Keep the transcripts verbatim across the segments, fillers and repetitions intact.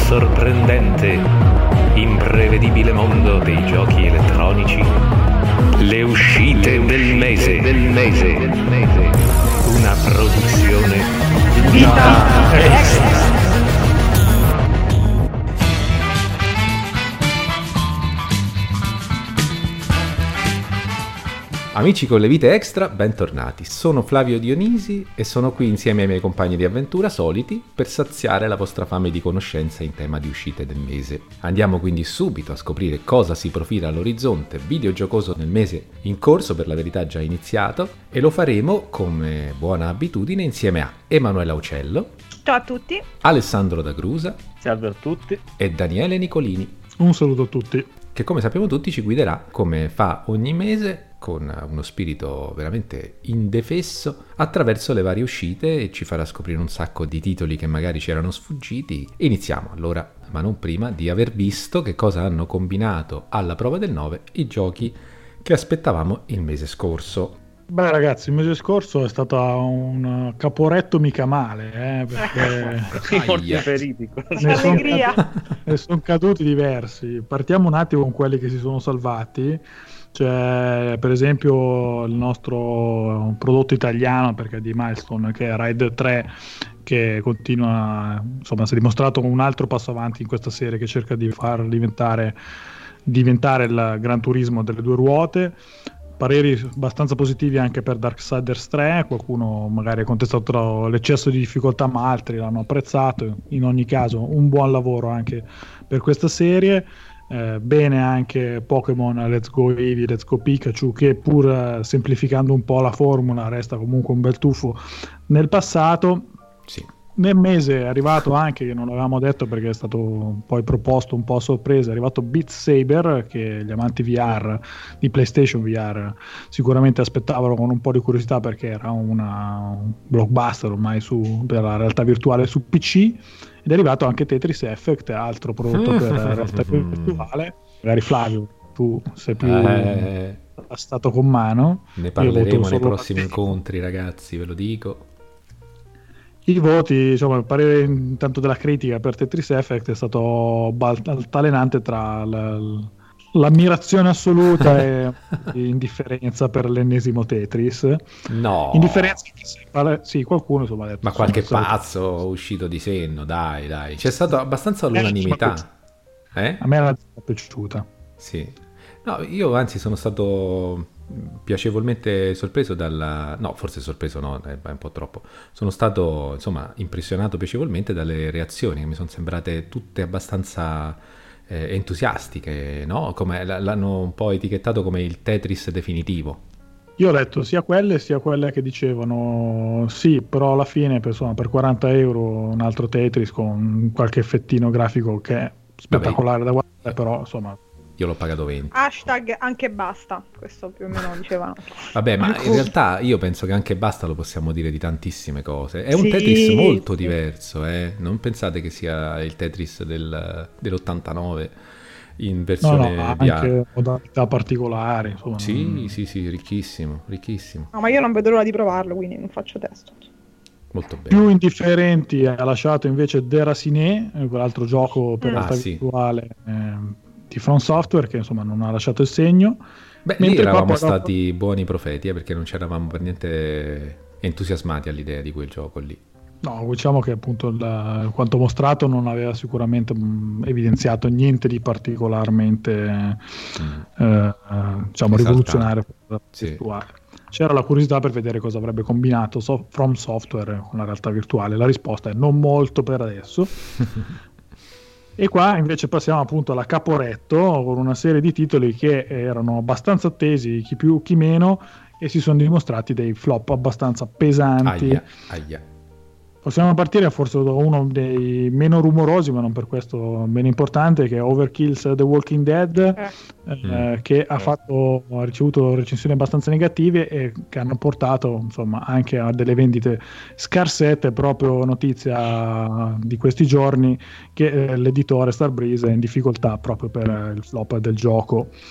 sorprendente, imprevedibile mondo dei giochi elettronici, le uscite del mese, del mese, una produzione Vita Extra. Amici con le vite extra, bentornati. Sono Flavio Dionisi e sono qui insieme ai miei compagni di avventura soliti per saziare la vostra fame di conoscenza in tema di uscite del mese. Andiamo quindi subito a scoprire cosa si profila all'orizzonte videogiocoso nel mese in corso, per la verità già iniziato, e lo faremo come buona abitudine insieme a Emanuela Uccello. Ciao a tutti. Alessandro D'Agrusa. Salve a tutti. E Daniele Nicolini. Un saluto a tutti. Che come sappiamo tutti ci guiderà, come fa ogni mese, con uno spirito veramente indefesso, attraverso le varie uscite e ci farà scoprire un sacco di titoli che magari ci erano sfuggiti. Iniziamo allora, ma non prima di aver visto che cosa hanno combinato alla prova del nove i giochi che aspettavamo il mese scorso. Beh ragazzi, il mese scorso è stato un caporetto mica male, eh, perché i morti feriti, ne sono caduti, son caduti diversi. Partiamo un attimo con quelli che si sono salvati. C'è per esempio il nostro prodotto italiano, perché è di Milestone, che è Raid tre, che continua, insomma, si è dimostrato un altro passo avanti in questa serie che cerca di far diventare diventare il Gran Turismo delle due ruote. Pareri abbastanza positivi anche per Darksiders tre, qualcuno magari ha contestato l'eccesso di difficoltà, ma altri l'hanno apprezzato. In ogni caso un buon lavoro anche per questa serie. Eh, bene anche Pokémon Let's Go Eevee, Let's Go Pikachu, che pur eh, semplificando un po' la formula resta comunque un bel tuffo nel passato. Sì. Nel mese è arrivato anche, che non l'avevamo detto perché è stato poi proposto un po' a sorpresa, è arrivato Beat Saber, che gli amanti V R di PlayStation V R sicuramente aspettavano con un po' di curiosità, perché era una, un blockbuster ormai su, per la realtà virtuale su P C. Ed è arrivato anche Tetris Effect, altro prodotto per la realtà virtuale. Magari Flavio, tu sei più eh, stato con mano. Ne parleremo nei prossimi incontri, ragazzi, ve lo dico. I voti, insomma, il parere intanto della critica per Tetris Effect è stato altalenante tra l- l'ammirazione assoluta e indifferenza per l'ennesimo Tetris. No. Indifferenza che sì, qualcuno insomma ha detto. Ma qualche insomma, pazzo uscito di senno, dai, dai. C'è stato abbastanza all'unanimità. Eh? A me era piaciuta. Sì. No, io anzi sono stato piacevolmente sorpreso dalla... No, forse sorpreso no, è un po' troppo. Sono stato, insomma, impressionato piacevolmente dalle reazioni, che mi sono sembrate tutte abbastanza eh, entusiastiche, no? Come l'hanno un po' etichettato come il Tetris definitivo. Io ho letto sia quelle sia quelle che dicevano sì, però alla fine per, insomma, per quaranta euro un altro Tetris con qualche effettino grafico che è spettacolare. Vabbè, da guardare, però insomma... Io l'ho pagato venti. Hashtag anche basta, questo più o meno dicevano. Vabbè, ma in realtà io penso che anche basta lo possiamo dire di tantissime cose. È un sì, Tetris molto sì. diverso, eh? Non pensate che sia il Tetris del, dell'ottantanove in versione no, no, V R. Anche modalità particolari, insomma. Sì, non... sì, sì, ricchissimo, ricchissimo. No, ma io non vedo l'ora di provarlo, quindi non faccio testo. Molto bene. Più indifferenti ha lasciato invece Déraciné, quell'altro gioco per mm. realtà ah, sì. virtuale eh, di From Software, che insomma non ha lasciato il segno. Beh, lì eravamo qua, stati dopo... buoni profeti, eh, perché non ci eravamo per niente entusiasmati all'idea di quel gioco lì. No, diciamo che appunto il, quanto mostrato non aveva sicuramente mh, evidenziato niente di particolarmente mm. eh, diciamo rivoluzionario per la sì. virtuale. C'era la curiosità per vedere cosa avrebbe combinato so- From Software con la realtà virtuale. La risposta è non molto per adesso. E qua invece passiamo appunto alla Caporetto, con una serie di titoli che erano abbastanza attesi, chi più chi meno, e si sono dimostrati dei flop abbastanza pesanti. Aia, aia. Possiamo partire forse da uno dei meno rumorosi, ma non per questo meno importante, che è Overkill's The Walking Dead, eh. Eh, che ha, fatto, ha ricevuto recensioni abbastanza negative e che hanno portato insomma anche a delle vendite scarsette. Proprio notizia di questi giorni che eh, l'editore Starbreeze è in difficoltà proprio per il flop del gioco.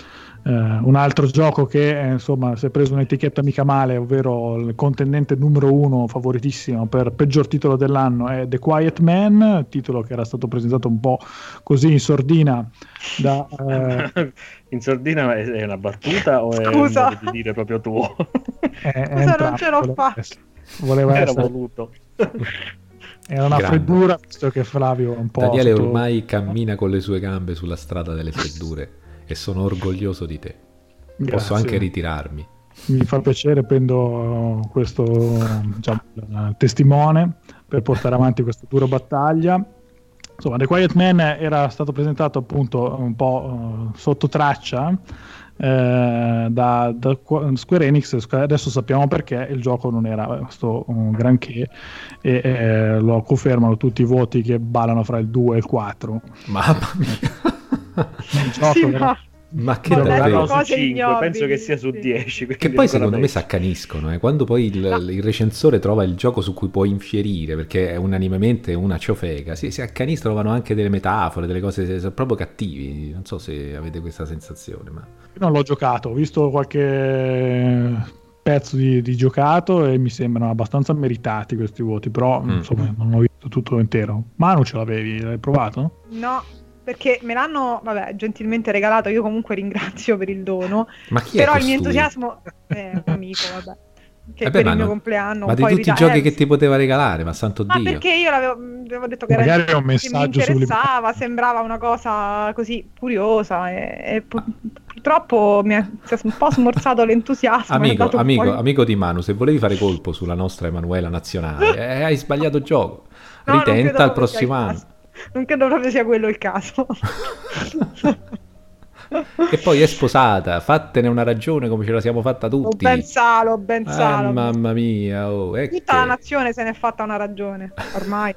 Uh, un altro gioco che eh, insomma si è preso un'etichetta mica male, ovvero il contendente numero uno favoritissimo per peggior titolo dell'anno è The Quiet Man, titolo che era stato presentato un po' così in sordina da, uh... in sordina è una battuta o è Scusa. un modo di dire proprio tuo? è, è Scusa, entrambo, non ce l'ho fatta. voleva Era essere voluto. era una Grande. freddura, visto che Flavio è un po' Daniele sotto... ormai cammina con le sue gambe sulla strada delle freddure e sono orgoglioso di te. Posso Grazie. anche ritirarmi. Mi fa piacere, prendo questo diciamo, testimone per portare avanti questa dura battaglia. Insomma, The Quiet Man era stato presentato appunto un po' uh, sotto traccia eh, da, da Square Enix. Adesso sappiamo perché il gioco non era questo un granché e eh, lo confermano tutti i voti che ballano fra il due e il quattro. Mamma mia. Il gioco Sì, era- ma... Ma che Ma Lo dai, davvero? danno su cose cinque, ignobili, penso che sia su sì. dieci. Che quindi poi ancora secondo me peggio. si accaniscono, eh? Quando poi il, No. il recensore trova il gioco su cui può infierire, perché è unanimemente una ciofega, si, si accanistano, vanno anche delle metafore, delle cose, sono proprio cattivi. Non so se avete questa sensazione, ma... Io non l'ho giocato, ho visto qualche pezzo di, di giocato e mi sembrano abbastanza meritati questi voti, però Mm. insomma non ho visto tutto intero. Manu, ce l'avevi? L'hai provato? No, perché me l'hanno, vabbè, gentilmente regalato, io comunque ringrazio per il dono, Ma chi però è il mio costui? entusiasmo è un amico, vabbè, che Eh beh, per ma il mio no- compleanno Ma un di po' in tutti i ritardo- giochi eh, che ti poteva regalare, ma santo ma Dio. perché io l'avevo, mh, avevo detto che, Magari era, è un che mi messaggio interessava, subliminale. sembrava una cosa così curiosa e, e pu- purtroppo mi ha si è un po' smorzato l'entusiasmo. è Amico, andato un amico, po' in- amico di Manu, se volevi fare colpo sulla nostra Emanuela nazionale, eh, hai sbagliato gioco. No, non credo Ritenta al proprio sia il prossimo anno. caso. Non credo proprio sia quello il caso. Che poi è sposata, fattene una ragione come ce la siamo fatta Lo tutti. ben sa, lo ben Ah, sa. lo ben sa. mamma mia, oh, è Tutta che- la nazione se n'è fatta una ragione, ormai.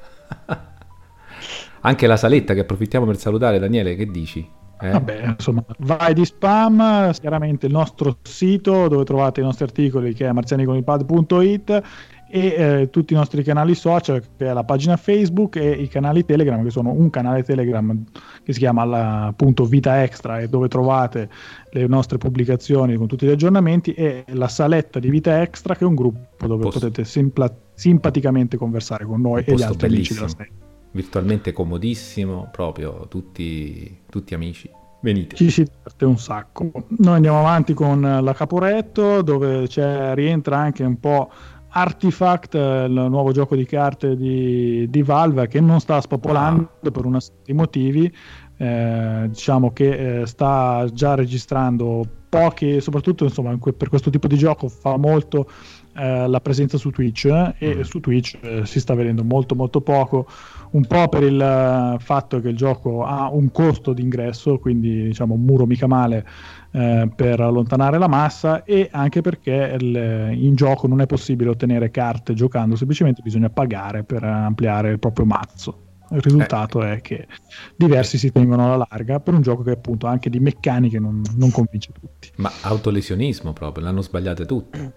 Anche la saletta, che approfittiamo per salutare. Daniele, che dici? Eh? Vabbè, insomma, vai di spam, chiaramente il nostro sito dove trovate i nostri articoli, che è marzianiconipad punto it, e eh, tutti i nostri canali social, che è la pagina Facebook, e i canali Telegram, che sono un canale Telegram che si chiama la, appunto Vita Extra, e dove trovate le nostre pubblicazioni con tutti gli aggiornamenti, e la saletta di Vita Extra, che è un gruppo dove Posto- potete simpla- simpaticamente conversare con noi e gli Posto altri amici della bellissimo, serie. virtualmente comodissimo, proprio tutti, tutti amici. Venite. Ci si diverte un sacco. Noi andiamo avanti con la Caporetto, dove c'è, rientra anche un po' Artifact, il nuovo gioco di carte di, di Valve, che non sta spopolando per una serie di motivi. Eh, diciamo che eh, sta già registrando pochi, soprattutto insomma in que- per questo tipo di gioco fa molto eh, la presenza su Twitch, eh, e Mm. su Twitch eh, si sta vedendo molto molto poco, un po' per il eh, fatto che il gioco ha un costo d'ingresso, quindi diciamo un muro mica male eh, per allontanare la massa, e anche perché il- in gioco non è possibile ottenere carte giocando, semplicemente bisogna pagare per ampliare il proprio mazzo. Il risultato è che diversi si tengono alla larga per un gioco che appunto anche di meccaniche non, non convince tutti. Ma autolesionismo proprio, l'hanno sbagliate tutte.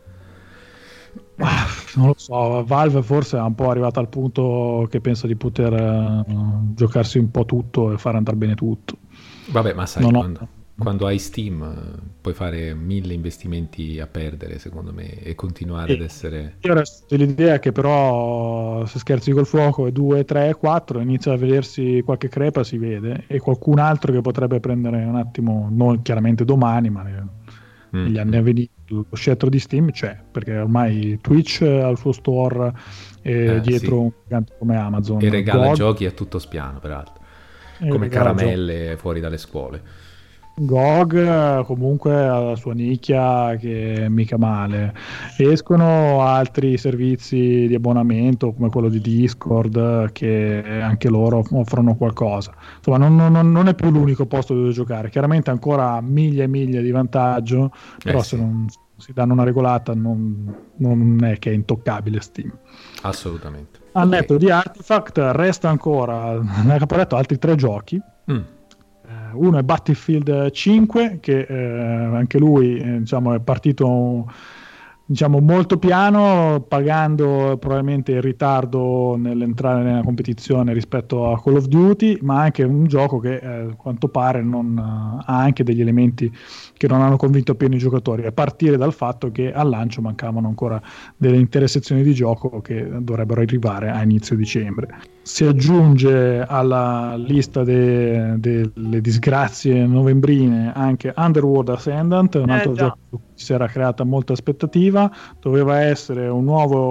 Ah, non lo so, Valve forse è un po' arrivata al punto che pensa di poter eh, giocarsi un po' tutto e fare andare bene tutto. Vabbè, ma sai, Non ho- quando, quando hai Steam eh, puoi fare mille investimenti a perdere, secondo me, e continuare Sì. ad essere... Io resto l'idea che però se scherzi col fuoco e due, tre, quattro inizia a vedersi qualche crepa, si vede, e qualcun altro che potrebbe prendere un attimo, non chiaramente domani, ma ne- Mm. negli anni a venire, lo scettro di Steam c'è, perché ormai Twitch ha il suo store e Eh, dietro sì. un gigante come Amazon E regala G O G, giochi a tutto spiano, peraltro, e come regala caramelle fuori dalle scuole. G O G eh, comunque ha la sua nicchia, che è mica male. Escono altri servizi di abbonamento come quello di Discord, eh, che anche loro offrono qualcosa. Insomma, non, non- non è più l'unico posto dove giocare. Chiaramente ancora ha miglia e miglia di vantaggio, però Eh, se sì. non si danno una regolata non, non è che è intoccabile Steam. Assolutamente. Al Ok. netto di Artifact resta ancora nel caporetto altri tre giochi. Mm. Eh, uno è Battlefield cinque, che eh, anche lui eh, diciamo, è partito diciamo molto piano, pagando probabilmente il ritardo nell'entrare nella competizione rispetto a Call of Duty, ma anche un gioco che eh, a quanto pare non, uh, ha anche degli elementi che non hanno convinto appieno i giocatori, a partire dal fatto che al lancio mancavano ancora delle intere sezioni di gioco che dovrebbero arrivare a inizio dicembre. Si aggiunge alla lista de- delle disgrazie novembrine anche Underworld Ascendant, un altro eh, gioco su cui si era creata molta aspettativa. Doveva essere un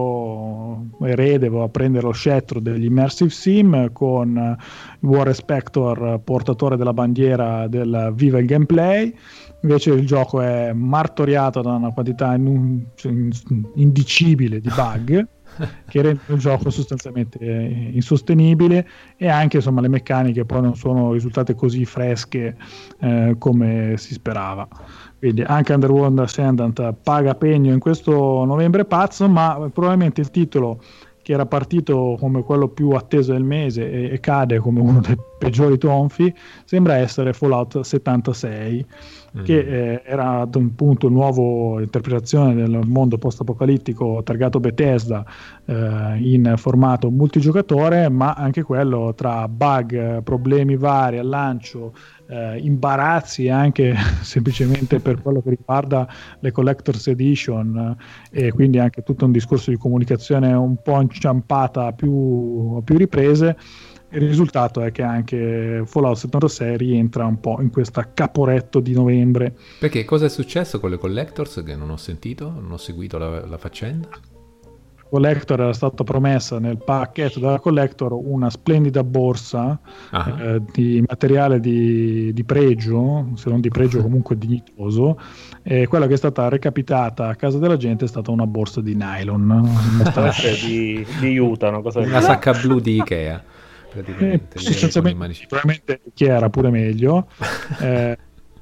nuovo erede a prendere lo scettro degli immersive sim, con War Spector portatore della bandiera del viva il gameplay. Invece il gioco è martoriato da una quantità in- in- indicibile di bug che rende il gioco sostanzialmente insostenibile, e anche insomma le meccaniche poi non sono risultate così fresche eh, come si sperava. Quindi anche Underworld Ascendant paga pegno in questo novembre pazzo, ma probabilmente il titolo che era partito come quello più atteso del mese e, e cade come uno dei peggiori tonfi sembra essere Fallout settantasei, mm. che eh, era ad un punto nuova interpretazione del mondo post-apocalittico targato Bethesda eh, in formato multigiocatore, ma anche quello tra bug, problemi vari al lancio, eh, imbarazzi anche semplicemente per quello che riguarda le Collector's Edition, eh, e quindi anche tutto un discorso di comunicazione un po' inciampata a più, a più riprese. Il risultato è che anche Fallout settantasei rientra un po' in questa caporetto di novembre. Perché cosa è successo con le Collectors che non ho sentito, non ho seguito la, la faccenda? Collector era stata promessa nel pacchetto della Collector una splendida borsa eh, di materiale di, di pregio, se non di pregio comunque dignitoso, e quella che è stata recapitata a casa della gente è stata una borsa di nylon di, di Utah, una, cosa una sacca blu di Ikea. Praticamente, eh, sostanzialmente, probabilmente chi era pure meglio. eh,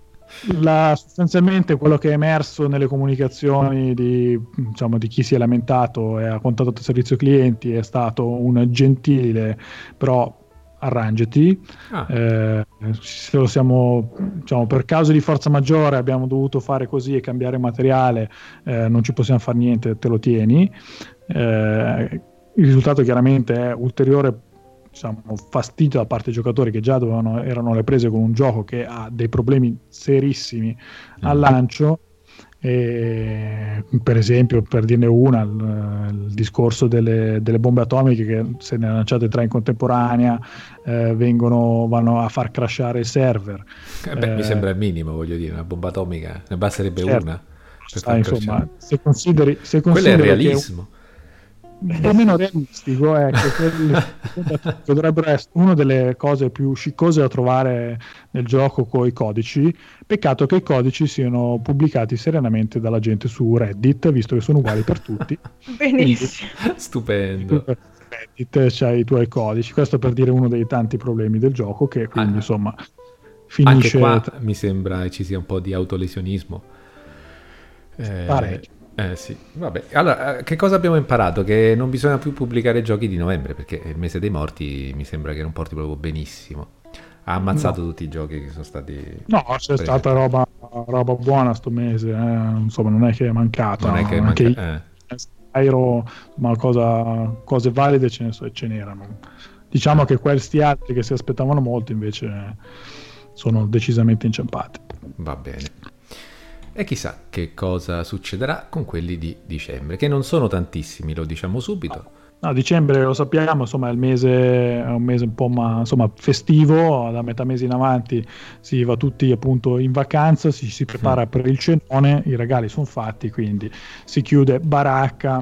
la, sostanzialmente quello che è emerso nelle comunicazioni di, diciamo, di chi si è lamentato e ha contattato il servizio clienti è stato un gentile però arrangiati. ah. eh, se lo siamo, diciamo, per causa di forza maggiore abbiamo dovuto fare così e cambiare materiale, eh, non ci possiamo fare niente, te lo tieni. Eh, il risultato chiaramente è ulteriore, diciamo, fastidio da parte dei giocatori che già dovevano, erano alle prese con un gioco che ha dei problemi serissimi al lancio. E, per esempio, per dirne una, il, il discorso delle, delle bombe atomiche, che se ne lanciate tre in contemporanea eh, vengono, vanno a far crashare il server. Eh beh, eh, mi sembra il minimo, voglio dire, una bomba atomica ne basterebbe certo, una per sai, insomma, se consideri, se quello consideri è realismo. un po' meno realistico è che quelli che dovrebbero essere una delle cose più sciccose da trovare nel gioco con i codici. Peccato che i codici siano pubblicati serenamente dalla gente su Reddit, visto che sono uguali per tutti. Benissimo. Quindi, stupendo. Reddit c'hai i tuoi codici, questo per dire uno dei tanti problemi del gioco, che quindi ah, insomma finisce. Anche qua mi sembra ci sia un po' di autolesionismo. Eh, Parecchio. Eh sì, vabbè. Allora, che cosa abbiamo imparato? Che non bisogna più pubblicare giochi di novembre, perché il mese dei morti mi sembra che non porti proprio benissimo. Ha ammazzato no. tutti i giochi che sono stati... No, c'è presi. stata roba, roba buona sto mese, eh. Insomma, non è che è mancata. Non è che è mancata. Eh. Ma cosa, cose valide ce, ne so, ce n'erano. Diciamo ah. che questi altri che si aspettavano molto invece sono decisamente inciampati. Va bene. E chissà che cosa succederà con quelli di dicembre, che non sono tantissimi, lo diciamo subito. No, dicembre lo sappiamo, insomma, è, il mese, è un mese un po' ma, insomma, festivo, da metà mese in avanti si va tutti appunto in vacanza, si, si prepara mm. per il cenone, i regali sono fatti, quindi si chiude baracca.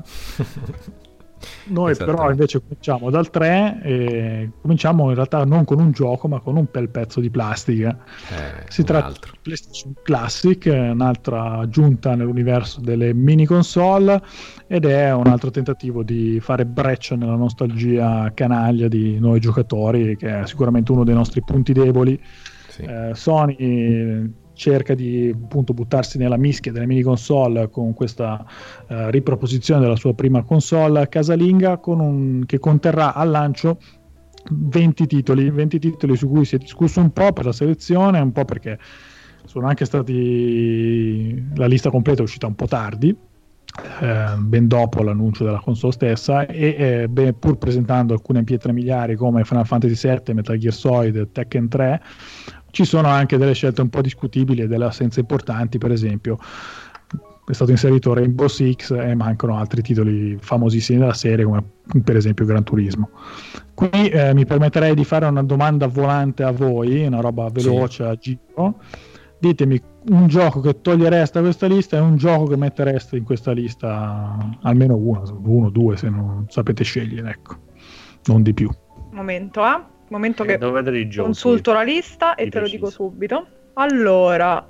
Noi però invece cominciamo dal tre e cominciamo in realtà non con un gioco ma con un bel pezzo di plastica. Eh, si tratta altro. di PlayStation Classic, un'altra aggiunta nell'universo delle mini console, ed è un altro tentativo di fare breccia nella nostalgia canaglia di noi giocatori, che è sicuramente uno dei nostri punti deboli. Sì. Eh, Sony cerca di appunto buttarsi nella mischia delle mini console con questa uh, riproposizione della sua prima console casalinga, con un, che conterrà al lancio venti titoli, venti titoli su cui si è discusso un po' per la selezione, un po' perché sono anche stati, la lista completa è uscita un po' tardi, eh, ben dopo l'annuncio della console stessa, e eh, beh, pur presentando alcune pietre miliari come Final Fantasy sette, Metal Gear Solid, Tekken tre, ci sono anche delle scelte un po' discutibili e delle assenze importanti. Per esempio è stato inserito Rainbow Six e mancano altri titoli famosissimi della serie, come per esempio Gran Turismo. Qui eh, mi permetterei di fare una domanda volante a voi, una roba veloce, sì, a giro. Ditemi un gioco che togliereste da questa lista e un gioco che mettereste in questa lista, almeno uno, uno, due, se non sapete scegliere, ecco, non di più. Momento, eh? Momento Eh, che devo vedere i giochi. consulto la lista e Di te lo preciso. dico subito. Allora,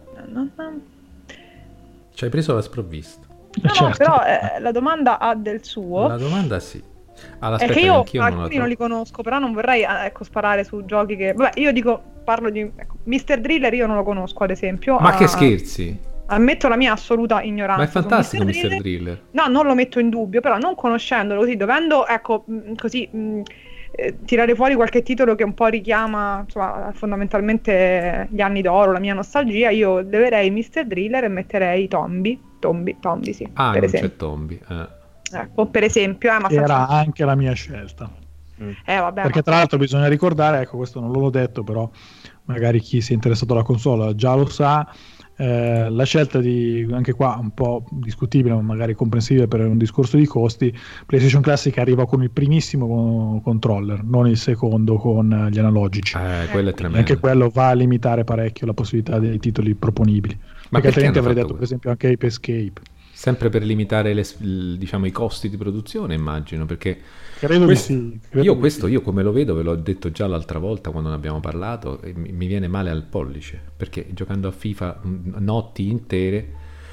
Ci hai preso la sprovvista. no, Certo. no, però eh, la domanda ha del suo. La domanda sì. Allora, È aspetta, che io anch'io non la alcuni non trovo. li conosco, però non vorrei eh, ecco, sparare su giochi che... Vabbè, io dico, parlo di... Ecco, mister Driller io non lo conosco, ad esempio. Ma Ah, che scherzi? Ammetto la mia assoluta ignoranza. Ma è su fantastico mister mister Driller. Driller. No, non lo metto in dubbio, però non conoscendolo così, dovendo, ecco, mh, così... mh, eh, tirare fuori qualche titolo che un po' richiama, insomma, fondamentalmente gli anni d'oro, la mia nostalgia, io leverei mister Driller e metterei Tombi. Tombi, Tombi sì, Ah, per non esempio. c'è Tombi. Eh. Ecco, per esempio, eh, ma senza- Era anche la mia scelta. eh, vabbè, Perché ma- tra l'altro bisogna ricordare, ecco, questo non l'ho detto, però magari chi si è interessato alla console già lo sa, eh, la scelta di, anche qua un po' discutibile, ma magari comprensibile per un discorso di costi, PlayStation Classic arriva con il primissimo con- controller, non il secondo con gli analogici. Eh, quello è E tremendo. anche quello va a limitare parecchio la possibilità dei titoli proponibili. Ma Perché perché altrimenti hanno avrei fatto detto per esempio anche Ape Escape. Sempre per limitare le, il- diciamo, i costi di produzione, immagino, perché Credo questo- di sì. credo io di questo, sì. io come lo vedo, ve l'ho detto già l'altra volta quando ne abbiamo parlato, e mi, mi viene male al pollice, perché giocando a FIFA mm, notti intere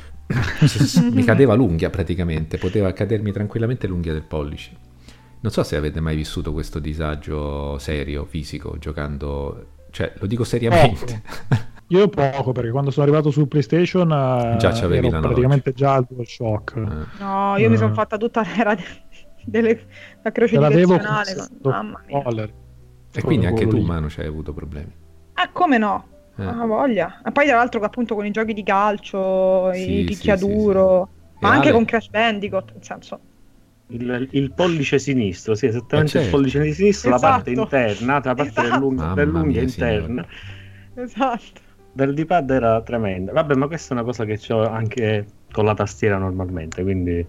s- s- mi cadeva l'unghia praticamente, poteva cadermi tranquillamente l'unghia del pollice. Non so se avete mai vissuto questo disagio serio, fisico, giocando, cioè lo dico seriamente. Io poco, perché quando sono arrivato sul PlayStation eh, Già c'avevi ero l'analogico. praticamente già al DualShock. Eh. No, io mi Eh. sono fatta tutta l'era de- delle, la croce Ce l'avevo direzionale. con con- Mamma mia. controller. E quindi anche tu, Quello lì. Manu, ci hai avuto problemi. Eh, come no? Eh. Ah, voglia. E poi tra l'altro appunto con i giochi di calcio, Sì, i picchiaduro, sì, sì. ma E anche Ale? con Crash Bandicoot, nel senso... Il, il pollice sinistro, sì, esattamente Eh, il certo. pollice di sinistro, la parte Esatto. interna, la parte Esatto. dell'unghia, Mamma dell'unghia mia, signore. interna Esatto. del D-pad era tremenda. Vabbè, ma questa è una cosa che ho anche con la tastiera normalmente, quindi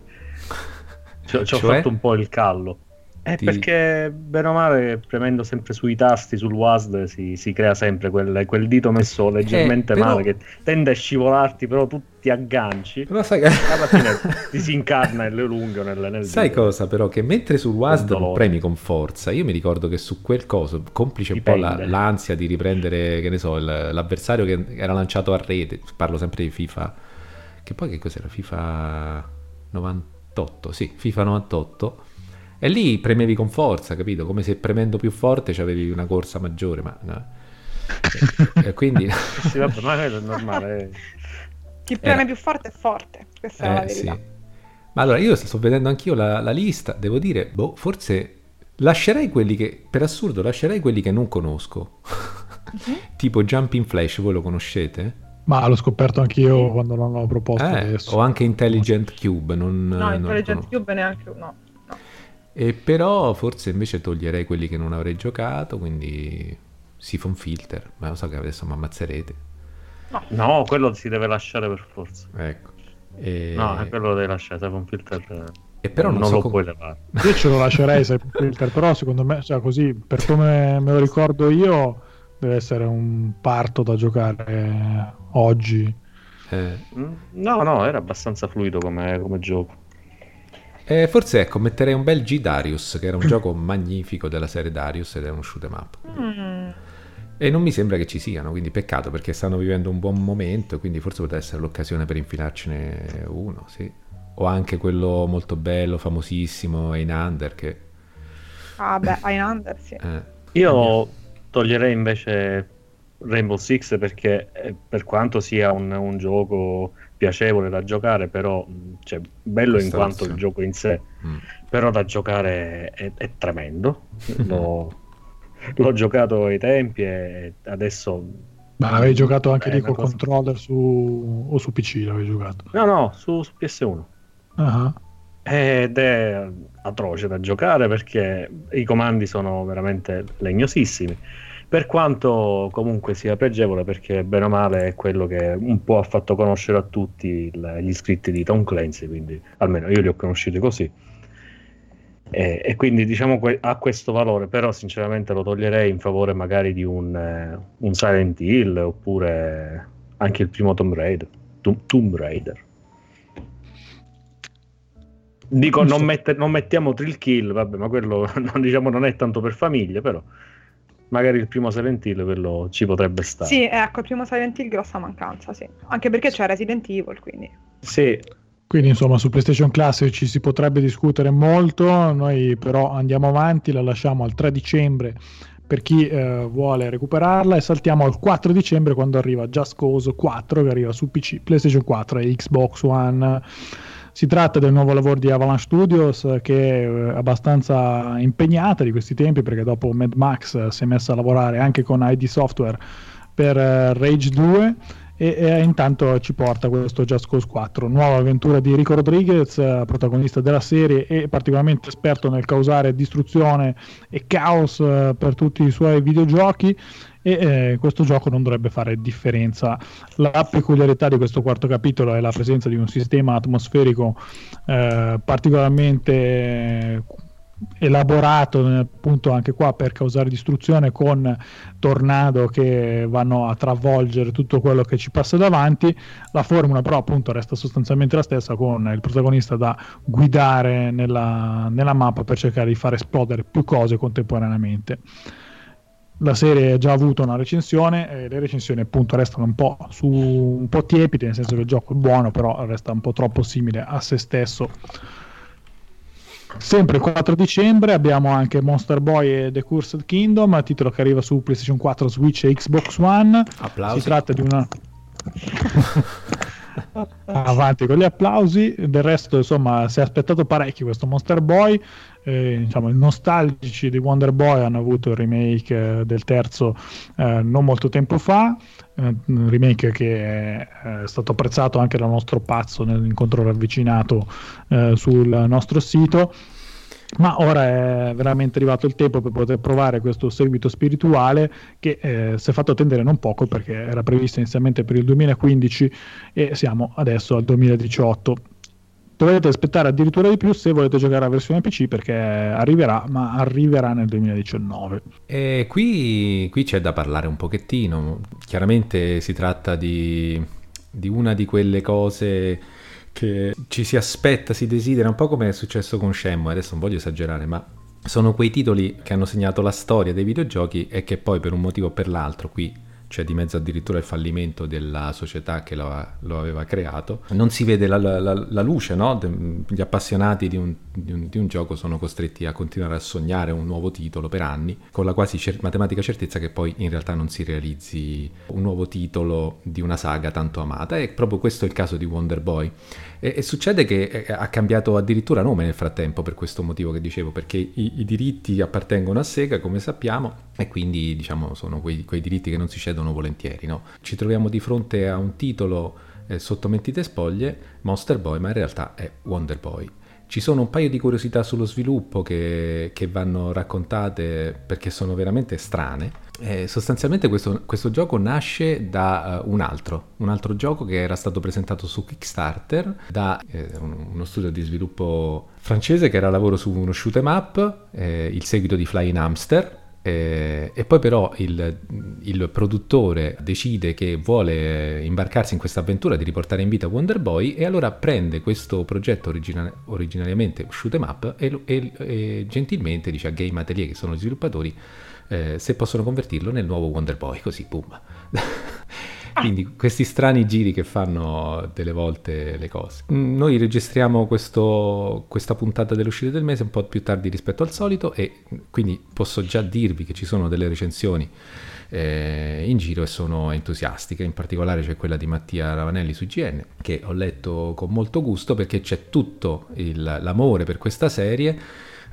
ci ho, ci ho Cioè? fatto un po' il callo. Eh, Ti- perché bene o male, premendo sempre sui tasti, sul W A S D, si, si crea sempre quel, quel dito messo leggermente Eh, però- male che tende a scivolarti, però tu ti agganci. Però sai che... Alla fine ti si incarna nelle lunghe nel, nel Sai dito. cosa però? Che mentre sul W A S D Con non dolore. premi con forza, io mi ricordo che su quel coso, complice un po' la- Dipende. l'ansia di riprendere, che ne so, il- l'avversario che era lanciato a rete, parlo sempre di FIFA, che poi che cos'era? FIFA novantotto, sì, FIFA novantotto, e lì premevi con forza, capito? Come se premendo più forte c'avevi una corsa maggiore, ma... no. E, e quindi... Sì, vabbè, ma quello è normale. eh. Chi preme Era- più forte è forte, questa è la Eh, sì. verità. Ma allora io sto vedendo anch'io la, la lista, devo dire, boh, forse lascerei quelli che, per assurdo, lascerei quelli che non conosco. Mhm. Tipo Jumping Flash, voi lo conoscete? Ma l'ho scoperto anch'io quando l'hanno proposto Eh, adesso. o anche Intelligent Cube, non, No, non Intelligent conosco. Cube neanche no. no. E però forse invece toglierei quelli che non avrei giocato, quindi Siphon Filter, ma lo so che adesso mi ammazzerete. No, quello si deve lasciare per forza. Ecco. E, No, è quello lo devi lasciare, sai, con filter e però non, non so lo com- puoi levare. Io ce lo lascerei se filter, però secondo me, cioè così, per come me lo ricordo io, deve essere un parto da giocare oggi. eh, Mm, No, no, era abbastanza fluido come, come gioco. Eh, forse ecco, metterei un bel G Darius, che era un gioco magnifico della serie Darius ed è uno shoot 'em up. Mm. E non mi sembra che ci siano, quindi peccato perché stanno vivendo un buon momento, quindi forse potrebbe essere l'occasione per infilarcene uno, sì. O anche quello molto bello, famosissimo, Einander, che... Ah beh, Highlander sì. eh, Io toglierei invece Rainbow Six perché eh, per quanto sia un, un gioco piacevole da giocare, però mh, cioè, bello in Questa quanto il versione. gioco in sé, mm. però da giocare è, è tremendo. L'ho, l'ho giocato ai tempi e adesso... Ma l'avevi giocato anche è lì una col cosa- controller su o su P C l'avevi giocato? No, no, su, su P S uno. Uh-huh. Ed è atroce da giocare perché i comandi sono veramente legnosissimi, per quanto comunque sia pregevole, perché bene o male è quello che un po' ha fatto conoscere a tutti il, gli scritti di Tom Clancy, quindi almeno io li ho conosciuti così. E, e quindi diciamo que- ha questo valore, però sinceramente lo toglierei in favore magari di un, eh, un Silent Hill, oppure anche il primo Tomb Raider. Tom- Tomb Raider. Dico, non, mette- non mettiamo Thrill Kill, vabbè, ma quello non, diciamo, non è tanto per famiglie, però magari il primo Silent Hill quello ci potrebbe stare. Sì, ecco, il primo Silent Hill grossa mancanza, sì. Anche perché c'è Resident Evil, quindi. Sì. Quindi insomma su PlayStation Classic ci si potrebbe discutere molto, noi però andiamo avanti, la lasciamo al tre dicembre per chi eh, vuole recuperarla, e saltiamo al quattro dicembre quando arriva Just Cause quattro, che arriva su P C, PlayStation quattro e Xbox One. Si tratta del nuovo lavoro di Avalanche Studios, che è abbastanza impegnata di questi tempi, perché dopo Mad Max si è messa a lavorare anche con I D Software per uh, Rage due, e, e intanto ci porta questo Just Cause quattro, nuova avventura di Rico Rodriguez, uh, protagonista della serie e particolarmente esperto nel causare distruzione e caos uh, per tutti i suoi videogiochi. E eh, questo gioco non dovrebbe fare differenza. La peculiarità di questo quarto capitolo è la presenza di un sistema atmosferico eh, particolarmente elaborato, appunto anche qua per causare distruzione, con tornado che vanno a travolgere tutto quello che ci passa davanti. La formula però appunto resta sostanzialmente la stessa, con il protagonista da guidare nella, nella mappa per cercare di far esplodere più cose contemporaneamente. La serie ha già avuto una recensione e le recensioni appunto restano un po' su un po' tiepide, nel senso che il gioco è buono, però resta un po' troppo simile a se stesso. Sempre il quattro dicembre abbiamo anche Monster Boy e The Cursed Kingdom, titolo che arriva su PlayStation quattro, Switch e Xbox One. Applausi. Si tratta di una avanti con gli applausi. Del resto insomma si è aspettato parecchio questo Monster Boy. Eh, diciamo, i nostalgici di Wonder Boy hanno avuto il remake eh, del terzo eh, non molto tempo fa, eh, un remake che è, è stato apprezzato anche dal nostro pazzo nell'incontro ravvicinato eh, sul nostro sito, ma ora è veramente arrivato il tempo per poter provare questo seguito spirituale che eh, si è fatto attendere non poco, perché era previsto inizialmente per il duemilaquindici e siamo adesso al duemiladiciotto. Dovete aspettare addirittura di più se volete giocare la versione P C, perché arriverà, ma arriverà nel duemiladiciannove. E qui, qui c'è da parlare un pochettino. Chiaramente si tratta di, di una di quelle cose che ci si aspetta, si desidera, un po' come è successo con Shenmue. Adesso non voglio esagerare, ma sono quei titoli che hanno segnato la storia dei videogiochi e che poi per un motivo o per l'altro, qui c'è di mezzo addirittura il fallimento della società che lo, lo aveva creato, non si vede la, la, la luce, no? Gli appassionati di un, di, un, di un gioco sono costretti a continuare a sognare un nuovo titolo per anni, con la quasi cer- matematica certezza che poi in realtà non si realizzi un nuovo titolo di una saga tanto amata. E proprio questo è il caso di Wonder Boy. E, e succede che ha cambiato addirittura nome nel frattempo, per questo motivo che dicevo, perché i, i diritti appartengono a Sega, come sappiamo, e quindi diciamo sono quei, quei diritti che non si cedono volentieri, no? Ci troviamo di fronte a un titolo eh, sotto mentite spoglie, Monster Boy, ma in realtà è Wonder Boy. Ci sono un paio di curiosità sullo sviluppo che, che vanno raccontate, perché sono veramente strane. Eh, sostanzialmente questo, questo gioco nasce da uh, un altro un altro gioco che era stato presentato su Kickstarter da eh, uno studio di sviluppo francese che era a lavoro su uno shoot 'em up, eh, il seguito di Flying Hamster. Eh, e poi però il, il produttore decide che vuole imbarcarsi in questa avventura di riportare in vita Wonder Boy, e allora prende questo progetto originale, originariamente shoot 'em up e, e, e gentilmente dice a Game Atelier, che sono gli sviluppatori, eh, se possono convertirlo nel nuovo Wonder Boy, così boom. Quindi questi strani giri che fanno delle volte le cose. Noi registriamo questo, questa puntata dell'uscita del mese un po' più tardi rispetto al solito, e quindi posso già dirvi che ci sono delle recensioni eh, in giro e sono entusiastiche. In particolare c'è quella di Mattia Ravanelli su I G N, che ho letto con molto gusto, perché c'è tutto il, l'amore per questa serie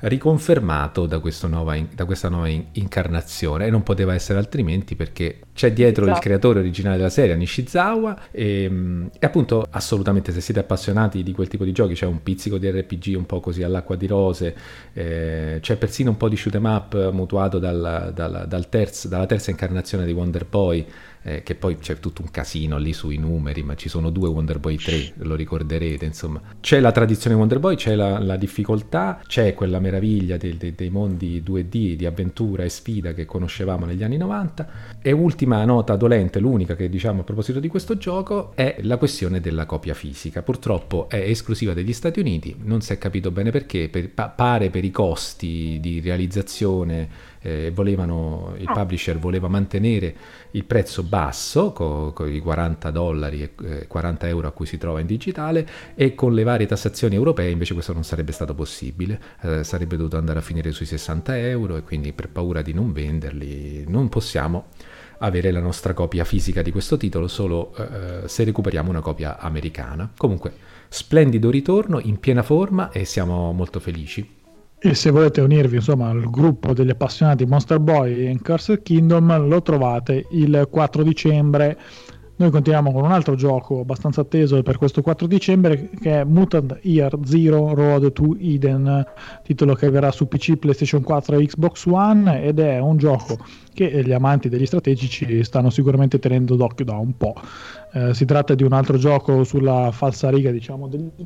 riconfermato da, questo nuova in, da questa nuova in, incarnazione, e non poteva essere altrimenti perché c'è dietro esatto. il creatore originale della serie, Nishizawa, e, e appunto assolutamente, se siete appassionati di quel tipo di giochi, c'è un pizzico di R P G un po' così all'acqua di rose, eh, c'è persino un po' di shoot 'em up mutuato dal, dal, dal terz, dalla terza incarnazione di Wonder Boy, eh, che poi c'è tutto un casino lì sui numeri, ma ci sono due Wonder Boy tre, lo ricorderete, insomma. C'è la tradizione Wonder Boy, c'è la, la difficoltà, c'è quella meraviglia dei, dei, dei mondi due D di avventura e sfida che conoscevamo negli anni novanta. E ultima nota dolente, l'unica che diciamo a proposito di questo gioco, è la questione della copia fisica. Purtroppo è esclusiva degli Stati Uniti, non si è capito bene perché, per, pa, pare per i costi di realizzazione, eh, volevano, il publisher voleva mantenere il prezzo basso con co i quaranta dollari e eh, quaranta euro a cui si trova in digitale, e con le varie tassazioni europee invece questo non sarebbe stato possibile, eh, sarebbe dovuto andare a finire sui sessanta euro, e quindi per paura di non venderli non possiamo avere la nostra copia fisica di questo titolo, solo eh, se recuperiamo una copia americana. Comunque splendido ritorno, in piena forma, e siamo molto felici. E se volete unirvi insomma al gruppo degli appassionati Monster Boy e Cursed Kingdom, lo trovate il quattro dicembre. Noi continuiamo con un altro gioco abbastanza atteso per questo quattro dicembre, che è Mutant Year Zero Road to Eden, titolo che verrà su P C, PlayStation quattro e Xbox One, ed è un gioco che gli amanti degli strategici stanno sicuramente tenendo d'occhio da un po'. Eh, si tratta di un altro gioco sulla falsariga, diciamo,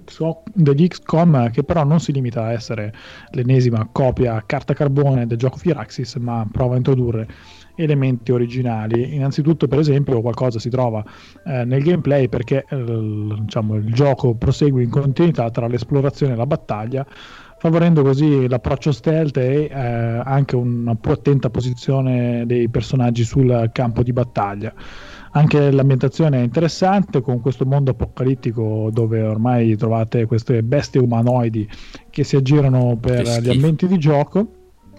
degli X COM, che però non si limita a essere l'ennesima copia carta carbone del gioco Firaxis, ma prova a introdurre elementi originali. Innanzitutto, per esempio, qualcosa si trova eh, nel gameplay, perché eh, diciamo, il gioco prosegue in continuità tra l'esplorazione e la battaglia, favorendo così l'approccio stealth e eh, anche una più attenta posizione dei personaggi sul campo di battaglia. Anche l'ambientazione è interessante, con questo mondo apocalittico dove ormai trovate queste bestie umanoidi che si aggirano per gli ambienti di gioco.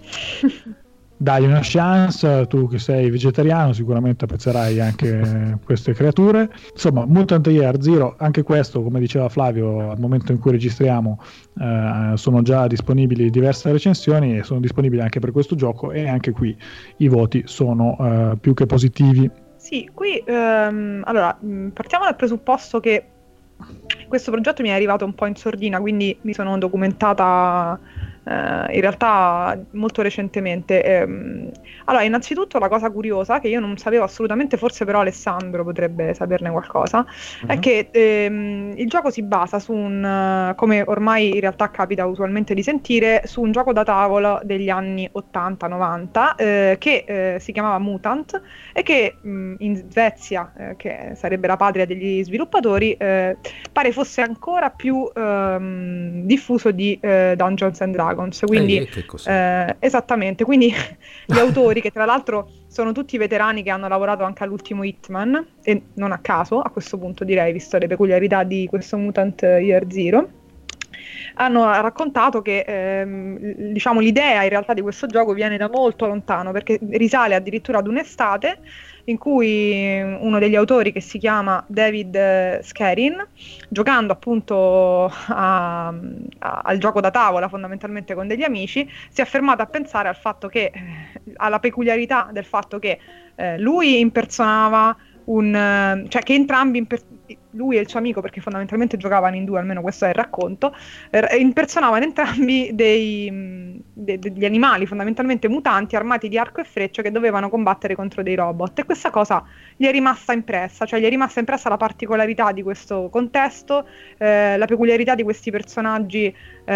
Dai una chance, tu che sei vegetariano sicuramente apprezzerai anche queste creature. Insomma, Mutant Year Zero, anche questo, come diceva Flavio, al momento in cui registriamo eh, sono già disponibili diverse recensioni, e sono disponibili anche per questo gioco, e anche qui i voti sono eh, più che positivi. Sì, qui ehm, allora partiamo dal presupposto che questo progetto mi è arrivato un po' in sordina, quindi mi sono documentata Uh, in realtà molto recentemente. Um, allora, innanzitutto la cosa curiosa, che io non sapevo assolutamente, forse però Alessandro potrebbe saperne qualcosa, uh-huh. è che um, il gioco si basa su un, uh, come ormai in realtà capita usualmente di sentire, su un gioco da tavolo degli anni ottanta novanta uh, che uh, si chiamava Mutant, e che um, in Svezia, uh, che sarebbe la patria degli sviluppatori, uh, pare fosse ancora più um, diffuso di uh, Dungeons and Dragons. Quindi eh, eh, esattamente, quindi gli autori, che tra l'altro sono tutti veterani che hanno lavorato anche all'ultimo Hitman, e non a caso a questo punto, direi, visto le peculiarità di questo Mutant Year Zero, hanno raccontato che ehm, diciamo l'idea in realtà di questo gioco viene da molto lontano, perché risale addirittura ad un'estate in cui uno degli autori, che si chiama David Scarin, giocando appunto a, a, al gioco da tavola fondamentalmente con degli amici, si è fermato a pensare al fatto che, alla peculiarità del fatto che eh, lui impersonava un, cioè che entrambi imper- lui e il suo amico, perché fondamentalmente giocavano in due, almeno questo è il racconto, eh, impersonavano entrambi dei, de, degli animali fondamentalmente mutanti armati di arco e frecce che dovevano combattere contro dei robot, e questa cosa gli è rimasta impressa, cioè gli è rimasta impressa la particolarità di questo contesto, eh, la peculiarità di questi personaggi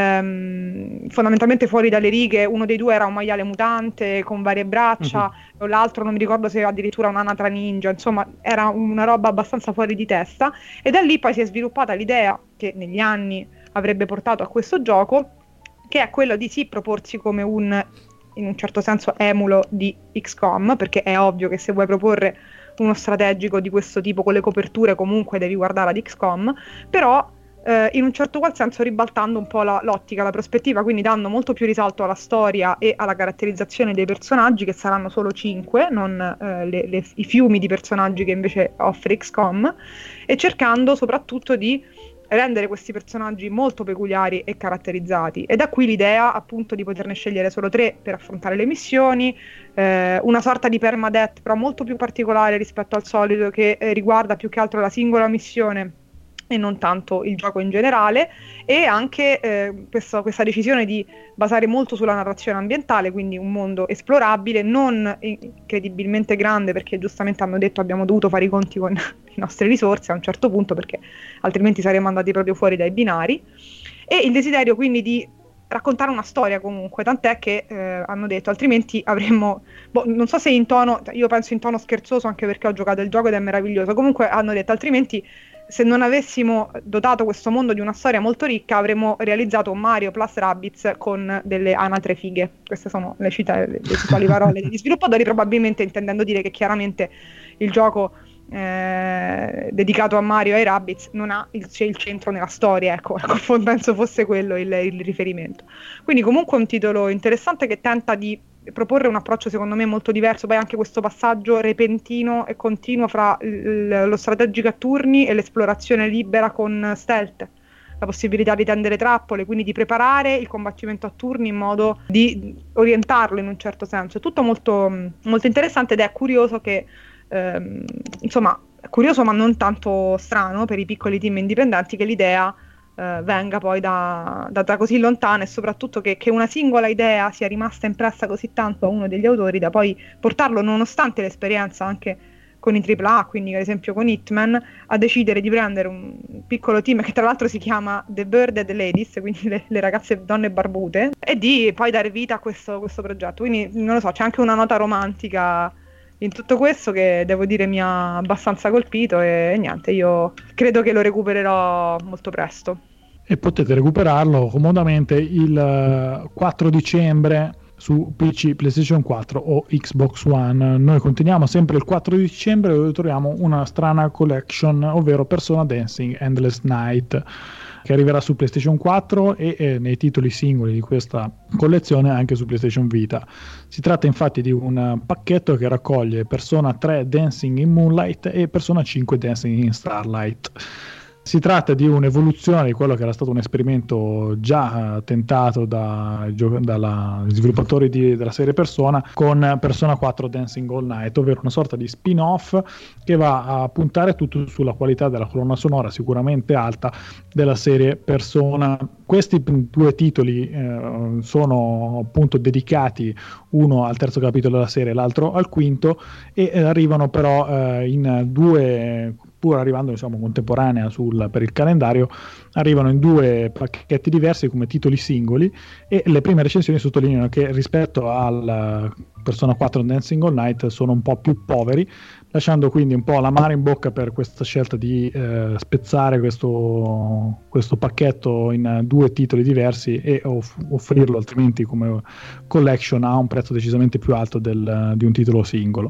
ehm, fondamentalmente fuori dalle righe. Uno dei due era un maiale mutante con varie braccia, uh-huh. l'altro non mi ricordo se addirittura un'anatra ninja, insomma era una roba abbastanza fuori di testa. E da lì poi si è sviluppata l'idea, che negli anni avrebbe portato a questo gioco, che è quello di sì proporsi come un, in un certo senso, emulo di X COM, perché è ovvio che se vuoi proporre uno strategico di questo tipo con le coperture comunque devi guardare ad X COM, però eh, in un certo qual senso ribaltando un po' la, l'ottica, la prospettiva, quindi dando molto più risalto alla storia e alla caratterizzazione dei personaggi, che saranno solo cinque, non eh, le, le, i fiumi di personaggi che invece offre X COM, e cercando soprattutto di rendere questi personaggi molto peculiari e caratterizzati, e da qui l'idea appunto di poterne scegliere solo tre per affrontare le missioni, eh, una sorta di permadeath però molto più particolare rispetto al solito, che eh, riguarda più che altro la singola missione e non tanto il gioco in generale, e anche eh, questo, questa decisione di basare molto sulla narrazione ambientale, quindi un mondo esplorabile, non incredibilmente grande, perché giustamente hanno detto abbiamo dovuto fare i conti con le nostre risorse a un certo punto, perché altrimenti saremmo andati proprio fuori dai binari, e il desiderio quindi di raccontare una storia comunque, tant'è che eh, hanno detto altrimenti avremmo, boh, non so se in tono, io penso in tono scherzoso anche perché ho giocato il gioco ed è meraviglioso, comunque hanno detto altrimenti se non avessimo dotato questo mondo di una storia molto ricca avremmo realizzato un Mario plus Rabbids con delle anatre fighe. Queste sono le cita le testuali parole degli sviluppatori, probabilmente intendendo dire che chiaramente il gioco eh, dedicato a Mario e ai Rabbids non ha il, il centro nella storia, ecco, penso fosse quello il, il riferimento. Quindi comunque un titolo interessante che tenta di proporre un approccio secondo me molto diverso, poi anche questo passaggio repentino e continuo fra l- lo strategico a turni e l'esplorazione libera con stealth, la possibilità di tendere trappole, quindi di preparare il combattimento a turni in modo di orientarlo in un certo senso. È tutto molto, molto interessante ed è curioso che ehm, insomma è curioso ma non tanto strano per i piccoli team indipendenti che l'idea Uh, venga poi da, da, da così lontana, e soprattutto che, che una singola idea sia rimasta impressa così tanto a uno degli autori da poi portarlo, nonostante l'esperienza anche con i tripla A, quindi ad esempio con Hitman, a decidere di prendere un piccolo team che tra l'altro si chiama The Birded Ladies, quindi le, le ragazze donne barbute, e di poi dare vita a questo, questo progetto. Quindi non lo so, c'è anche una nota romantica in tutto questo che devo dire mi ha abbastanza colpito, e, e niente, io credo che lo recupererò molto presto. E potete recuperarlo comodamente il quattro dicembre su P C, PlayStation quattro o Xbox One. Noi continuiamo sempre il quattro dicembre dove troviamo una strana collection, ovvero Persona Dancing Endless Night, che arriverà su PlayStation quattro e eh, nei titoli singoli di questa collezione anche su PlayStation Vita. Si tratta infatti di un pacchetto che raccoglie Persona tre Dancing in Moonlight e Persona cinque Dancing in Starlight. Si tratta di un'evoluzione di quello che era stato un esperimento già uh, tentato dai da sviluppatori di, della serie Persona con Persona quattro Dancing All Night, ovvero una sorta di spin-off che va a puntare tutto sulla qualità della colonna sonora sicuramente alta della serie Persona. Questi due titoli eh, sono appunto dedicati, uno al terzo capitolo della serie, l'altro al quinto, e eh, arrivano però eh, in due, pur arrivando diciamo contemporanea sul, per il calendario, arrivano in due pacchetti diversi come titoli singoli, e le prime recensioni sottolineano che rispetto al Persona quattro Dancing All Night sono un po' più poveri, lasciando quindi un po' l'amaro in bocca per questa scelta di eh, spezzare questo, questo pacchetto in due titoli diversi e off- offrirlo altrimenti come collection a un prezzo decisamente più alto del, di un titolo singolo.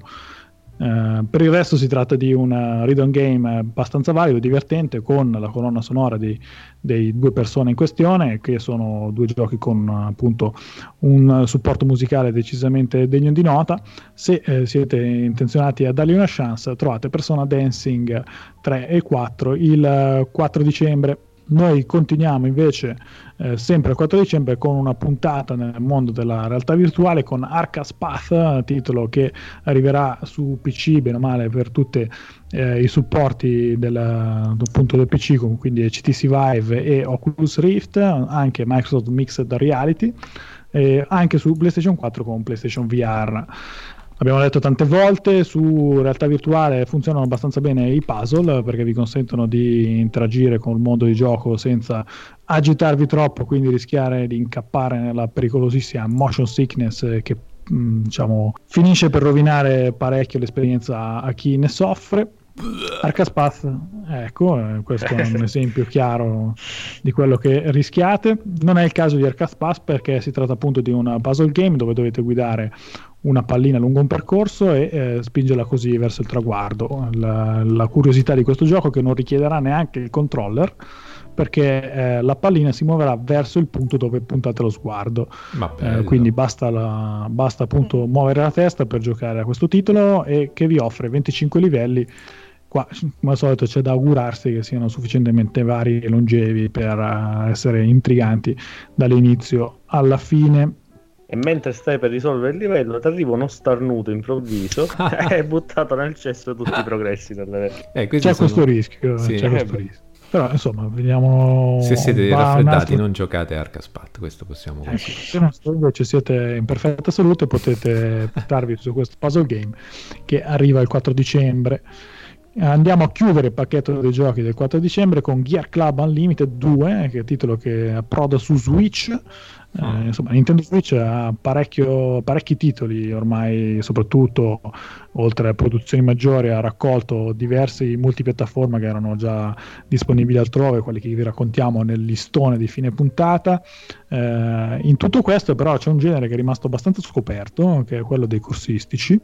Uh, per il resto si tratta di un read-on game abbastanza valido, divertente, con la colonna sonora di, dei due persone in questione, che sono due giochi con appunto un supporto musicale decisamente degno di nota. Se eh, siete intenzionati a dargli una chance, trovate Persona Dancing tre e quattro il quattro dicembre. Noi continuiamo invece eh, sempre il quattro dicembre con una puntata nel mondo della realtà virtuale con Arcas Path, titolo che arriverà su P C bene o male per tutti eh, i supporti del, appunto del P C, quindi H T C Vive e Oculus Rift, anche Microsoft Mixed Reality, e anche su PlayStation quattro con PlayStation V R. Abbiamo detto tante volte, su realtà virtuale funzionano abbastanza bene i puzzle perché vi consentono di interagire con il mondo di gioco senza agitarvi troppo, quindi rischiare di incappare nella pericolosissima motion sickness che mh, diciamo finisce per rovinare parecchio l'esperienza a chi ne soffre. Arcas Path, ecco, eh, questo è un esempio chiaro di quello che rischiate. Non è il caso di Arcas Path perché si tratta appunto di un puzzle game dove dovete guidare una pallina lungo un percorso e eh, spingerla così verso il traguardo. La, la curiosità di questo gioco è che non richiederà neanche il controller, perché eh, la pallina si muoverà verso il punto dove puntate lo sguardo. Eh, quindi basta, la, basta appunto muovere la testa per giocare a questo titolo, e che vi offre venticinque livelli qua come al solito c'è da augurarsi che siano sufficientemente vari e longevi per uh, essere intriganti dall'inizio alla fine. E mentre stai per risolvere il livello ti arriva uno starnuto improvviso e hai buttato nel cesso tutti i progressi delle... eh, c'è sono... questo rischio, sì, c'è questo rischio. Però insomma vediamo. Se siete raffreddati non giocate a Arcaspat, questo possiamo eh, se non invece siete in perfetta salute potete buttarvi su questo puzzle game che arriva il quattro dicembre. Andiamo a chiudere il pacchetto dei giochi del quattro dicembre con Gear Club Unlimited due, che è il titolo che approda su Switch. Eh, insomma, Nintendo Switch ha parecchio, parecchi titoli ormai, soprattutto oltre a produzioni maggiori ha raccolto diversi multipiattaforma che erano già disponibili altrove, quelli che vi raccontiamo nel listone di fine puntata. Eh, in tutto questo però c'è un genere che è rimasto abbastanza scoperto, che è quello dei corsistici.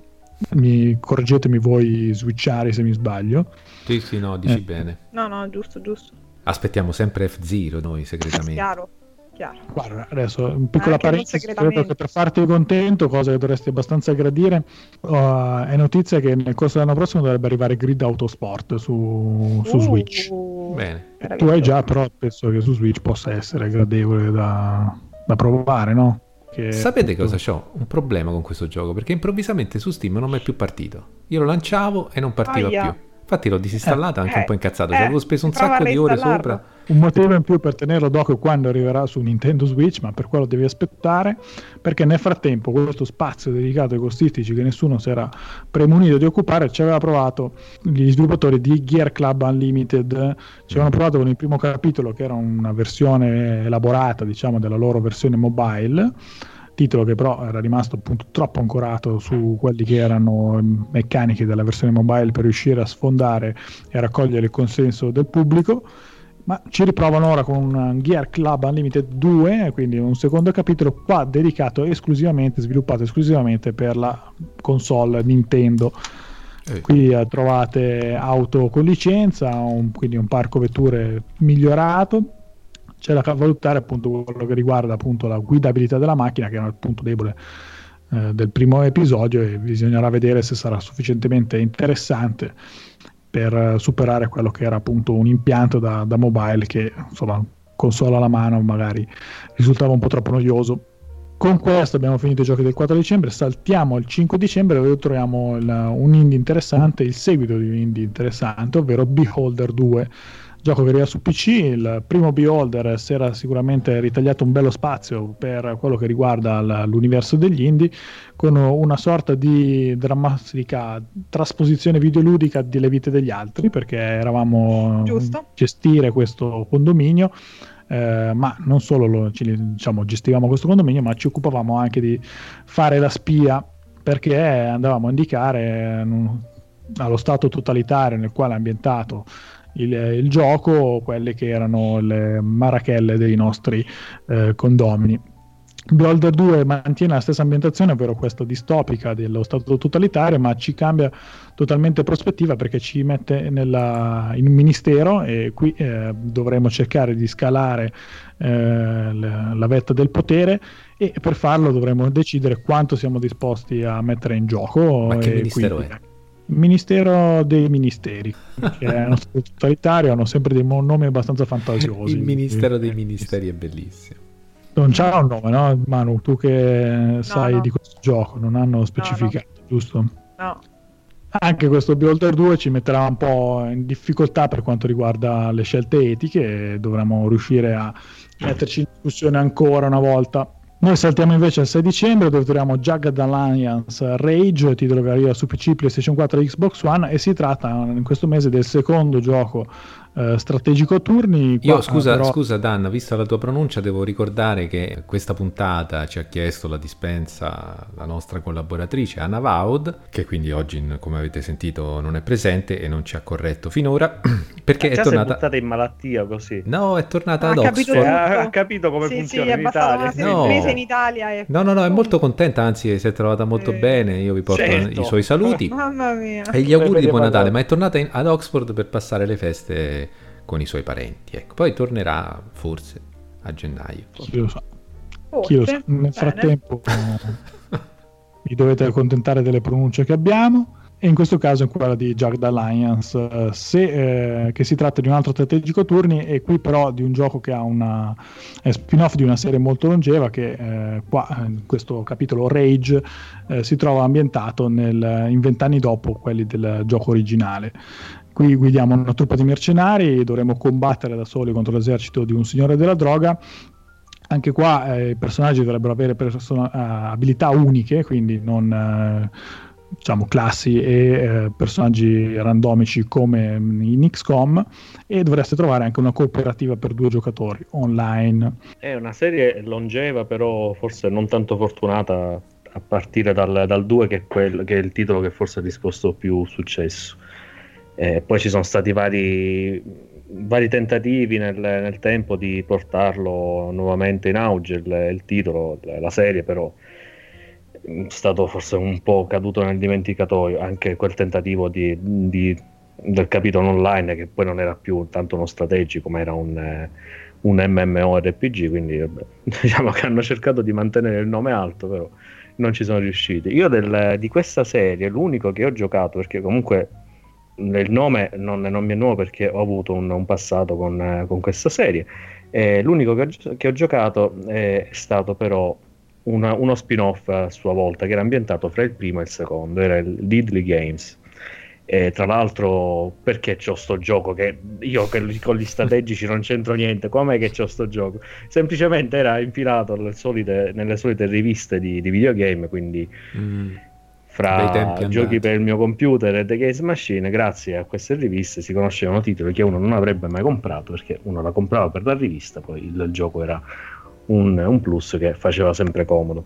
Mi correggetemi voi switchari se mi sbaglio. Sì, sì, no, dici eh. bene. No, no, giusto, giusto. Aspettiamo sempre F-Zero noi segretamente. Chiaro. Chiaro. Guarda, adesso un piccola Anche parentesi, credo che per farti contento, cosa che dovresti abbastanza gradire, uh, è notizia che nel corso dell'anno prossimo dovrebbe arrivare Grid Autosport su, su uh, Switch. Bene. Tu hai già, però penso che su Switch possa essere gradevole da, da provare, no? Che Sapete appunto... cosa c'ho? Un problema con questo gioco, perché improvvisamente su Steam non mi è più partito. Io lo lanciavo e non partiva Aia. più. Infatti l'ho disinstallato, eh, anche eh, un po' incazzato, eh, ci avevo speso un sacco di ore sopra. Un motivo in più per tenerlo d'occhio quando arriverà su Nintendo Switch, ma per quello devi aspettare, perché nel frattempo questo spazio dedicato ai corsistici che nessuno si era premunito di occupare ci aveva provato gli sviluppatori di Gear Club Unlimited, ci avevano provato con il primo capitolo che era una versione elaborata, diciamo, della loro versione mobile, titolo che però era rimasto appunto troppo ancorato su quelli che erano meccaniche della versione mobile per riuscire a sfondare e a raccogliere il consenso del pubblico. Ma ci riprovano ora con un Gear Club Unlimited due, quindi un secondo capitolo qua dedicato esclusivamente, sviluppato esclusivamente per la console Nintendo. Eh. Qui trovate auto con licenza, un, quindi un parco vetture migliorato. C'è da valutare appunto quello che riguarda appunto la guidabilità della macchina, che era il punto debole eh, del primo episodio, e bisognerà vedere se sarà sufficientemente interessante per superare quello che era appunto un impianto da, da mobile che, insomma, console alla mano magari risultava un po' troppo noioso. Con questo abbiamo finito i giochi del quattro dicembre, saltiamo al cinque dicembre dove troviamo il, un indie interessante, il seguito di un indie interessante, ovvero Beholder due, gioco che arriva su P C. Il primo Beholder si era sicuramente ritagliato un bello spazio per quello che riguarda l'universo degli indie, con una sorta di drammatica trasposizione videoludica delle vite degli altri, perché eravamo a gestire questo condominio, eh, ma non solo lo, ci, diciamo, gestivamo questo condominio, ma ci occupavamo anche di fare la spia, perché andavamo a indicare um, allo stato totalitario nel quale è ambientato Il, il gioco quelle che erano le marachelle dei nostri eh, condomini. Beholder due mantiene la stessa ambientazione, ovvero questa distopica dello stato totalitario, ma ci cambia totalmente prospettiva perché ci mette nella, in un ministero, e qui eh, dovremo cercare di scalare eh, la, la vetta del potere, e per farlo dovremo decidere quanto siamo disposti a mettere in gioco. Ma che e ministero quindi, è? Ministero dei Ministeri, che è uno stato totalitario, hanno sempre dei nomi abbastanza fantasiosi. Il Ministero dei Ministeri è bellissimo. Non c'ha un nome, no? Manu, tu che sai no. di questo gioco, non hanno specificato, no, no. giusto? No. Anche questo Beholder due ci metterà un po' in difficoltà per quanto riguarda le scelte etiche, e dovremo riuscire a metterci in discussione ancora una volta. Noi saltiamo invece al sei dicembre, dove troviamo Jagged Alliance Rage, titolo che arriva su P C, PlayStation quattro e Xbox One, e si tratta in questo mese del secondo gioco eh, strategico a turni. Io Qua, scusa, però... scusa Dan, vista la tua pronuncia devo ricordare che questa puntata ci ha chiesto la dispensa la nostra collaboratrice Anna Vaud, che quindi oggi, come avete sentito, non è presente e non ci ha corretto finora perché eh, è tornata... si è buttata in malattia così. No, è tornata ha ad capito Oxford. Ha, ha capito come sì, funziona sì, in Italia. No. Mese in Italia e... No, no, no, è molto contenta, anzi si è trovata molto sì. bene. Io vi porto Certo. i suoi saluti Mamma mia. e gli auguri di buon parlare. Natale, ma è tornata in, ad Oxford per passare le feste con i suoi parenti, ecco. Poi tornerà forse a gennaio. Chi lo sa. Forse. Chi lo sa. Nel Bene. frattempo vi dovete accontentare delle pronunce che abbiamo. e in questo caso è quella di Jagged Alliance, se, eh, che si tratta di un altro strategico turni, e qui però di un gioco che ha una è spin-off di una serie molto longeva che eh, qua in questo capitolo Rage eh, si trova ambientato nel, in vent'anni dopo quelli del gioco originale. Qui guidiamo una truppa di mercenari, dovremo combattere da soli contro l'esercito di un signore della droga. Anche qua eh, i personaggi dovrebbero avere person- uh, abilità uniche, quindi non uh, diciamo classi e eh, personaggi randomici come in X COM, e dovreste trovare anche una cooperativa per due giocatori online. È una serie longeva, però forse non tanto fortunata a partire dal, dal due, che è, quel, che è il titolo che forse ha riscosso più successo. Eh, poi ci sono stati vari, vari tentativi nel, nel tempo di portarlo nuovamente in auge il, il titolo, la serie, però è stato forse un po' caduto nel dimenticatoio anche quel tentativo di, di, del capitolo online, che poi non era più tanto uno strategico ma era un, un MMORPG, quindi vabbè, diciamo che hanno cercato di mantenere il nome alto, però non ci sono riusciti. Io del, di questa serie l'unico che ho giocato, perché comunque il nome non, non mi è nuovo perché ho avuto un, un passato con, con questa serie, eh, l'unico che ho, che ho giocato è stato però una, uno spin-off a sua volta, che era ambientato fra il primo e il secondo, era il Deadly Games. E tra l'altro, perché c'ho sto gioco che io che con gli strategici non c'entro niente, com'è che c'ho sto gioco? Semplicemente era infilato nelle solite, nelle solite riviste di, di videogame, quindi mm. fra giochi per il mio computer e The Games Machine, grazie a queste riviste si conoscevano titoli che uno non avrebbe mai comprato, perché uno la comprava per la rivista, poi il, il gioco era un, un plus che faceva sempre comodo.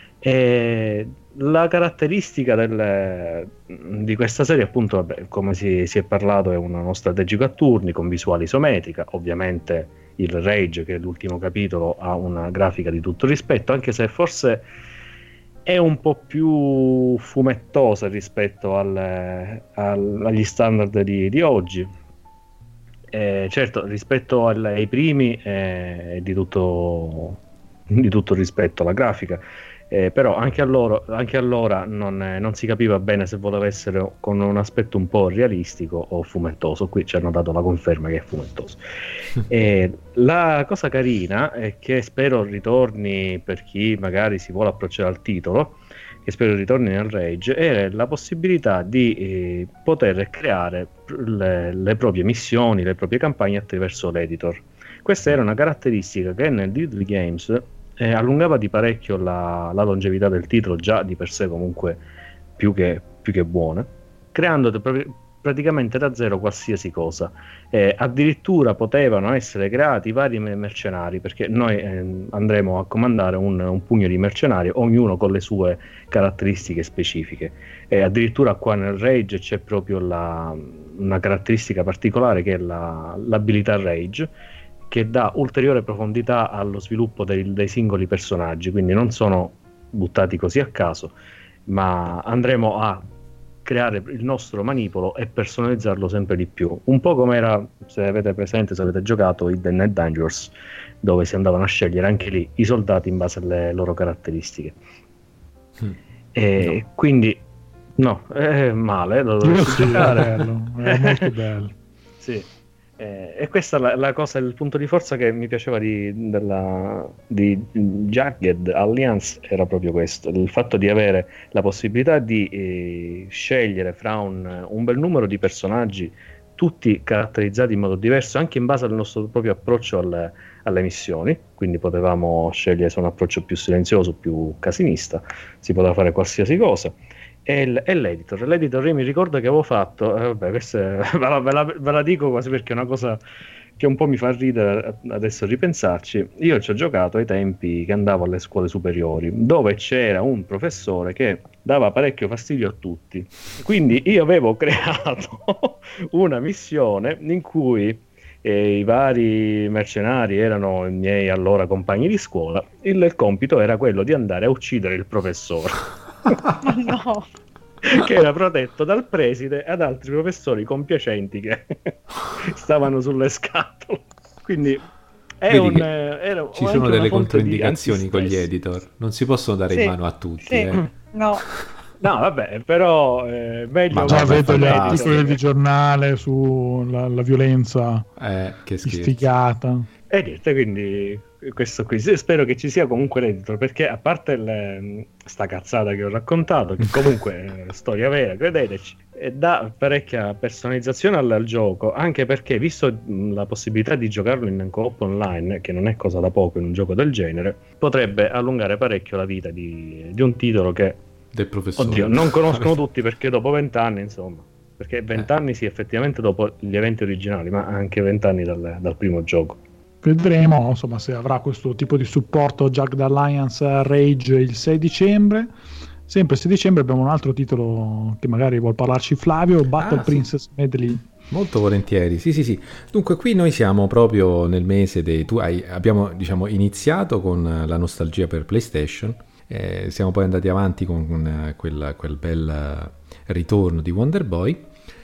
E la caratteristica del, di questa serie, appunto, vabbè, come si, si è parlato, è uno strategico a turni con visuale isometrica. Ovviamente il Rage, che è l'ultimo capitolo, ha una grafica di tutto rispetto, anche se forse è un po' più fumettosa rispetto al, al, agli standard di, di oggi. Eh, certo, rispetto al, ai primi è eh, di tutto di tutto rispetto alla grafica, eh, però anche, allora, anche allora non, eh, non si capiva bene se voleva essere con un aspetto un po' realistico o fumettoso. Qui ci hanno dato la conferma che è fumettoso. E la cosa carina è che spero ritorni, per chi magari si vuole approcciare al titolo, che spero ritorni nel Rage, è la possibilità di eh, poter creare le, le proprie missioni, le proprie campagne attraverso l'editor. Questa era una caratteristica che nel Deadly Games eh, allungava di parecchio la, la longevità del titolo, già di per sé comunque più che, più che buona, creando pr- praticamente da zero qualsiasi cosa. Eh, addirittura potevano essere creati vari mercenari, perché noi eh, andremo a comandare un, un pugno di mercenari, ognuno con le sue caratteristiche specifiche. Eh, addirittura qua nel Rage c'è proprio la, una caratteristica particolare, che è la, l'abilità Rage, che dà ulteriore profondità allo sviluppo dei, dei singoli personaggi, quindi non sono buttati così a caso, ma andremo a creare il nostro manipolo e personalizzarlo sempre di più, un po' come era, se avete presente, se avete giocato Hidden and Dangerous, dove si andavano a scegliere anche lì i soldati in base alle loro caratteristiche. Mm. E no. Quindi no, è male, lo dovresti giocare. È bello, è molto bello. Sì. Eh, e questa è la, la cosa, il punto di forza che mi piaceva di, della, di Jagged Alliance, era proprio questo, il fatto di avere la possibilità di eh, scegliere fra un, un bel numero di personaggi, tutti caratterizzati in modo diverso, anche in base al nostro proprio approccio alle, alle missioni. Quindi potevamo scegliere se un approccio più silenzioso, più casinista, si poteva fare qualsiasi cosa. E, l- e l'editor, l'editor io mi ricordo che avevo fatto, eh, vabbè, questa è, ve, la, ve, la, ve la dico quasi perché è una cosa che un po' mi fa ridere adesso a ripensarci. Io ci ho giocato ai tempi che andavo alle scuole superiori, dove c'era un professore che dava parecchio fastidio a tutti, quindi io avevo creato una missione in cui eh, i vari mercenari erano i miei allora compagni di scuola. Il, il compito era quello di andare a uccidere il professore. No. Che era protetto dal preside e ad altri professori compiacenti che stavano sulle scatole. Quindi è un, era ci sono delle controindicazioni con gli editor, non si possono dare sì, in mano a tutti. Sì. Eh. No. No, vabbè, però eh, meglio... Ma già vabbè, vedo gli fantastico. articoli di giornale sulla la violenza Eh, che scherzo. istigata. E niente, quindi questo qui, sì, spero che ci sia comunque l'editor, perché a parte il, sta cazzata che ho raccontato, che comunque è storia vera, credeteci, e dà parecchia personalizzazione al, al gioco, anche perché visto mh, la possibilità di giocarlo in co-op online, che non è cosa da poco in un gioco del genere, potrebbe allungare parecchio la vita di, di un titolo che, Del professore. oddio, non conoscono tutti, perché dopo vent'anni, insomma, perché vent'anni sì, effettivamente dopo gli eventi originali, ma anche vent'anni dal, dal primo gioco. Vedremo insomma se avrà questo tipo di supporto Jagged Alliance Rage il sei dicembre. Sempre il sei dicembre abbiamo un altro titolo che magari vuol parlarci Flavio, Battle Ah, sì. Princess Medley. Molto volentieri, sì sì sì. Dunque qui noi siamo proprio nel mese dei... Tu hai, abbiamo diciamo iniziato con la nostalgia per PlayStation, eh, siamo poi andati avanti con eh, quel, quel bel eh, ritorno di Wonder Boy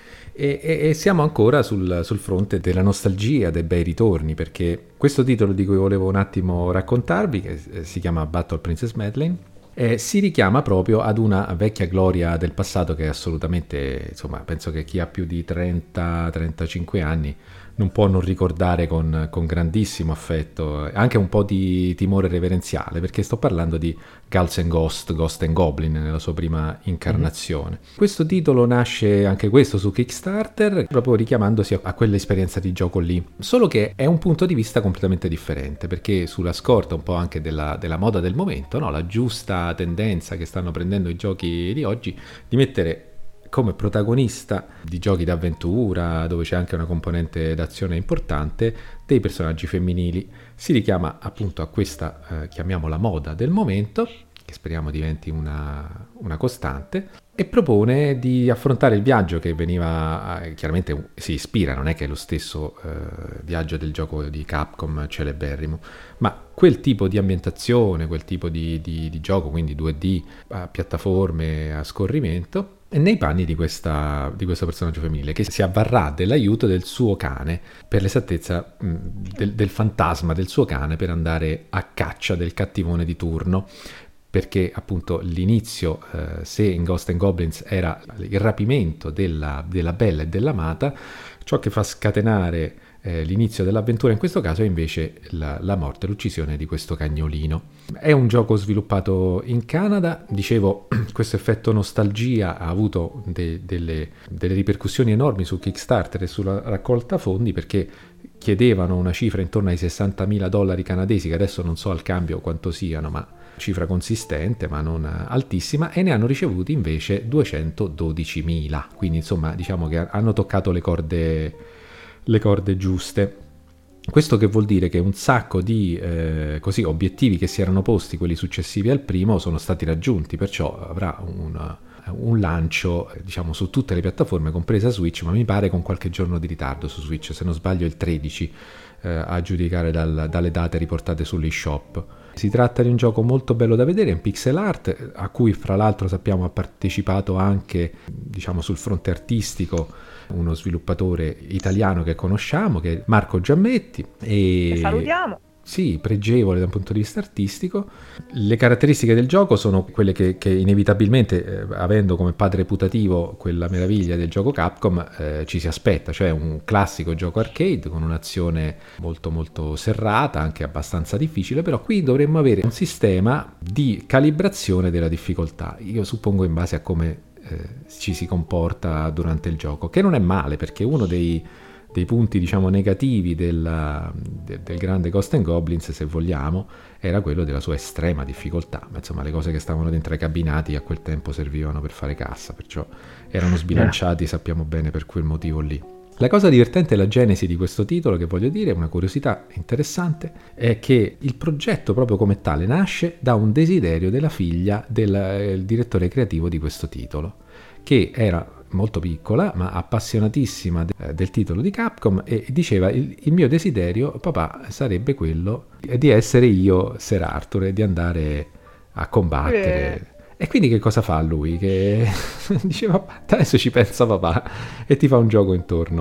e, e, e siamo ancora sul, sul fronte della nostalgia, dei bei ritorni, perché questo titolo di cui volevo un attimo raccontarvi, che eh, si chiama Battle Princess Medley, Eh, si richiama proprio ad una vecchia gloria del passato che assolutamente, insomma, penso che chi ha più di trenta trentacinque anni non può non ricordare con, con grandissimo affetto, anche un po' di timore reverenziale, perché sto parlando di Ghouls and Ghost, Ghost and Goblin nella sua prima incarnazione. Mm-hmm. Questo titolo nasce anche questo su Kickstarter, proprio richiamandosi a, a quell'esperienza di gioco lì, solo che è un punto di vista completamente differente, perché sulla scorta un po' anche della, della moda del momento, no? La giusta tendenza che stanno prendendo i giochi di oggi di mettere come protagonista di giochi d'avventura, dove c'è anche una componente d'azione importante, dei personaggi femminili. Si richiama appunto a questa, eh, chiamiamola moda del momento, che speriamo diventi una, una costante, e propone di affrontare il viaggio che veniva, eh, chiaramente si ispira, non è che è lo stesso eh, viaggio del gioco di Capcom celeberrimo, ma quel tipo di ambientazione, quel tipo di, di, di gioco, quindi due D, a piattaforme, a scorrimento, nei panni di, questa, di questo personaggio femminile che si avvarrà dell'aiuto del suo cane, per l'esattezza mh, del, del fantasma del suo cane, per andare a caccia del cattivone di turno, perché appunto l'inizio, eh, se in Ghost and Goblins era il rapimento della, della bella e dell'amata, ciò che fa scatenare eh, l'inizio dell'avventura in questo caso è invece la, la morte, l'uccisione di questo cagnolino. È un gioco sviluppato in Canada, dicevo, questo effetto nostalgia ha avuto de, delle, delle ripercussioni enormi su Kickstarter e sulla raccolta fondi, perché chiedevano una cifra intorno ai sessantamila dollari canadesi, che adesso non so al cambio quanto siano, ma cifra consistente ma non altissima, e ne hanno ricevuti invece duecentododicimila, quindi insomma diciamo che hanno toccato le corde, le corde giuste. Questo che vuol dire che un sacco di eh, così obiettivi che si erano posti, quelli successivi al primo, sono stati raggiunti, perciò avrà un, un lancio diciamo su tutte le piattaforme, compresa Switch, ma mi pare con qualche giorno di ritardo su Switch, se non sbaglio il tredici, eh, a giudicare dal, dalle date riportate sull'eShop. Si tratta di un gioco molto bello da vedere, in pixel art, a cui fra l'altro sappiamo ha partecipato anche, diciamo, sul fronte artistico uno sviluppatore italiano che conosciamo, che è Marco Giammetti. E che salutiamo. Sì, pregevole da un punto di vista artistico. Le caratteristiche del gioco sono quelle che, che inevitabilmente, eh, avendo come padre putativo quella meraviglia del gioco Capcom, eh, ci si aspetta, cioè un classico gioco arcade con un'azione molto molto serrata, anche abbastanza difficile, però qui dovremmo avere un sistema di calibrazione della difficoltà, io suppongo in base a come eh, ci si comporta durante il gioco, che non è male, perché uno dei dei punti diciamo negativi del, del, del grande Ghost and Goblins, se vogliamo, era quello della sua estrema difficoltà, ma insomma le cose che stavano dentro ai cabinati a quel tempo servivano per fare cassa, perciò erano sbilanciati, sappiamo bene per quel motivo lì. La cosa divertente è la genesi di questo titolo, che voglio dire, una curiosità interessante, è che il progetto proprio come tale nasce da un desiderio della figlia del eh, direttore creativo di questo titolo, che era molto piccola ma appassionatissima de- del titolo di Capcom, e diceva il, il mio desiderio, papà, sarebbe quello di essere io Ser Arthur e di andare a combattere. Eh. E quindi che cosa fa lui? Che diceva adesso ci pensa papà, e ti fa un gioco intorno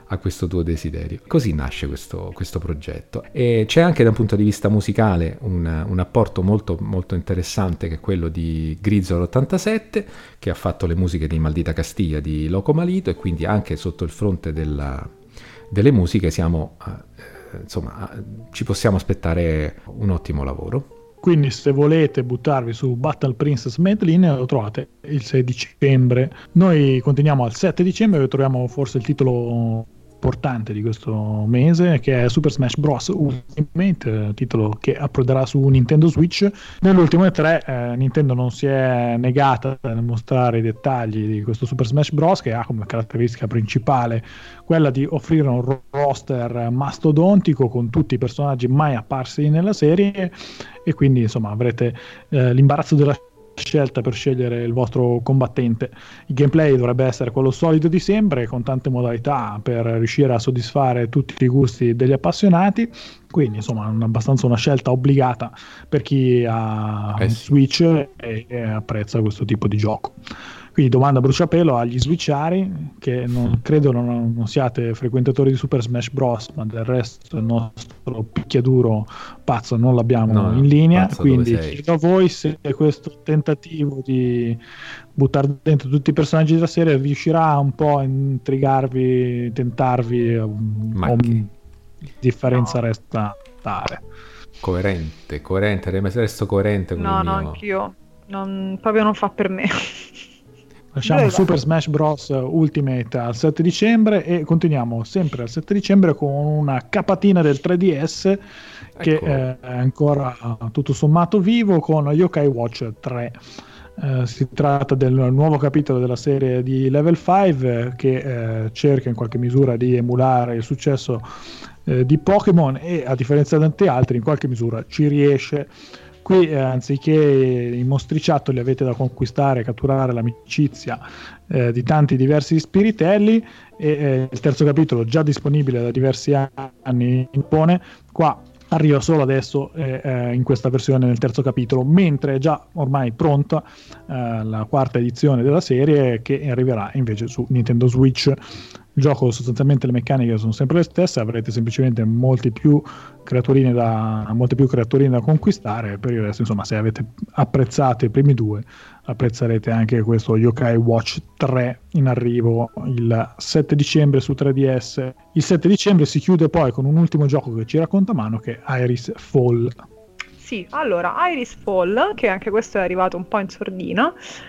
a questo tuo desiderio. Così nasce questo, questo progetto. E c'è anche da un punto di vista musicale un, un apporto molto, molto interessante, che è quello di Grizzolo ottantasette, che ha fatto le musiche di Maldita Castiglia di Loco Malito, e quindi anche sotto il fronte della, delle musiche siamo, eh, insomma, ci possiamo aspettare un ottimo lavoro. Quindi se volete buttarvi su Battle Princess Madeline lo trovate il sei dicembre. Noi continuiamo al sette dicembre, dove troviamo forse il titolo importante di questo mese, che è Super Smash Bros. Ultimate, titolo che approderà su Nintendo Switch. Nell'ultimo E tre eh, Nintendo non si è negata a mostrare i dettagli di questo Super Smash Bros., che ha come caratteristica principale quella di offrire un roster mastodontico con tutti i personaggi mai apparsi nella serie, e quindi insomma avrete eh, l'imbarazzo della scelta per scegliere il vostro combattente. Il gameplay dovrebbe essere quello solido di sempre, con tante modalità per riuscire a soddisfare tutti i gusti degli appassionati, quindi insomma un, abbastanza una scelta obbligata per chi ha eh sì. Switch e, e apprezza questo tipo di gioco. Quindi domanda a bruciapelo agli switchari, che non, credo non, non siate frequentatori di Super Smash Bros., ma del resto il nostro picchiaduro pazzo non l'abbiamo no, in linea, pazzo, quindi chiedo a voi se questo tentativo di buttare dentro tutti i personaggi della serie riuscirà un po' a intrigarvi, tentarvi, ma o che... differenza no. resta tale. Coerente, coerente, resto coerente con No, il no, mio... anch'io. Non, proprio non fa per me. Lasciamo Dove Super va? Smash Bros. Ultimate al sette dicembre e continuiamo sempre al sette dicembre con una capatina del tre D S che Ecco. è ancora tutto sommato vivo, con Yokai Watch tre. Eh, si tratta del nuovo capitolo della serie di Level cinque, eh, che eh, cerca in qualche misura di emulare il successo eh, di Pokémon, e a differenza di tanti altri in qualche misura ci riesce. Qui eh, anziché i mostriciattoli avete da conquistare, catturare l'amicizia eh, di tanti diversi spiritelli, e eh, il terzo capitolo, già disponibile da diversi anni in Giappone, qua arriva solo adesso eh, eh, in questa versione nel terzo capitolo, mentre è già ormai pronta eh, la quarta edizione della serie, che arriverà invece su Nintendo Switch. Il gioco, sostanzialmente le meccaniche sono sempre le stesse, avrete semplicemente molti più creaturine da, molte più creaturine da conquistare. Per il resto, insomma, se avete apprezzato i primi due, apprezzerete anche questo Yokai Watch tre, in arrivo il sette dicembre su tre D S. Il sette dicembre si chiude poi con un ultimo gioco che ci racconta Mano, che è Iris Fall. Sì, allora, Iris Fall, che anche questo è arrivato un po' in sordina,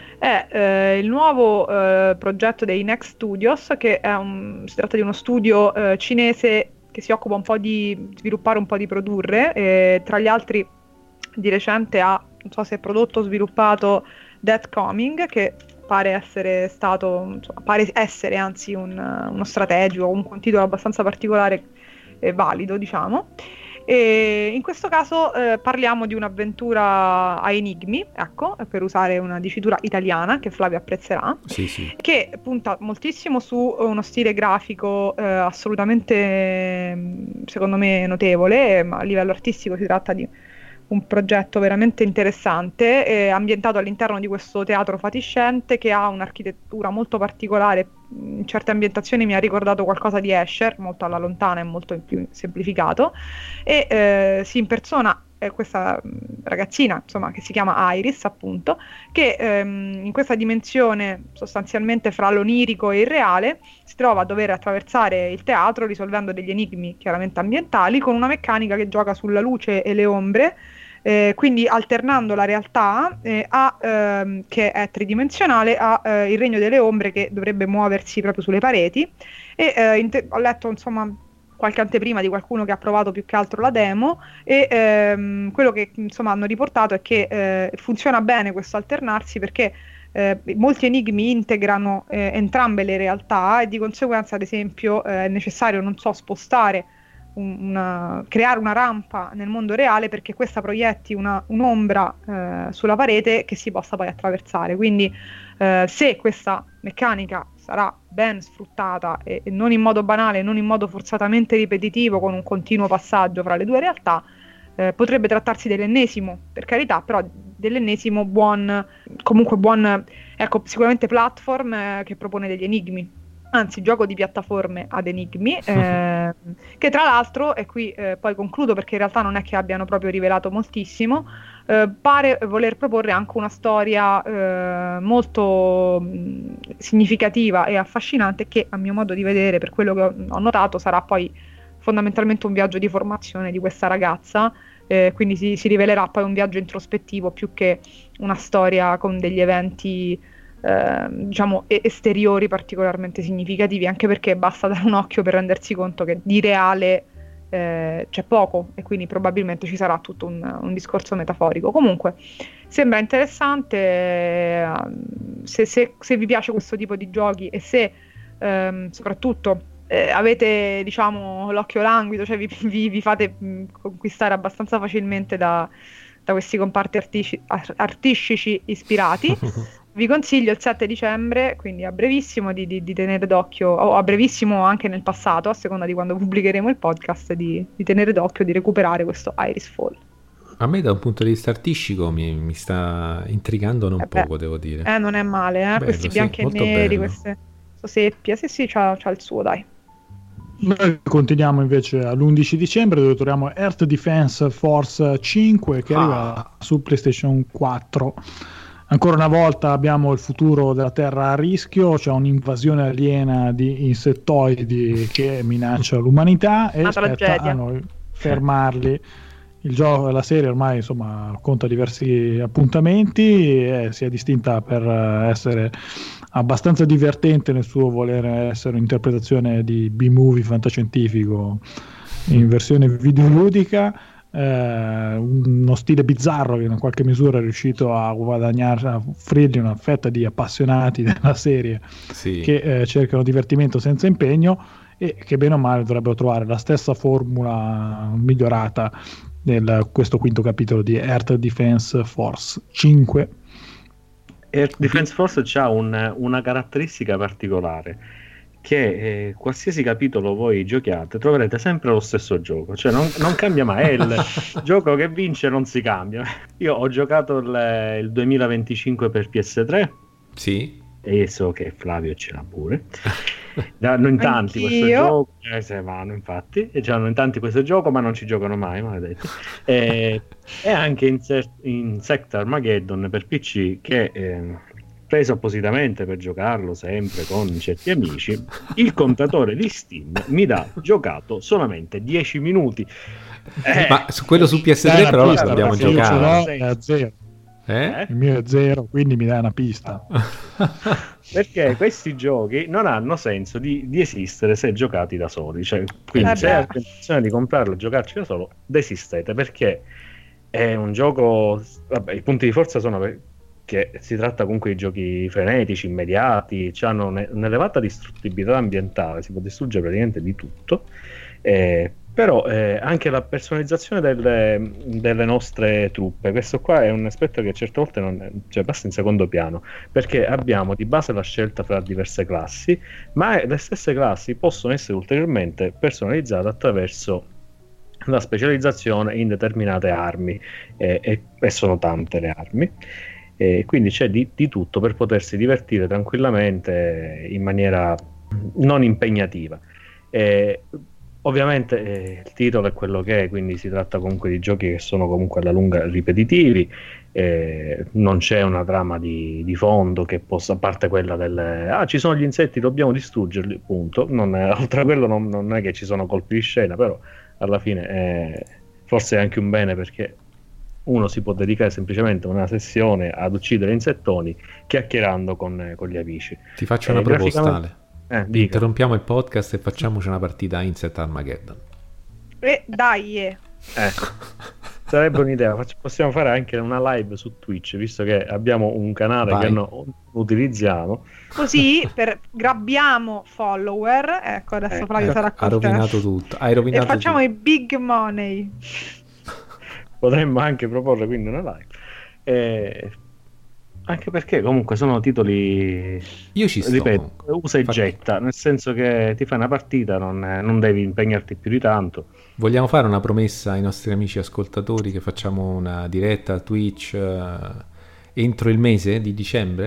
è eh, il nuovo eh, progetto dei Next Studios, che è un, si tratta di uno studio eh, cinese che si occupa un po' di sviluppare, un po' di produrre, e tra gli altri di recente ha, non so se è prodotto o sviluppato Death Coming, che pare essere stato, insomma, pare essere anzi un, uno strategico, un, un titolo abbastanza particolare e valido, diciamo. E in questo caso eh, parliamo di un'avventura a enigmi, ecco, per usare una dicitura italiana che Flavio apprezzerà, Sì, sì. che punta moltissimo su uno stile grafico eh, assolutamente, secondo me, notevole, ma a livello artistico si tratta di un progetto veramente interessante, eh, ambientato all'interno di questo teatro fatiscente, che ha un'architettura molto particolare. In certe ambientazioni mi ha ricordato qualcosa di Escher, molto alla lontana e molto più semplificato, e eh, si impersona eh, questa ragazzina, insomma, che si chiama Iris, appunto, che ehm, in questa dimensione sostanzialmente fra l'onirico e il reale si trova a dover attraversare il teatro risolvendo degli enigmi chiaramente ambientali, con una meccanica che gioca sulla luce e le ombre. Eh, quindi alternando la realtà eh, a, ehm, che è tridimensionale, a eh, il regno delle ombre, che dovrebbe muoversi proprio sulle pareti, e eh, te- ho letto insomma qualche anteprima di qualcuno che ha provato più che altro la demo, e ehm, quello che insomma hanno riportato è che eh, funziona bene questo alternarsi, perché eh, molti enigmi integrano eh, entrambe le realtà, e di conseguenza, ad esempio, eh, è necessario, non so, spostare Una, creare una rampa nel mondo reale perché questa proietti una, un'ombra eh, sulla parete che si possa poi attraversare. Quindi eh, se questa meccanica sarà ben sfruttata e, e non in modo banale, non in modo forzatamente ripetitivo, con un continuo passaggio fra le due realtà, eh, potrebbe trattarsi dell'ennesimo, per carità, però dell'ennesimo buon, comunque buon, ecco, sicuramente platform eh, che propone degli enigmi. anzi gioco di piattaforme ad enigmi, eh, che tra l'altro, e qui eh, poi concludo perché in realtà non è che abbiano proprio rivelato moltissimo, eh, pare voler proporre anche una storia eh, molto mh, significativa e affascinante, che a mio modo di vedere, per quello che ho, ho notato, sarà poi fondamentalmente un viaggio di formazione di questa ragazza, eh, quindi si, si rivelerà poi un viaggio introspettivo più che una storia con degli eventi Eh, diciamo esteriori particolarmente significativi, anche perché basta dare un occhio per rendersi conto che di reale eh, c'è poco, e quindi probabilmente ci sarà tutto un, un discorso metaforico. Comunque sembra interessante, eh, se, se, se vi piace questo tipo di giochi e se ehm, soprattutto eh, avete, diciamo, l'occhio languido, cioè vi, vi, vi fate mh, conquistare abbastanza facilmente da, da questi comparti artici, artistici ispirati, vi consiglio il sette dicembre, quindi a brevissimo, di, di, di tenere d'occhio, o a brevissimo anche nel passato, a seconda di quando pubblicheremo il podcast, di, di tenere d'occhio, di recuperare questo Iris Fall. A me da un punto di vista artistico mi, mi sta intrigando non eh beh, poco, devo dire. Eh, non è male, eh? Bello, Questi sì, bianchi e molto neri, bello. queste seppie, sì sì, c'ha, c'ha il suo, dai. Noi continuiamo invece all'undici dicembre, dove troviamo Earth Defense Force cinque, che Ah. arriva su PlayStation quattro. Ancora una volta abbiamo il futuro della Terra a rischio, c'è un'invasione aliena di insettoidi che minaccia l'umanità e Una spetta tragedia. a noi fermarli. Il gioco, la serie ormai insomma conta diversi appuntamenti e si è distinta per essere abbastanza divertente nel suo voler essere un'interpretazione di B-movie fantascientifico in versione videoludica. Eh, uno stile bizzarro che in qualche misura è riuscito a guadagnare, a offrirgli una fetta di appassionati della serie Sì. che eh, cercano divertimento senza impegno e che bene o male dovrebbero trovare la stessa formula migliorata nel questo quinto capitolo di Earth Defense Force cinque. Air Defense Force ha un, una caratteristica particolare, che eh, qualsiasi capitolo voi giochiate troverete sempre lo stesso gioco, cioè non, non cambia mai, è il gioco che vince, non si cambia. Io ho giocato il, il duemilaventicinque per P S tre, Sì. e so che Flavio ce l'ha pure. Hanno in tanti questo Anch'io. gioco, eh, se vanno infatti, e hanno in tanti questo gioco, ma non ci giocano mai, maledetti. E, e anche in, in Sector Armageddon per P C, che eh, preso appositamente per giocarlo sempre con certi amici, il contatore di Steam mi dà giocato solamente dieci minuti. Eh, Ma su quello su P S tre Dai, però pista, l'abbiamo perché io ce giocato. l'ho, è a zero. Eh? Il mio è zero, quindi mi dai una pista. Perché questi giochi non hanno senso di, di esistere se giocati da soli, cioè, quindi Eh se beh. avete intenzione di comprarlo e giocarci da solo, desistete, perché è un gioco, vabbè, i punti di forza sono per- che si tratta comunque di giochi frenetici, immediati, hanno un'elevata distruttibilità ambientale, si può distruggere praticamente di tutto, eh, però eh, anche la personalizzazione delle, delle nostre truppe, questo qua è un aspetto che certe volte non è, cioè passa in secondo piano, perché abbiamo di base la scelta fra diverse classi, ma le stesse classi possono essere ulteriormente personalizzate attraverso la specializzazione in determinate armi, eh, e, e sono tante le armi. E quindi c'è di, di tutto per potersi divertire tranquillamente in maniera non impegnativa. E, ovviamente eh, il titolo è quello che è, quindi si tratta comunque di giochi che sono comunque alla lunga ripetitivi, eh, non c'è una trama di, di fondo che possa, a parte quella del ah ci sono gli insetti, dobbiamo distruggerli, punto. Non è, oltre a quello non, non è che ci sono colpi di scena, però alla fine eh, forse è anche un bene, perché uno si può dedicare semplicemente una sessione ad uccidere insettoni chiacchierando con, con gli amici. Ti faccio Eh, una proposta, graficamente- Ale. Eh, dica. Interrompiamo il podcast e facciamoci una partita a Insect Armageddon. E dai, eh. Eh, sarebbe un'idea. Faccio- possiamo fare anche una live su Twitch, visto che abbiamo un canale Vai. che non utilizziamo. Così per, grabbiamo follower, ecco adesso Eh, Flavio sarà Ha rovinato contento, tutto. Hai e rovinato facciamo tutto. i big money. Potremmo anche proporre quindi una live. Eh, anche perché comunque sono titoli, Io ci sto. ripeto, comunque. usa e Infatti, getta, nel senso che ti fai una partita, non, non devi impegnarti più di tanto. vogliamo fare una promessa ai nostri amici ascoltatori che facciamo una diretta a Twitch eh, entro il mese di dicembre?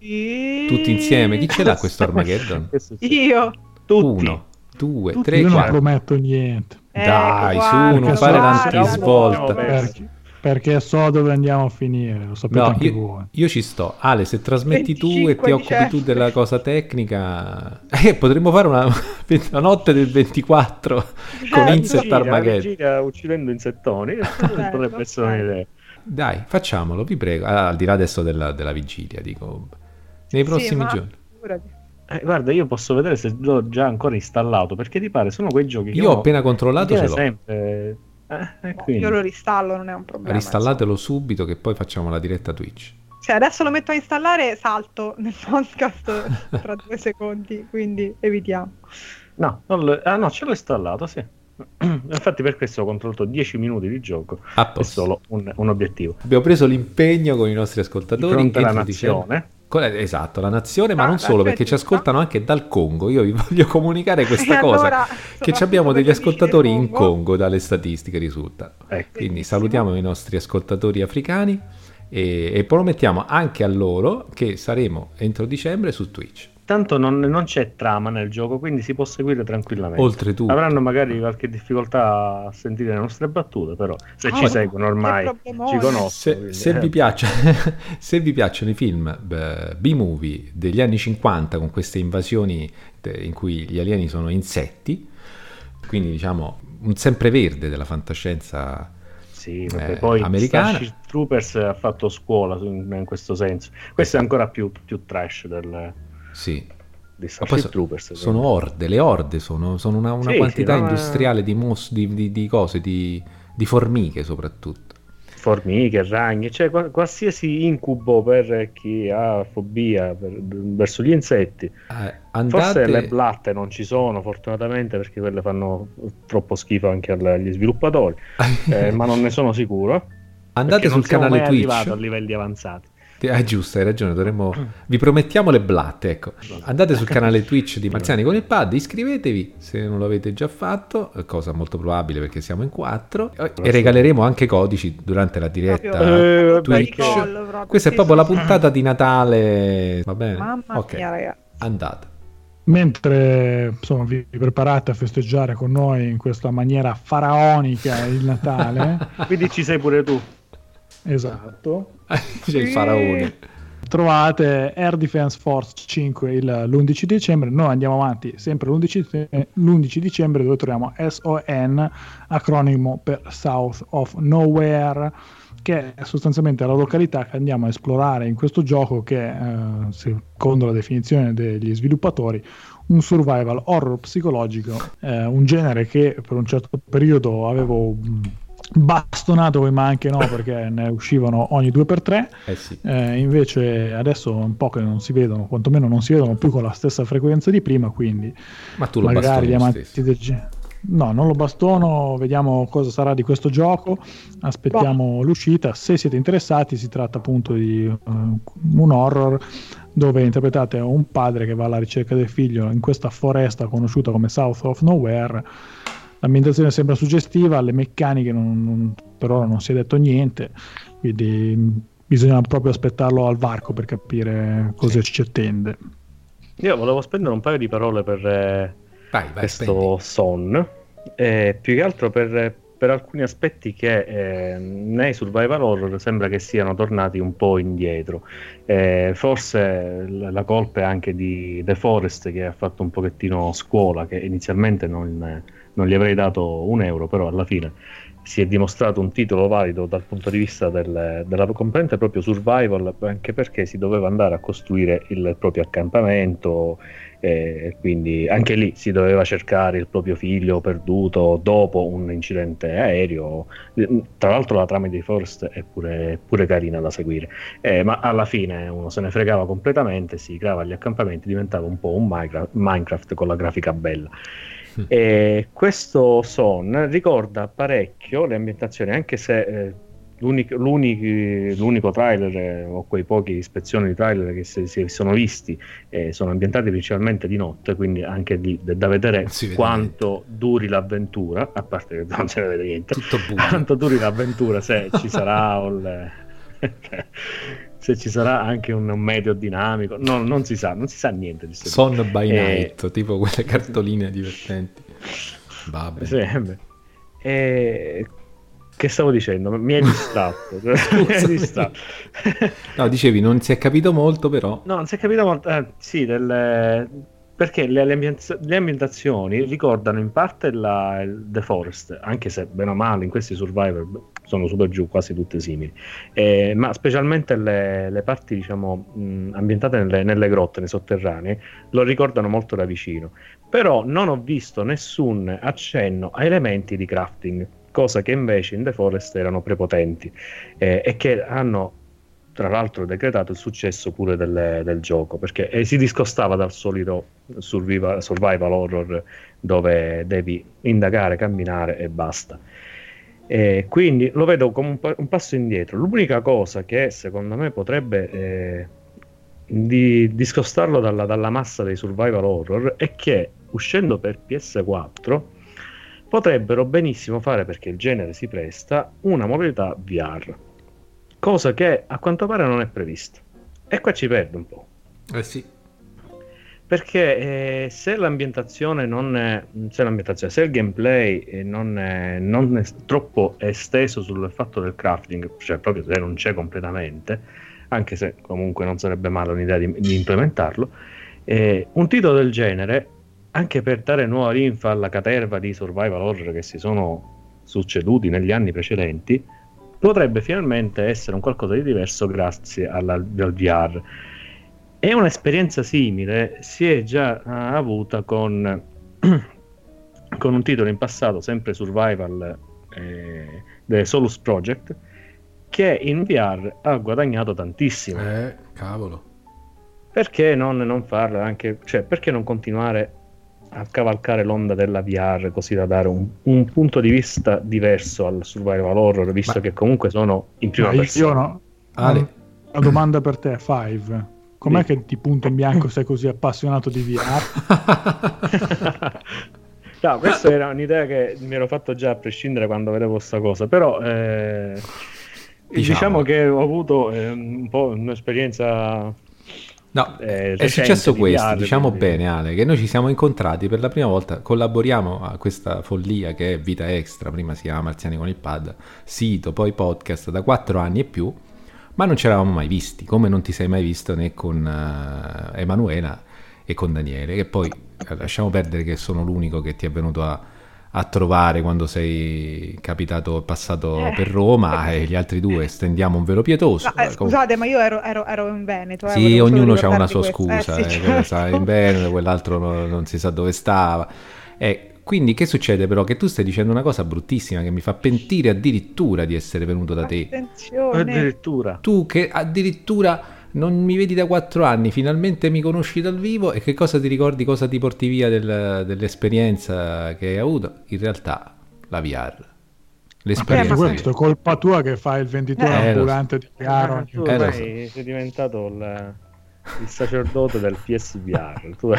Sì. Tutti insieme. Chi ce l'ha questo Armageddon? Io. Tutti. Uno, due, Tutti. tre, Io non quattro. prometto niente. Dai, Ecco, su, guarda, non fare guarda, l'antisvolta. guarda. Perché, perché so dove andiamo a finire, lo sapete No, anche io, voi. io ci sto. Ale, se trasmetti tu e ti venticinque occupi tu dicembre. della cosa tecnica, eh, potremmo fare una, la notte del ventiquattro con Eh, Insert Vigilia, Armageddon. vigilia uccidendo insettoni. Potrebbe essere un'idea. Dai, facciamolo, vi prego. Ah, al di là adesso della, della vigilia, dico, nei prossimi Sì, ma- giorni. figurati. Eh, guarda, io posso vedere se l'ho già ancora installato, perché ti pare sono quei giochi che Io ho uno appena controllato, tiene ce l'ho. sempre. Eh, e No, quindi. io lo ristallo, non è un problema. Rinstallatelo subito che poi facciamo la diretta Twitch. insomma. Cioè, adesso lo metto a installare, salto nel podcast tra due secondi, quindi evitiamo. No, non lo- ah no, ce l'ho installato, sì. Infatti per questo ho controllato dieci minuti di gioco. A È posto. solo un, un obiettivo. Abbiamo preso l'impegno con i nostri Di ascoltatori. fronte alla entro dicembre. nazione. Con- Esatto, la nazione, ma Ah, non solo, beh, perché ci giusto. ascoltano anche dal Congo. Io vi voglio comunicare questa E cosa, allora, che soprattutto abbiamo degli per gli amici ascoltatori del in Congo, dalle statistiche risulta. Ecco. Quindi Bellissimo. salutiamo i nostri ascoltatori africani e, e promettiamo anche a loro che saremo entro dicembre su Twitch. Tanto non, non c'è trama nel gioco, quindi si può seguire tranquillamente. Oltretutto, Avranno magari qualche difficoltà a sentire le nostre battute, però se Ah, ci no, seguono ormai che problemone. ci conoscono. se, quindi, se eh. vi piace, se vi piacciono i film beh, B-movie degli anni cinquanta con queste invasioni de- in cui gli alieni sono insetti, quindi diciamo un sempreverde della fantascienza Sì, perché eh, poi americana. Starship Troopers ha fatto scuola su- in questo senso. Questo è ancora più, più trash del, Sì. di Ma poi Starship so- Troopers. sono orde, le orde sono, sono una, una Sì, quantità sì, no, industriale di, mos- di, di- di cose, di, di formiche soprattutto. Formiche, ragni, cioè qual- qualsiasi incubo per chi ha fobia per- verso gli insetti. Eh, Forse le andate, blatte non ci sono, fortunatamente, perché quelle fanno troppo schifo anche al- agli sviluppatori, eh, ma non ne sono sicuro. andate perché sul non siamo canale mai Twitch. arrivato a livelli avanzati. Ah, giusto, hai ragione, dovremmo... Vi promettiamo le blatte, ecco. Andate sul canale Twitch di Marziani con il Pad, iscrivetevi se non lo avete già fatto, cosa molto probabile perché siamo in quattro, e regaleremo anche codici durante la diretta Proprio, Eh, Twitch. perché- ricollo proprio, Questa è sì, proprio sì, la sì. puntata di Natale, va bene? Mamma Ok, mia, ragazzi. andate. Mentre insomma, vi vi preparate a festeggiare con noi in questa maniera faraonica il Natale, Quindi ci sei pure tu. esatto, C'è il faraone. trovate Air Defense Force cinque il- l'undici dicembre. Noi andiamo avanti sempre l'undici, eh, l'undici dicembre, dove troviamo S O N, acronimo per South of Nowhere, che è sostanzialmente la località che andiamo a esplorare in questo gioco, che eh, secondo la definizione degli sviluppatori un survival horror psicologico, eh, un genere che per un certo periodo avevo mh, bastonato poi, ma anche no, perché ne uscivano ogni due per tre. Eh sì. Eh, invece adesso un po' che non si vedono, quantomeno non si vedono più con la stessa frequenza di prima, quindi Ma tu lo magari bastoni gli lo amanti stesso. del genere. No, non lo bastono, vediamo cosa sarà di questo gioco, aspettiamo l'uscita. Se siete interessati, si tratta appunto di uh, un horror dove interpretate un padre che va alla ricerca del figlio in questa foresta conosciuta come South of Nowhere. L'ambientazione sembra suggestiva, le meccaniche non, non, per ora non si è detto niente, quindi mh, bisogna proprio aspettarlo al varco per capire cosa ci attende. Io volevo spendere un paio di parole per eh, Vai, vai, questo son, eh, più che altro per, per alcuni aspetti che eh, nei survival horror sembra che siano tornati un po' indietro. Eh, forse l- la colpa è anche di The Forest, che ha fatto un pochettino scuola, che inizialmente non, non gli avrei dato un euro, però alla fine si è dimostrato un titolo valido dal punto di vista del, della componente proprio survival, anche perché si doveva andare a costruire il proprio accampamento, e quindi anche lì si doveva cercare il proprio figlio perduto dopo un incidente aereo. Tra l'altro la trama di Forest è pure, pure carina da seguire, eh, ma alla fine uno se ne fregava completamente, si creava gli accampamenti, diventava un po' un Minecraft, Minecraft con la grafica bella. E questo son ricorda parecchio le ambientazioni, anche se eh, l'unico, l'unico, l'unico trailer eh, o quei pochi ispezioni di trailer che si, si sono visti eh, sono ambientati principalmente di notte, quindi anche lì da, da vedere Non si vede quanto duri l'avventura, a parte che non si vede niente, Tutto buio. quanto duri l'avventura, se ci sarà o il- se ci sarà anche un, un medio dinamico, no, non si sa, non si sa niente di Son by e... Night, tipo quelle cartoline divertenti. Vabbè. Sì, e... Che stavo dicendo? Mi hai distratto. Mi hai distratto. No, dicevi, non si è capito molto, però. No, non si è capito molto. Eh, sì, del... perché le, le, ambienz- le ambientazioni ricordano in parte la, il The Forest, anche se bene o male in questi Survivor sono super giù quasi tutte simili, eh, ma specialmente le, le parti diciamo mh, ambientate nelle, nelle grotte, nei sotterranei, lo ricordano molto da vicino. Però non ho visto nessun accenno a elementi di crafting, cosa che invece in The Forest erano prepotenti eh, e che hanno tra l'altro decretato il successo pure del, del gioco, perché eh, si discostava dal solito survival, survival horror dove devi indagare, camminare e basta. E quindi lo vedo come un, pa- un passo indietro. L'unica cosa che secondo me potrebbe eh, di, discostarlo dalla, dalla massa dei survival horror è che uscendo per P S quattro potrebbero benissimo fare, perché il genere si presta, una modalità V R, cosa che a quanto pare non è prevista, e qua ci perdo un po'. Eh sì. Perché eh, se l'ambientazione non è, se l'ambientazione, se il gameplay non è, non è troppo esteso sul fatto del crafting, cioè proprio se non c'è completamente, anche se comunque non sarebbe male un'idea di, di implementarlo, eh, un titolo del genere, anche per dare nuova linfa alla caterva di survival horror che si sono succeduti negli anni precedenti, potrebbe finalmente essere un qualcosa di diverso grazie alla, al V R. E un'esperienza simile si è già uh, avuta con, con un titolo in passato, sempre survival, eh, The Solus Project, che in V R ha guadagnato tantissimo. Eh, cavolo. Perché non, non farlo anche, cioè perché non continuare a cavalcare l'onda della V R, così da dare un, un punto di vista diverso al survival horror, visto Ma... che comunque sono in prima Ma persona. Io no. Ale. Una domanda per te, Five. Com'è sì. che di punto in bianco sei così appassionato di V R? No, questa era un'idea che mi ero fatto già a prescindere quando vedevo sta cosa, però eh, diciamo. diciamo che ho avuto eh, un po' un'esperienza. No, eh, è successo questo, V R, diciamo quindi... bene Ale, che noi ci siamo incontrati per la prima volta, collaboriamo a questa follia che è Vita Extra, prima si chiama Marziani con il Pad, sito, poi podcast da quattro anni e più, ma non ci eravamo mai visti, come non ti sei mai visto né con uh, Emanuela e con Daniele, che poi eh, lasciamo perdere che sono l'unico che ti è venuto a, a trovare quando sei capitato passato eh. per Roma, e gli altri due stendiamo un velo pietoso. No, eh, scusate, ma io ero, ero, ero in Veneto. Eh, sì, ognuno ha una sua questo. scusa, eh, sì, eh, certo. stava in Veneto, quell'altro non, non si sa dove stava. Eh, quindi che succede però? Che tu stai dicendo una cosa bruttissima che mi fa pentire addirittura di essere venuto da te. Attenzione. Addirittura. Tu che addirittura non mi vedi da quattro anni, finalmente mi conosci dal vivo, e che cosa ti ricordi, cosa ti porti via del, dell'esperienza che hai avuto? In realtà la V R. L'esperienza. Ma questo è colpa tua che fai il venditore eh, ambulante di chiaro. Eh, tu eh, sei, sei diventato il, il sacerdote del P S V R. Tu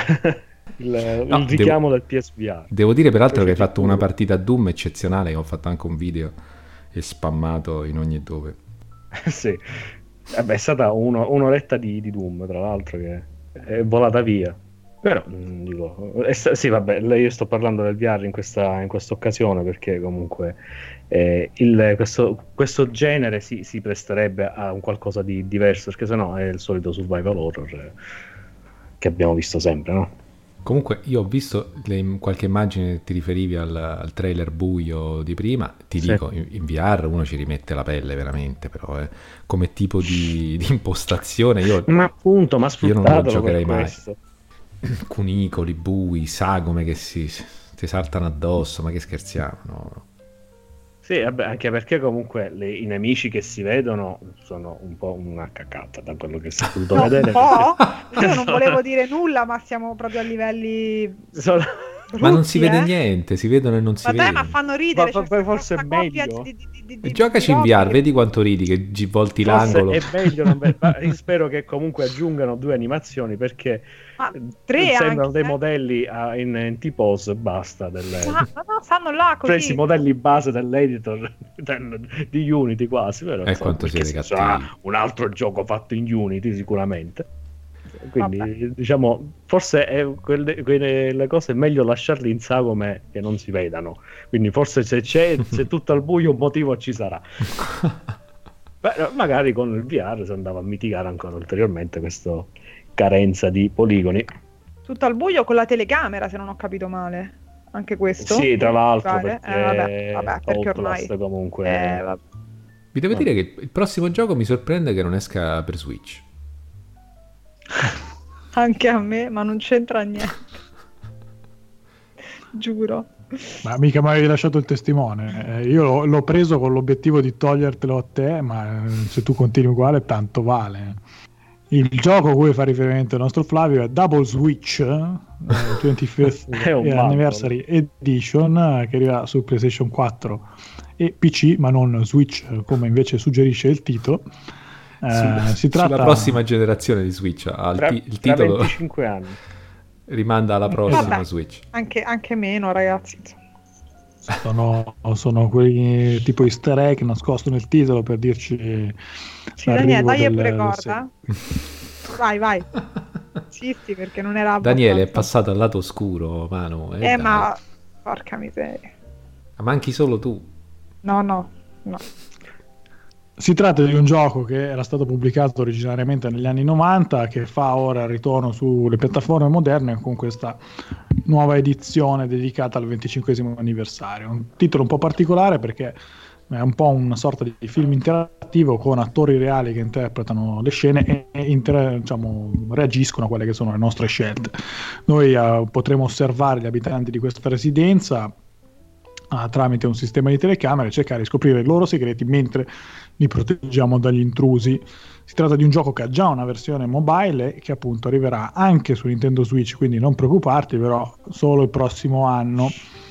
il, no, il richiamo devo, del P S V R. Devo dire peraltro che hai fatto una partita a Doom eccezionale, che ho fatto anche un video e spammato in ogni dove. Sì, eh beh, è stata uno, un'oretta di, di Doom, tra l'altro, che è volata via. Però dico, eh, sì, vabbè, io sto parlando del V R in questa in questa occasione perché comunque eh, il, questo, questo genere si, si presterebbe a un qualcosa di diverso, perché sennò è il solito survival horror eh, che abbiamo visto sempre, no? Comunque io ho visto le, qualche immagine, ti riferivi al, al trailer buio di prima, ti sì. dico, in, in V R uno ci rimette la pelle veramente, però eh, come tipo di, di impostazione io, ma appunto, ma io non lo giocherei mai. Questo. Cunicoli, bui, sagome che si, si saltano addosso, ma che scherziamo, no? Sì, vabbè, anche perché comunque le, i nemici che si vedono sono un po' una cacata da quello che si è potuto no, vedere. Un po'? Io non volevo dire nulla, ma siamo proprio a livelli sono... Ma non si vede eh? niente, si vedono e non si Vabbè, vedono. ma fanno ridere. Ma c'è poi questa- forse questa è coppia meglio. di- di- di- di- Giocaci in di V R, robe che- vedi quanto ridi, che gi- volti Forse l'angolo. è meglio non ve- ma io spero che comunque aggiungano due animazioni, perché Ma tre sembrano anche, dei eh. modelli a- in, in T-pose e basta delle... Ma, ma no, stanno là così. presi i modelli base dell'editor del- di Unity quasi, però Eh, insomma, quanto perché siete se sarà cattivi. un altro gioco fatto in Unity sicuramente. Quindi Vabbè. diciamo forse è quelle, quelle cose è meglio lasciarle in sagome che non si vedano, quindi forse se c'è se tutto al buio un motivo ci sarà. Beh, magari con il V R si andava a mitigare ancora ulteriormente questa carenza di poligoni. Tutto al buio con la telecamera, se non ho capito male. Anche questo? Sì, tra l'altro, Vale? perché, Eh, vabbè, vabbè, perché ormai... Outlast comunque Eh, vabbè. Vi devo dire che il prossimo gioco mi sorprende che non esca per Switch. Anche a me, ma non c'entra niente. Giuro. Ma mica mi avevi lasciato il testimone. Eh, io l'ho, l'ho preso con l'obiettivo di togliertelo a te, ma eh, se tu continui uguale, tanto vale. Il gioco a cui fa riferimento il nostro Flavio è Double Switch, eh, venticinque È un Anniversary Edition, eh, che arriva su PlayStation quattro e P C, ma non Switch, come invece suggerisce il titolo. Eh, Sulla, si tratta... sulla prossima generazione di Switch. Al tra, ti- il tra titolo venticinque anni. rimanda alla prossima Vabbè. Switch. Anche, anche meno, ragazzi. Sono, sono quelli tipo easter egg nascosto nel titolo per dirci Sì, Daniele, l'arrivo dai del- pure del corda. Vai, vai. Sì, sì, perché non era Daniele è abbastanza. passato al lato oscuro, Manu. Eh, ma... Porca miseria. Manchi solo tu. No, no, no. Si tratta di un gioco che era stato pubblicato originariamente negli anni novanta, che fa ora il ritorno sulle piattaforme moderne con questa nuova edizione dedicata al venticinquesimo anniversario. Un titolo un po' particolare perché è un po' una sorta di film interattivo con attori reali che interpretano le scene e, e inter- diciamo, reagiscono a quelle che sono le nostre scelte. Noi eh, potremo osservare gli abitanti di questa residenza eh, tramite un sistema di telecamere e cercare di scoprire i loro segreti mentre li proteggiamo dagli intrusi. Si tratta di un gioco che ha già una versione mobile e che appunto arriverà anche su Nintendo Switch, quindi non preoccuparti, però solo il prossimo anno.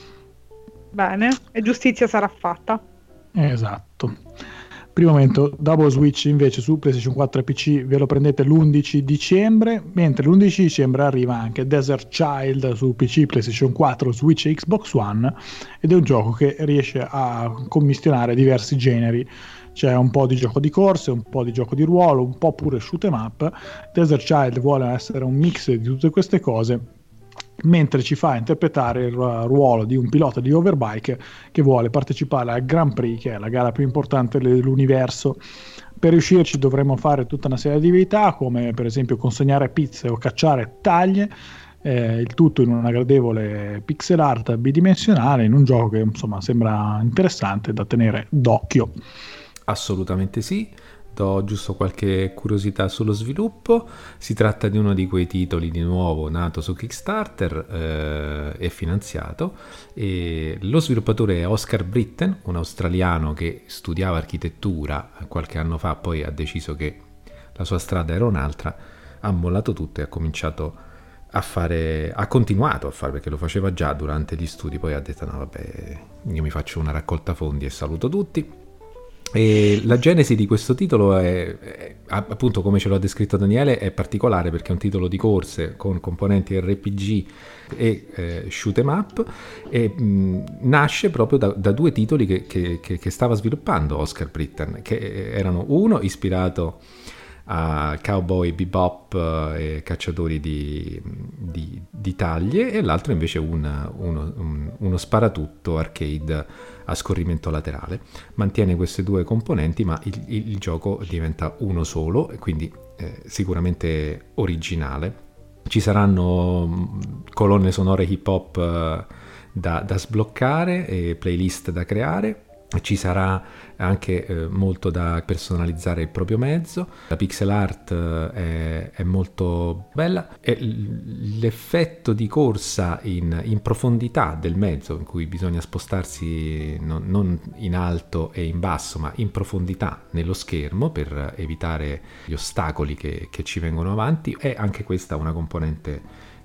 Bene, e giustizia sarà fatta. Esatto. Primo momento, Double Switch invece su PlayStation quattro e P C ve lo prendete l'undici dicembre, mentre l'undici dicembre arriva anche Desert Child su P C, PlayStation quattro, Switch e Xbox One, ed è un gioco che riesce a commissionare diversi generi. C'è un po' di gioco di corse, un po' di gioco di ruolo, un po' pure shoot 'em up. Desert Child vuole essere un mix di tutte queste cose, mentre ci fa interpretare il ruolo di un pilota di overbike che vuole partecipare al Grand Prix, che è la gara più importante dell'universo. Per riuscirci dovremo fare tutta una serie di attività, come per esempio consegnare pizze o cacciare taglie, eh, il tutto in una gradevole pixel art bidimensionale, in un gioco che insomma sembra interessante da tenere d'occhio. Assolutamente sì. Do giusto qualche curiosità sullo sviluppo. Si tratta di uno di quei titoli di nuovo nato su Kickstarter eh, e finanziato, e lo sviluppatore è Oscar Britten, un australiano che studiava architettura qualche anno fa, poi ha deciso che la sua strada era un'altra, ha mollato tutto e ha cominciato a fare, ha continuato a fare, perché lo faceva già durante gli studi, poi ha detto no vabbè, io mi faccio una raccolta fondi e saluto tutti. E la genesi di questo titolo è, è, appunto come ce l'ha descritto Daniele, è particolare perché è un titolo di corse con componenti R P G e eh, shoot 'em up, e mh, nasce proprio da, da due titoli che, che, che, che stava sviluppando Oscar Britten, che erano uno ispirato a Cowboy Bebop e cacciatori di, di, di taglie, e l'altro invece un, uno, un, uno sparatutto arcade a scorrimento laterale. Mantiene queste due componenti, ma il, il, il gioco diventa uno solo e quindi eh, sicuramente originale. Ci saranno colonne sonore hip hop eh, da, da sbloccare e playlist da creare. Ci sarà anche eh, molto da personalizzare il proprio mezzo. La pixel art eh, è, è molto bella, e l'effetto di corsa in, in profondità del mezzo, in cui bisogna spostarsi non, non in alto e in basso, ma in profondità nello schermo per evitare gli ostacoli che, che ci vengono avanti, è anche questa una componente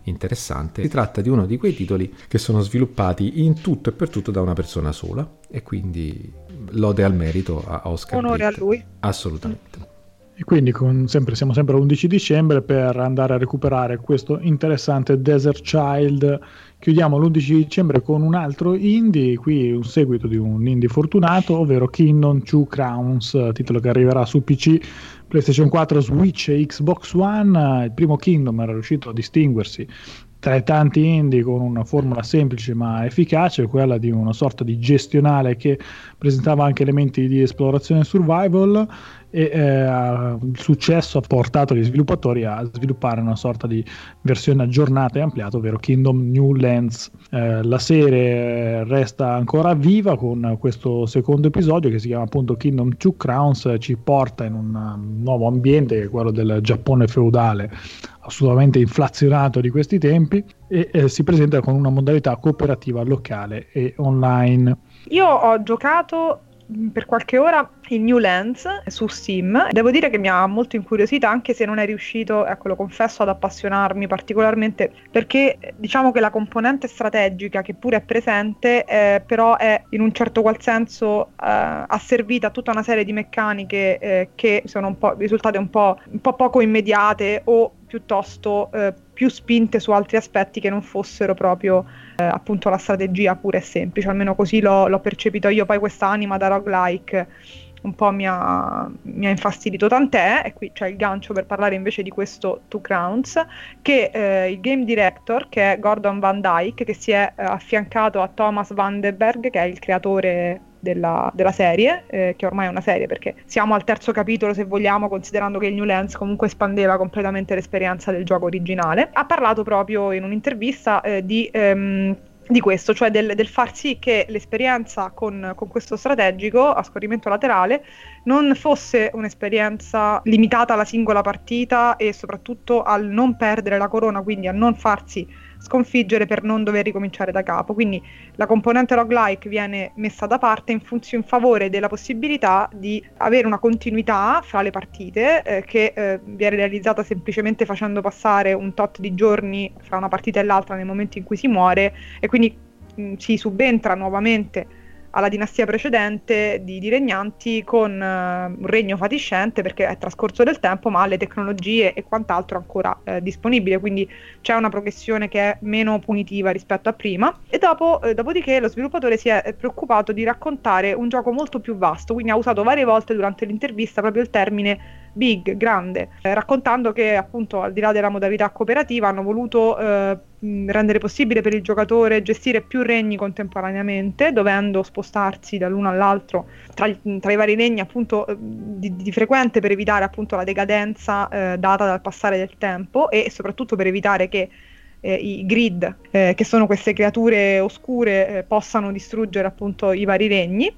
interessante. Si tratta di uno di quei titoli che sono sviluppati in tutto e per tutto da una persona sola, e quindi lode al merito a Oscar Onore Britt. a lui. Assolutamente. E quindi con, sempre, siamo sempre all'undici dicembre per andare a recuperare questo interessante Desert Child. Chiudiamo l'undici dicembre con un altro indie, qui un seguito di un indie fortunato, ovvero Kingdom Two Crowns, titolo che arriverà su P C, PlayStation quattro, Switch e Xbox One. Il primo Kingdom era riuscito a distinguersi tra i tanti indie con una formula semplice ma efficace, quella di una sorta di gestionale che presentava anche elementi di esplorazione e survival, e eh, il successo ha portato gli sviluppatori a sviluppare una sorta di versione aggiornata e ampliata, ovvero Kingdom New Lands. Eh, la serie resta ancora viva con questo secondo episodio che si chiama appunto Kingdom Two Crowns, ci porta in un nuovo ambiente che è quello del Giappone feudale, assolutamente inflazionato di questi tempi, e eh, si presenta con una modalità cooperativa locale e online. Io ho giocato per qualche ora il New Lands su Steam. Devo dire che mi ha molto incuriosito, anche se non è riuscito, ecco, lo confesso, ad appassionarmi particolarmente, perché diciamo che la componente strategica, che pure è presente, eh, però è in un certo qual senso eh, asservita a tutta una serie di meccaniche eh, che sono un po' risultate un po', un po' poco immediate, o piuttosto eh, più spinte su altri aspetti che non fossero proprio eh, appunto la strategia pura e semplice, almeno così l'ho, l'ho percepito io. Poi questa anima da roguelike un po' mi ha, mi ha infastidito, tant'è, e qui c'è il gancio per parlare invece di questo Two Crowns, che eh, il game director, che è Gordon Van Dyke, che si è eh, affiancato a Thomas Vandenberg, che è il creatore della, della serie, eh, che ormai è una serie perché siamo al terzo capitolo, se vogliamo, considerando che il New Lands comunque espandeva completamente l'esperienza del gioco originale. Ha parlato proprio in un'intervista eh, di... Ehm, di questo, cioè del, del far sì che l'esperienza con, con questo strategico a scorrimento laterale non fosse un'esperienza limitata alla singola partita, e soprattutto al non perdere la corona, quindi a non farsi sconfiggere per non dover ricominciare da capo. Quindi la componente roguelike viene messa da parte in, funzione, in favore della possibilità di avere una continuità fra le partite eh, che eh, viene realizzata semplicemente facendo passare un tot di giorni fra una partita e l'altra nel momento in cui si muore, e quindi mh, si subentra nuovamente alla dinastia precedente di, di regnanti con uh, un regno fatiscente perché è trascorso del tempo, ma le tecnologie e quant'altro ancora eh, disponibile, quindi c'è una progressione che è meno punitiva rispetto a prima. E dopo, eh, dopodiché lo sviluppatore si è preoccupato di raccontare un gioco molto più vasto, quindi ha usato varie volte durante l'intervista proprio il termine big, grande, eh, raccontando che appunto al di là della modalità cooperativa hanno voluto eh, rendere possibile per il giocatore gestire più regni contemporaneamente, dovendo spostarsi dall'uno all'altro tra, tra i vari regni appunto di, di frequente, per evitare appunto la decadenza eh, data dal passare del tempo, e soprattutto per evitare che Eh, i grid, eh, che sono queste creature oscure, eh, possano distruggere appunto i vari regni.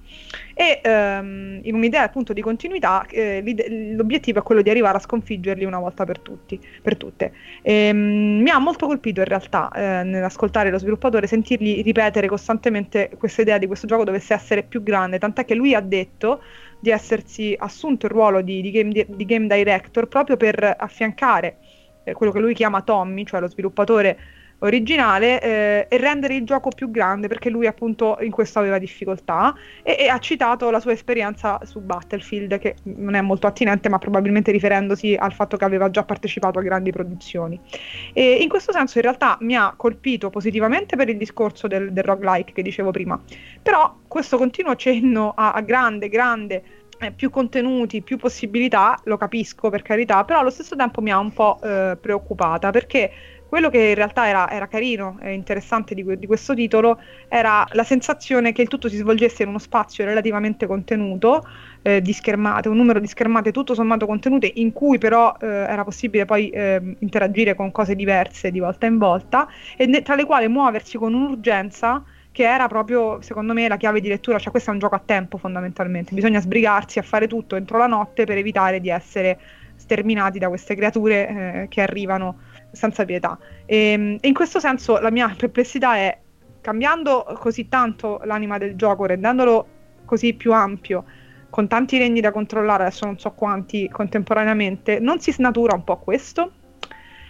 E ehm, in un'idea appunto di continuità eh, l'obiettivo è quello di arrivare a sconfiggerli una volta per tutti, per tutte. E, mh, mi ha molto colpito in realtà eh, nell'ascoltare lo sviluppatore sentirgli ripetere costantemente questa idea di questo gioco dovesse essere più grande, tant'è che lui ha detto di essersi assunto il ruolo di, di, game, di, di game director proprio per affiancare quello che lui chiama Tommy, cioè lo sviluppatore originale, eh, e rendere il gioco più grande, perché lui appunto in questo aveva difficoltà, e, e ha citato la sua esperienza su Battlefield, che non è molto attinente, ma probabilmente riferendosi al fatto che aveva già partecipato a grandi produzioni. E in questo senso in realtà mi ha colpito positivamente per il discorso del, del roguelike che dicevo prima, però questo continuo cenno a, a grande, grande Eh, più contenuti, più possibilità, lo capisco per carità, però allo stesso tempo mi ha un po' eh, preoccupata, perché quello che in realtà era, era carino e interessante di, di questo titolo era la sensazione che il tutto si svolgesse in uno spazio relativamente contenuto, eh, di schermate, un numero di schermate tutto sommato contenute, in cui però eh, era possibile poi eh, interagire con cose diverse di volta in volta, e ne, tra le quali muoversi con un'urgenza che era proprio, secondo me, la chiave di lettura. Cioè questo è un gioco a tempo fondamentalmente, bisogna sbrigarsi a fare tutto entro la notte per evitare di essere sterminati da queste creature eh, che arrivano senza pietà. E, e in questo senso la mia perplessità è, cambiando così tanto l'anima del gioco, rendendolo così più ampio, con tanti regni da controllare, adesso non so quanti contemporaneamente, non si snatura un po' questo?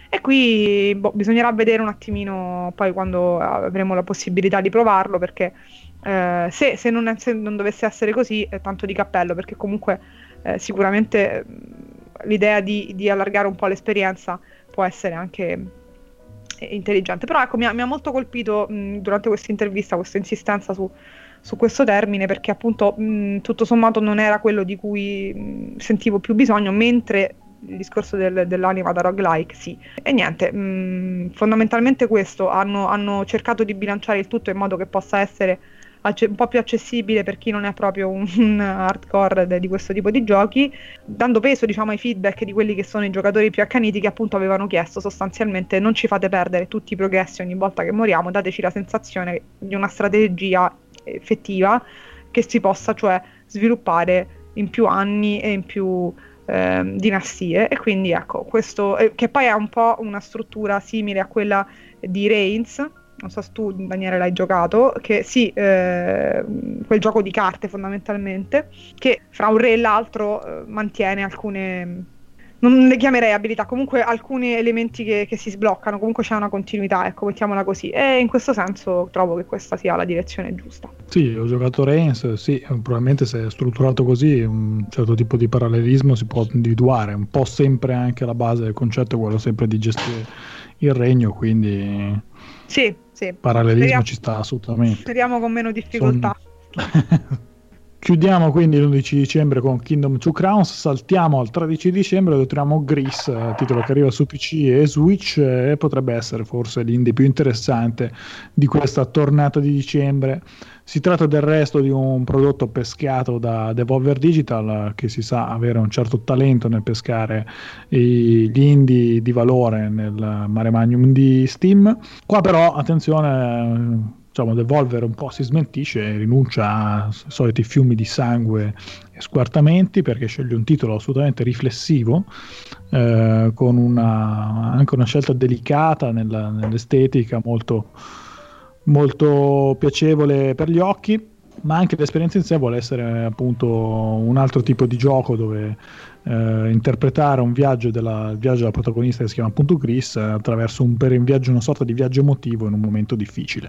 E qui boh, bisognerà vedere un attimino poi quando avremo la possibilità di provarlo, perché eh, se, se, non, se non dovesse essere così, è tanto di cappello, perché comunque eh, sicuramente l'idea di, di allargare un po' l'esperienza può essere anche intelligente. Però ecco, mi ha, mi ha molto colpito mh, durante questa intervista questa insistenza su, su questo termine, perché appunto mh, tutto sommato non era quello di cui mh, sentivo più bisogno, mentre il discorso del, dell'anima da roguelike sì. E niente, mh, fondamentalmente questo, hanno, hanno cercato di bilanciare il tutto in modo che possa essere acce- un po' più accessibile per chi non è proprio un, un hardcore de- di questo tipo di giochi, dando peso, diciamo, ai feedback di quelli che sono i giocatori più accaniti, che appunto avevano chiesto sostanzialmente: non ci fate perdere tutti i progressi ogni volta che moriamo, dateci la sensazione di una strategia effettiva che si possa cioè sviluppare in più anni e in più eh, dinastie. E quindi ecco, questo eh, che poi ha un po' una struttura simile a quella di Reigns. Non so se tu, Daniele, l'hai giocato, che sì, eh, quel gioco di carte fondamentalmente, che fra un re e l'altro eh, mantiene alcune, non le chiamerei abilità, comunque alcuni elementi che, che si sbloccano, comunque c'è una continuità, ecco, mettiamola così. E in questo senso trovo che questa sia la direzione giusta. Sì, ho giocato Reigns, sì, probabilmente se è strutturato così un certo tipo di parallelismo si può individuare, un po' sempre anche la base del concetto è quello sempre di gestire il regno, quindi sì, sì. parallelismo Speriamo, ci sta assolutamente. Speriamo con meno difficoltà. Son... Chiudiamo quindi l'undici dicembre con Kingdom Two Crowns, saltiamo al tredici dicembre dove troviamo Gris, titolo che arriva su P C e Switch e potrebbe essere forse l'indie più interessante di questa tornata di dicembre. Si tratta del resto di un prodotto pescato da Devolver Digital, che si sa avere un certo talento nel pescare gli indie di valore nel mare magnum di Steam. Qua però attenzione, diciamo, Devolver un po' si smentisce e rinuncia ai soliti fiumi di sangue e squartamenti, perché sceglie un titolo assolutamente riflessivo, eh, con una, anche una scelta delicata nella, nell'estetica, molto, molto piacevole per gli occhi, ma anche l'esperienza in sé vuole essere appunto un altro tipo di gioco dove eh, interpretare un viaggio della, il viaggio della protagonista, che si chiama appunto Chris, eh, attraverso un, per un viaggio, una sorta di viaggio emotivo in un momento difficile.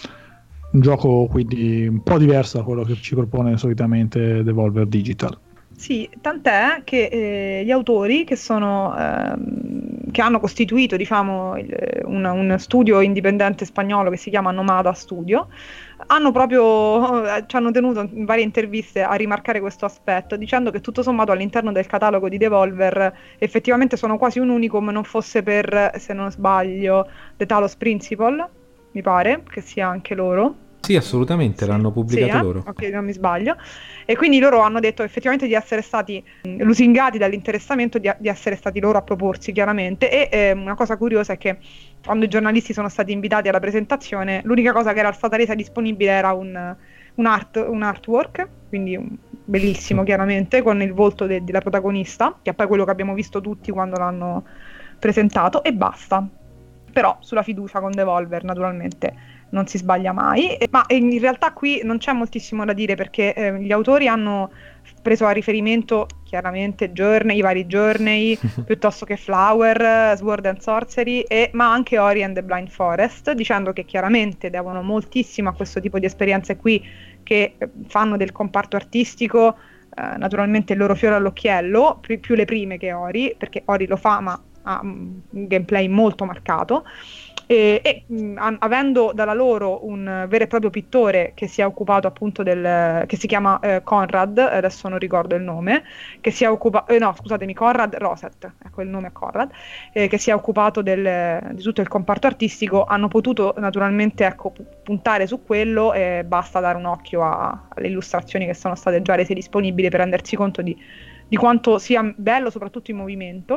Un gioco quindi un po' diverso da quello che ci propone solitamente Devolver Digital. Sì, tant'è che eh, gli autori che sono ehm, che hanno costituito, diciamo, il, un, un studio indipendente spagnolo che si chiama Nomada Studio, hanno proprio eh, ci hanno tenuto in varie interviste a rimarcare questo aspetto, dicendo che tutto sommato all'interno del catalogo di Devolver effettivamente sono quasi un unicum, non fosse per, se non sbaglio, The Talos Principle, mi pare che sia anche loro. Sì, assolutamente, sì, l'hanno pubblicato sì, eh? loro. Ok, non mi sbaglio. E quindi loro hanno detto effettivamente di essere stati mh, lusingati dall'interessamento, di, di essere stati loro a proporsi chiaramente. E eh, una cosa curiosa è che quando i giornalisti sono stati invitati alla presentazione, l'unica cosa che era stata resa disponibile era un, un, art, un artwork, quindi un, bellissimo chiaramente, con il volto de, della protagonista, che è poi quello che abbiamo visto tutti quando l'hanno presentato, e basta. Però sulla fiducia con Devolver naturalmente non si sbaglia mai, eh, ma in realtà qui non c'è moltissimo da dire, perché eh, gli autori hanno preso a riferimento chiaramente Journey, i vari Journey, piuttosto che Flower, Sword and Sorcery, e, ma anche Ori and the Blind Forest, dicendo che chiaramente devono moltissimo a questo tipo di esperienze qui, che eh, fanno del comparto artistico eh, naturalmente il loro fiore all'occhiello, più, più le prime che Ori, perché Ori lo fa ma ha un gameplay molto marcato. E, e mh, avendo dalla loro un vero e proprio pittore che si è occupato appunto del, che si chiama eh, Conrad, adesso non ricordo il nome, che si è occupato, eh, no scusatemi, Conrad Roset, ecco il nome è Conrad, eh, che si è occupato del, di tutto il comparto artistico, hanno potuto naturalmente ecco, puntare su quello, e basta dare un occhio a, alle illustrazioni che sono state già rese disponibili per rendersi conto di, di quanto sia bello soprattutto in movimento.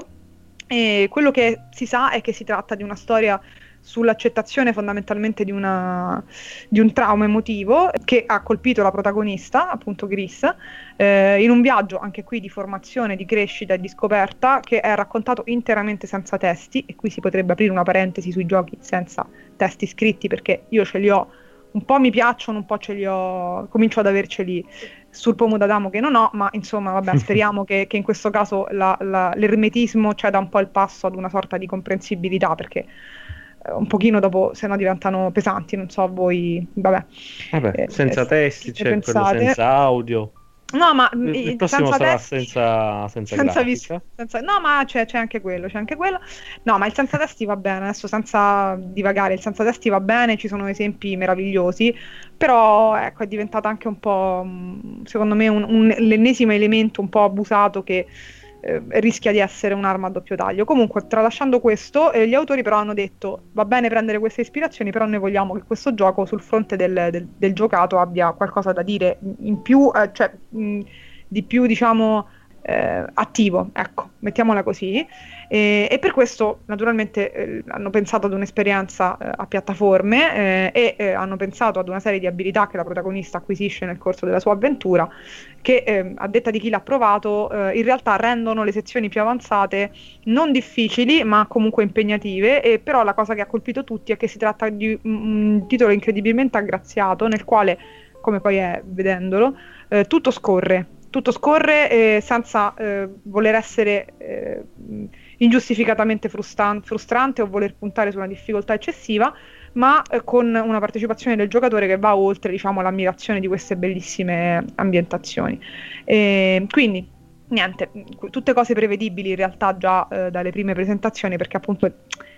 E quello che si sa è che si tratta di una storia sull'accettazione fondamentalmente di, una, di un trauma emotivo che ha colpito la protagonista, appunto Gris, eh, in un viaggio anche qui di formazione, di crescita e di scoperta, che è raccontato interamente senza testi. E qui si potrebbe aprire una parentesi sui giochi senza testi scritti, perché io ce li ho, un po' mi piacciono, un po' ce li ho, comincio ad averceli Surpomo d'Adamo che non ho, ma insomma vabbè, speriamo che, che in questo caso la, la, l'ermetismo ceda un po' il passo ad una sorta di comprensibilità, perché eh, un pochino dopo se no diventano pesanti, non so voi, vabbè. Vabbè, eh, senza eh, testi, c'è quello pensate. senza audio. No, ma Il, il il prossimo senza sarà testi, senza, senza, senza grafica. vis- senza- no, ma c'è, c'è anche quello, c'è anche quello. No, ma il senza testi va bene, adesso senza divagare, il senza testi va bene, ci sono esempi meravigliosi, però ecco, è diventato anche un po', mh, secondo me, un, un- l'ennesimo elemento un po' abusato che eh, rischia di essere un'arma a doppio taglio. Comunque, tralasciando questo, eh, gli autori però hanno detto, va bene prendere queste ispirazioni, però noi vogliamo che questo gioco sul fronte del, del- del giocato abbia qualcosa da dire in più, eh, cioè... mh, di più, diciamo, eh, attivo, ecco, mettiamola così. E, e per questo, naturalmente, eh, hanno pensato ad un'esperienza eh, a piattaforme eh, e eh, hanno pensato ad una serie di abilità che la protagonista acquisisce nel corso della sua avventura, che, eh, a detta di chi l'ha provato, eh, in realtà rendono le sezioni più avanzate non difficili, ma comunque impegnative. E però la cosa che ha colpito tutti è che si tratta di un, un titolo incredibilmente aggraziato, nel quale, come poi è vedendolo, eh, tutto scorre. Tutto scorre eh, senza eh, voler essere eh, ingiustificatamente frustan- frustrante o voler puntare su una difficoltà eccessiva, ma eh, con una partecipazione del giocatore che va oltre, diciamo, l'ammirazione di queste bellissime ambientazioni. E quindi, niente, tutte cose prevedibili in realtà già eh, dalle prime presentazioni, perché appunto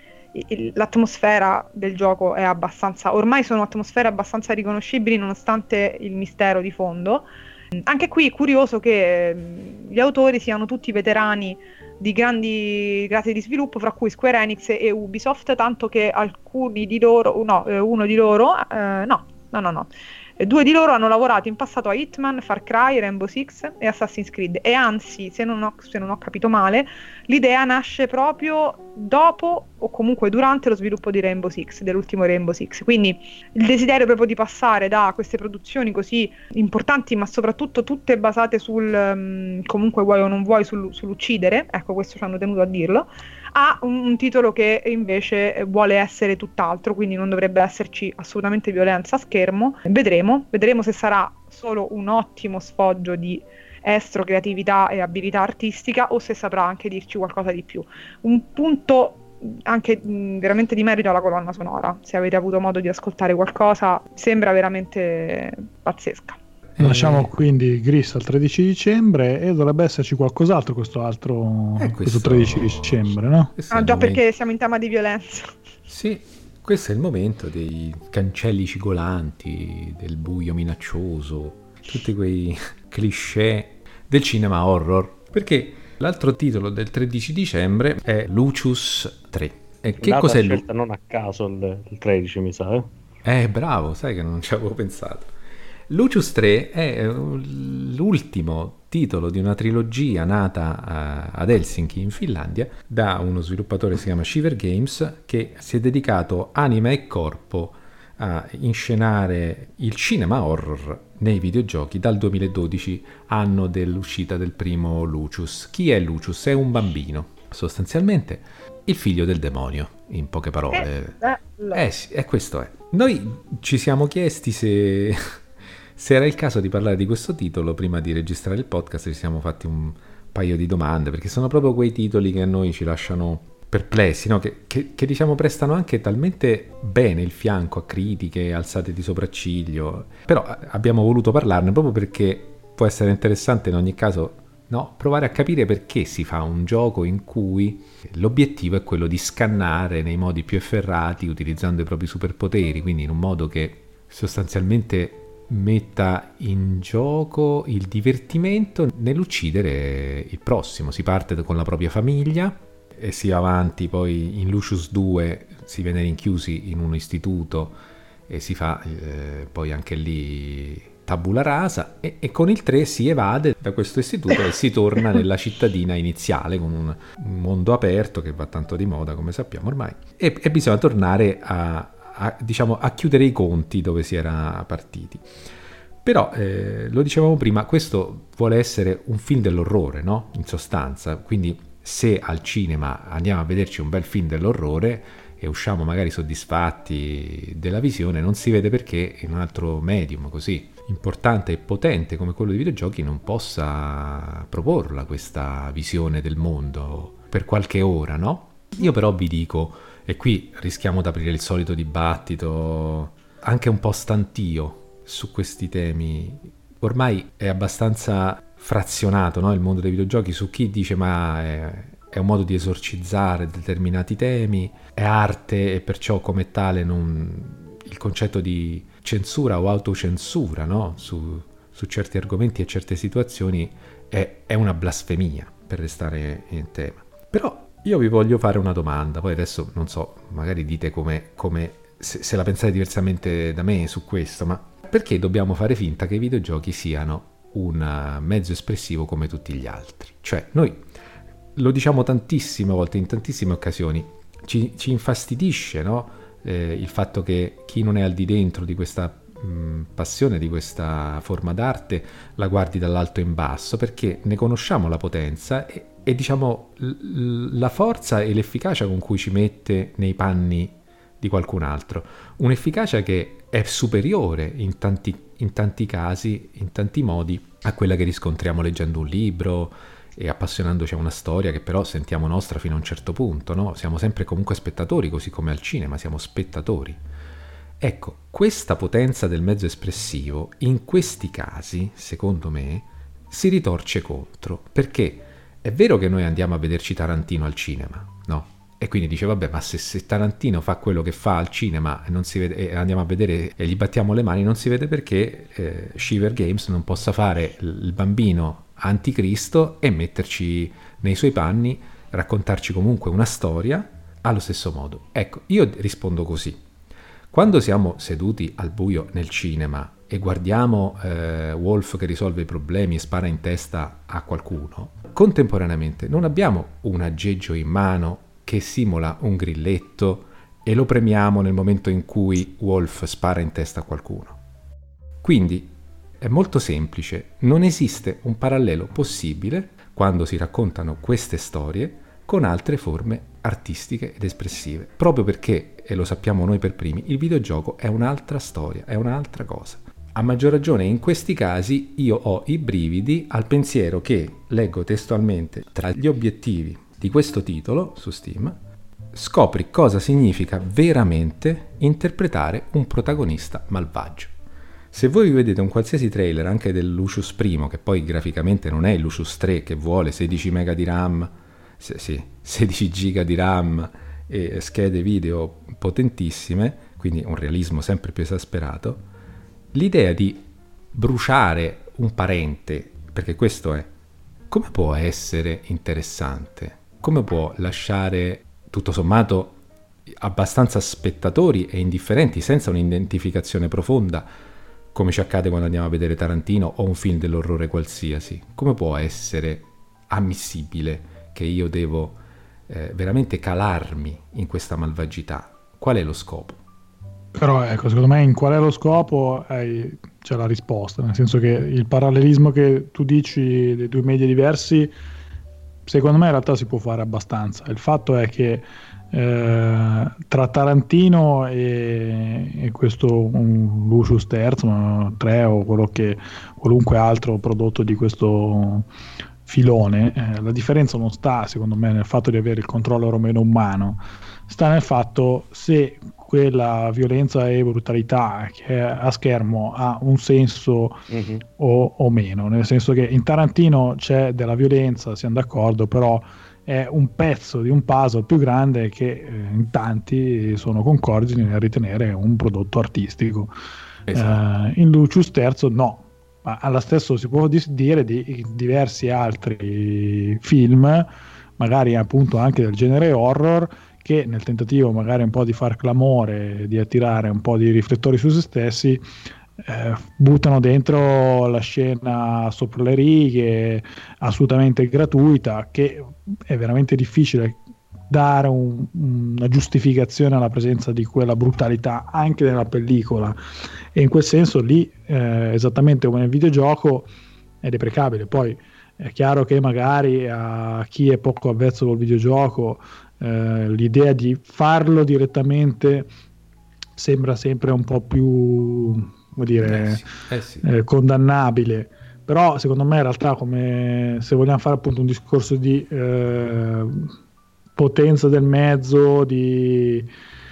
il- l'atmosfera del gioco è abbastanza, ormai sono atmosfere abbastanza riconoscibili nonostante il mistero di fondo. Anche qui è curioso che eh, gli autori siano tutti veterani di grandi case di sviluppo, fra cui Square Enix e Ubisoft, tanto che alcuni di loro, no, eh, uno di loro, eh, no, no, no, no, eh, due di loro hanno lavorato in passato a Hitman, Far Cry, Rainbow Six e Assassin's Creed. E anzi, se non ho, se non ho capito male, l'idea nasce proprio dopo o comunque durante lo sviluppo di Rainbow Six, dell'ultimo Rainbow Six. Quindi il desiderio proprio di passare da queste produzioni così importanti, ma soprattutto tutte basate sul um, comunque vuoi o non vuoi sul, sull'uccidere, ecco, questo ci hanno tenuto a dirlo, a un, un titolo che invece vuole essere tutt'altro, quindi non dovrebbe esserci assolutamente violenza a schermo. Vedremo, vedremo se sarà solo un ottimo sfoggio di estro, creatività e abilità artistica, o se saprà anche dirci qualcosa di più. Un punto anche mh, veramente di merito alla colonna sonora, se avete avuto modo di ascoltare qualcosa, sembra veramente pazzesca. Lasciamo quindi Gris al tredici dicembre e dovrebbe esserci qualcos'altro questo altro Eh, questo questo- tredici dicembre, no? Questo è Ah, il già, momento- perché siamo in tema di violenza. Sì, questo è il momento dei cancelli cigolanti, del buio minaccioso, tutti quei cliché del cinema horror. Perché l'altro titolo del tredici dicembre è Lucius tre. E che Data cos'è Lu- scelta non a caso il, il tredici, mi sa, eh? Eh, bravo, sai che non ci avevo pensato. Lucius tre è eh, l'ultimo titolo di una trilogia nata eh, ad Helsinki, in Finlandia, da uno sviluppatore che si chiama Shiver Games, che si è dedicato anima e corpo a inscenare il cinema horror nei videogiochi dal duemiladodici, anno dell'uscita del primo Lucius. Chi è Lucius? È un bambino, sostanzialmente il figlio del demonio, in poche parole. Eh, bello. Eh sì, e questo è. Noi ci siamo chiesti se, se era il caso di parlare di questo titolo prima di registrare il podcast. Ci siamo fatti un paio di domande, perché sono proprio quei titoli che a noi ci lasciano perplessi, no? che, che, che diciamo prestano anche talmente bene il fianco a critiche alzate di sopracciglio. Però abbiamo voluto parlarne proprio perché può essere interessante in ogni caso, no? Provare a capire perché si fa un gioco in cui l'obiettivo è quello di scannare nei modi più efferrati utilizzando i propri superpoteri, quindi in un modo che sostanzialmente metta in gioco il divertimento nell'uccidere il prossimo. Si parte con la propria famiglia e si va avanti, poi in Lucius due si viene rinchiusi in un istituto e si fa eh, poi anche lì tabula rasa, e, e con il tre si evade da questo istituto e si torna nella cittadina iniziale con un, un mondo aperto che va tanto di moda, come sappiamo ormai, e, e bisogna tornare a, a, diciamo, a chiudere i conti dove si era partiti. Però eh, lo dicevamo prima, questo vuole essere un film dell'orrore, no? In sostanza, quindi se al cinema andiamo a vederci un bel film dell'orrore, e usciamo magari soddisfatti della visione, non si vede perché in un altro medium così importante e potente come quello dei videogiochi non possa proporla questa visione del mondo per qualche ora, no? Io però vi dico, e qui rischiamo di aprire il solito dibattito anche un po' stantio su questi temi, ormai è abbastanza frazionato, no? Il mondo dei videogiochi, su chi dice ma è, è un modo di esorcizzare determinati temi, è arte e perciò come tale non, il concetto di censura o autocensura, no? su, su certi argomenti e certe situazioni è, è una blasfemia, per restare in tema. Però io vi voglio fare una domanda, poi adesso non so, magari dite come, come se, se la pensate diversamente da me su questo, ma perché dobbiamo fare finta che i videogiochi siano un mezzo espressivo come tutti gli altri? Cioè, noi lo diciamo tantissime volte, in tantissime occasioni, ci, ci infastidisce, no? Eh, il fatto che chi non è al di dentro di questa mh, passione, di questa forma d'arte, la guardi dall'alto in basso, perché ne conosciamo la potenza e, e diciamo l- la forza e l'efficacia con cui ci mette nei panni di qualcun altro, un'efficacia che è superiore in tanti, in tanti casi, in tanti modi, a quella che riscontriamo leggendo un libro e appassionandoci a una storia che però sentiamo nostra fino a un certo punto, no? Siamo sempre comunque spettatori, così come al cinema siamo spettatori. Ecco, questa potenza del mezzo espressivo in questi casi, secondo me, si ritorce contro, perché è vero che noi andiamo a vederci Tarantino al cinema, no? E quindi dice, vabbè, ma se, se Tarantino fa quello che fa al cinema e, non si vede, e andiamo a vedere e gli battiamo le mani, non si vede perché eh, Shiver Games non possa fare il bambino anticristo e metterci nei suoi panni, raccontarci comunque una storia allo stesso modo. Ecco, io rispondo così. Quando siamo seduti al buio nel cinema e guardiamo eh, Wolf che risolve i problemi e spara in testa a qualcuno, contemporaneamente non abbiamo un aggeggio in mano che simula un grilletto e lo premiamo nel momento in cui Wolf spara in testa a qualcuno. Quindi è molto semplice, non esiste un parallelo possibile quando si raccontano queste storie con altre forme artistiche ed espressive, proprio perché, e lo sappiamo noi per primi, il videogioco è un'altra storia, è un'altra cosa. A maggior ragione in questi casi io ho i brividi al pensiero che, leggo testualmente, tra gli obiettivi di questo titolo su Steam, scopri cosa significa veramente interpretare un protagonista malvagio. Se voi vedete un qualsiasi trailer anche del Lucius Primo, che poi graficamente non è il Lucius tre che vuole sedici mega di RAM, sì, sì, sedici giga di RAM e schede video potentissime, quindi un realismo sempre più esasperato, l'idea di bruciare un parente, perché questo è, come può essere interessante? Come può lasciare tutto sommato abbastanza spettatori e indifferenti, senza un'identificazione profonda, come ci accade quando andiamo a vedere Tarantino o un film dell'orrore qualsiasi? Come può essere ammissibile che io devo eh, veramente calarmi in questa malvagità? Qual è lo scopo? Però ecco, secondo me in qual è lo scopo hai, c'è la risposta, nel senso che il parallelismo che tu dici dei due media diversi, secondo me in realtà si può fare abbastanza. Il fatto è che eh, tra Tarantino e, e questo un Lucius terzo, tre o quello che, qualunque altro prodotto di questo filone, eh, la differenza non sta secondo me nel fatto di avere il controllo o meno umano, sta nel fatto se quella violenza e brutalità che è a schermo ha un senso mm-hmm. o, o meno, nel senso che in Tarantino c'è della violenza, siamo d'accordo, però è un pezzo di un puzzle più grande che eh, in tanti sono concordi nel ritenere un prodotto artistico. Esatto. Eh, in Lucius terzo no, ma allo stesso si può dire di diversi altri film, magari appunto anche del genere horror, che nel tentativo magari un po' di far clamore, di attirare un po' di riflettori su se stessi, eh, buttano dentro la scena sopra le righe, assolutamente gratuita, che è veramente difficile dare un, una giustificazione alla presenza di quella brutalità anche nella pellicola, e in quel senso lì, eh, esattamente come nel videogioco, è deprecabile. Poi è chiaro che magari a chi è poco avvezzo col videogioco eh, l'idea di farlo direttamente sembra sempre un po' più, come dire, Eh sì, eh sì. eh, condannabile. Però secondo me in realtà, come se vogliamo fare appunto un discorso di eh, potenza del mezzo, di...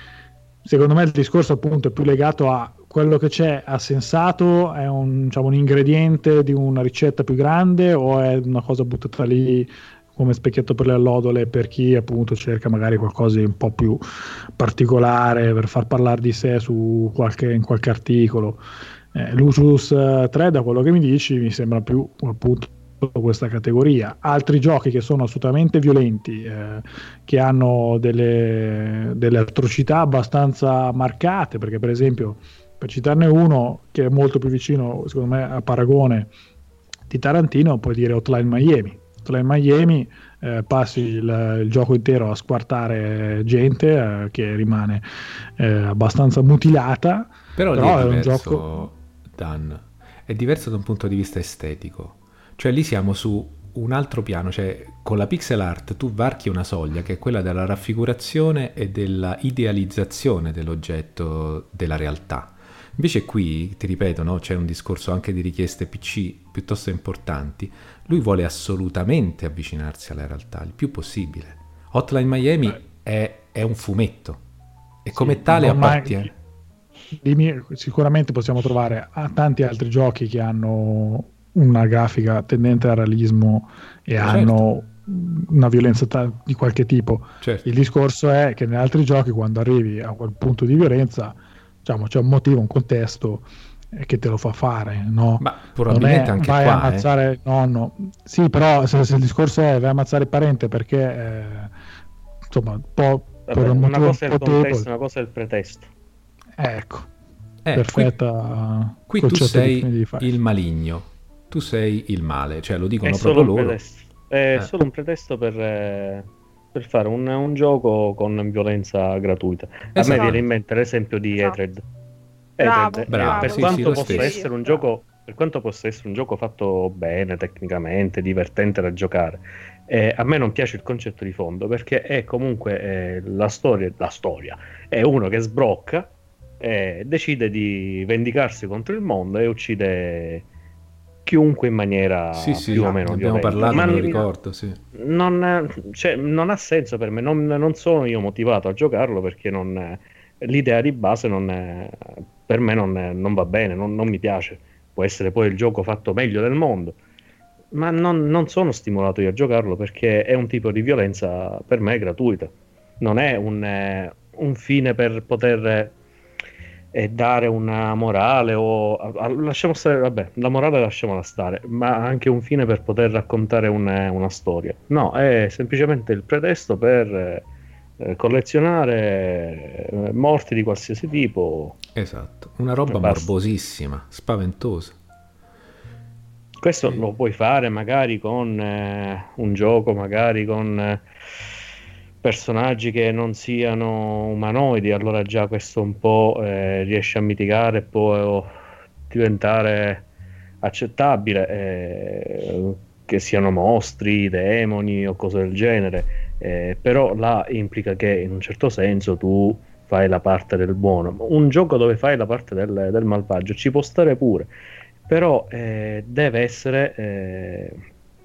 secondo me il discorso appunto è più legato a quello che c'è a sensato, è un, diciamo, un ingrediente di una ricetta più grande, o è una cosa buttata lì come specchietto per le allodole per chi appunto cerca magari qualcosa di un po' più particolare per far parlare di sé su qualche, in qualche articolo. eh, Lucius tre, da quello che mi dici, mi sembra più appunto questa categoria. Altri giochi che sono assolutamente violenti, eh, che hanno delle, delle atrocità abbastanza marcate, perché per esempio, per citarne uno che è molto più vicino secondo me a paragone di Tarantino, puoi dire Hotline Miami. Hotline Miami, eh, passi il, il gioco intero a squartare gente eh, che rimane eh, abbastanza mutilata, Però, però lì è è un diverso, gioco... Dan. È diverso da un punto di vista estetico. Cioè lì siamo su un altro piano, cioè con la pixel art tu varchi una soglia che è quella della raffigurazione e della idealizzazione dell'oggetto della realtà. Invece qui, ti ripeto, no, c'è un discorso anche di richieste P C piuttosto importanti. Lui vuole assolutamente avvicinarsi alla realtà, il più possibile. Hotline Miami è, è un fumetto e Sì, come tale non mai- appartiene... Dimmi- sicuramente possiamo trovare a tanti altri giochi che hanno una grafica tendente al realismo e Certo. hanno una violenza ta- di qualche tipo. Certo. Il discorso è che negli altri giochi, quando arrivi a quel punto di violenza, diciamo, c'è un motivo, un contesto eh, che te lo fa fare, no? Ma Non probabilmente è anche vai a qua, eh. ammazzare il nonno. Sì, però se, se il discorso è vai a ammazzare il parente perché eh, insomma, un po' Vabbè, per un una motivo cosa è un il po' contesto, debole. una cosa è il pretesto. Ecco, Eh, perfetta Qui, qui tu concetto di sei di fare. il maligno, tu sei il male, cioè lo È dicono solo proprio un loro. pretesto. È Eh. solo un pretesto per, eh, per fare un, un gioco con violenza gratuita. A Esatto. me viene in mente l'esempio di Esatto. Hatred. Bravo, Hatred, eh, bravo, per sì, quanto sì, lo possa stesso. essere un Bravo. gioco, per quanto possa essere un gioco fatto bene tecnicamente, divertente da giocare, eh, a me non piace il concetto di fondo, perché è comunque eh, la storia, la storia è uno che sbrocca, eh, decide di vendicarsi contro il mondo e uccide chiunque in maniera Sì, sì, più o ne meno abbiamo violenta. parlato, Ma me lo n- ricordo, sì. non, cioè, non ha senso per me, non, non sono io motivato a giocarlo perché non, l'idea di base non, per me non, non va bene, non, non mi piace. Può essere poi il gioco fatto meglio del mondo, ma non, non sono stimolato io a giocarlo perché è un tipo di violenza per me gratuita. Non è un, eh, un fine per poter eh, dare una morale o a- a- lasciamo stare, vabbè, la morale lasciamola stare, ma anche un fine per poter raccontare un- una storia. No, è semplicemente il pretesto per eh, eh, collezionare eh, morti di qualsiasi tipo. Esatto, una roba E basta. morbosissima, spaventosa. Questo Sì. lo puoi fare magari con eh, un gioco, magari con eh, personaggi che non siano umanoidi, allora già questo un po' eh, riesce a mitigare e può diventare accettabile, eh, che siano mostri, demoni o cose del genere, eh, però là implica che in un certo senso tu fai la parte del buono. Un gioco dove fai la parte del, del malvagio ci può stare pure, però eh, deve essere eh,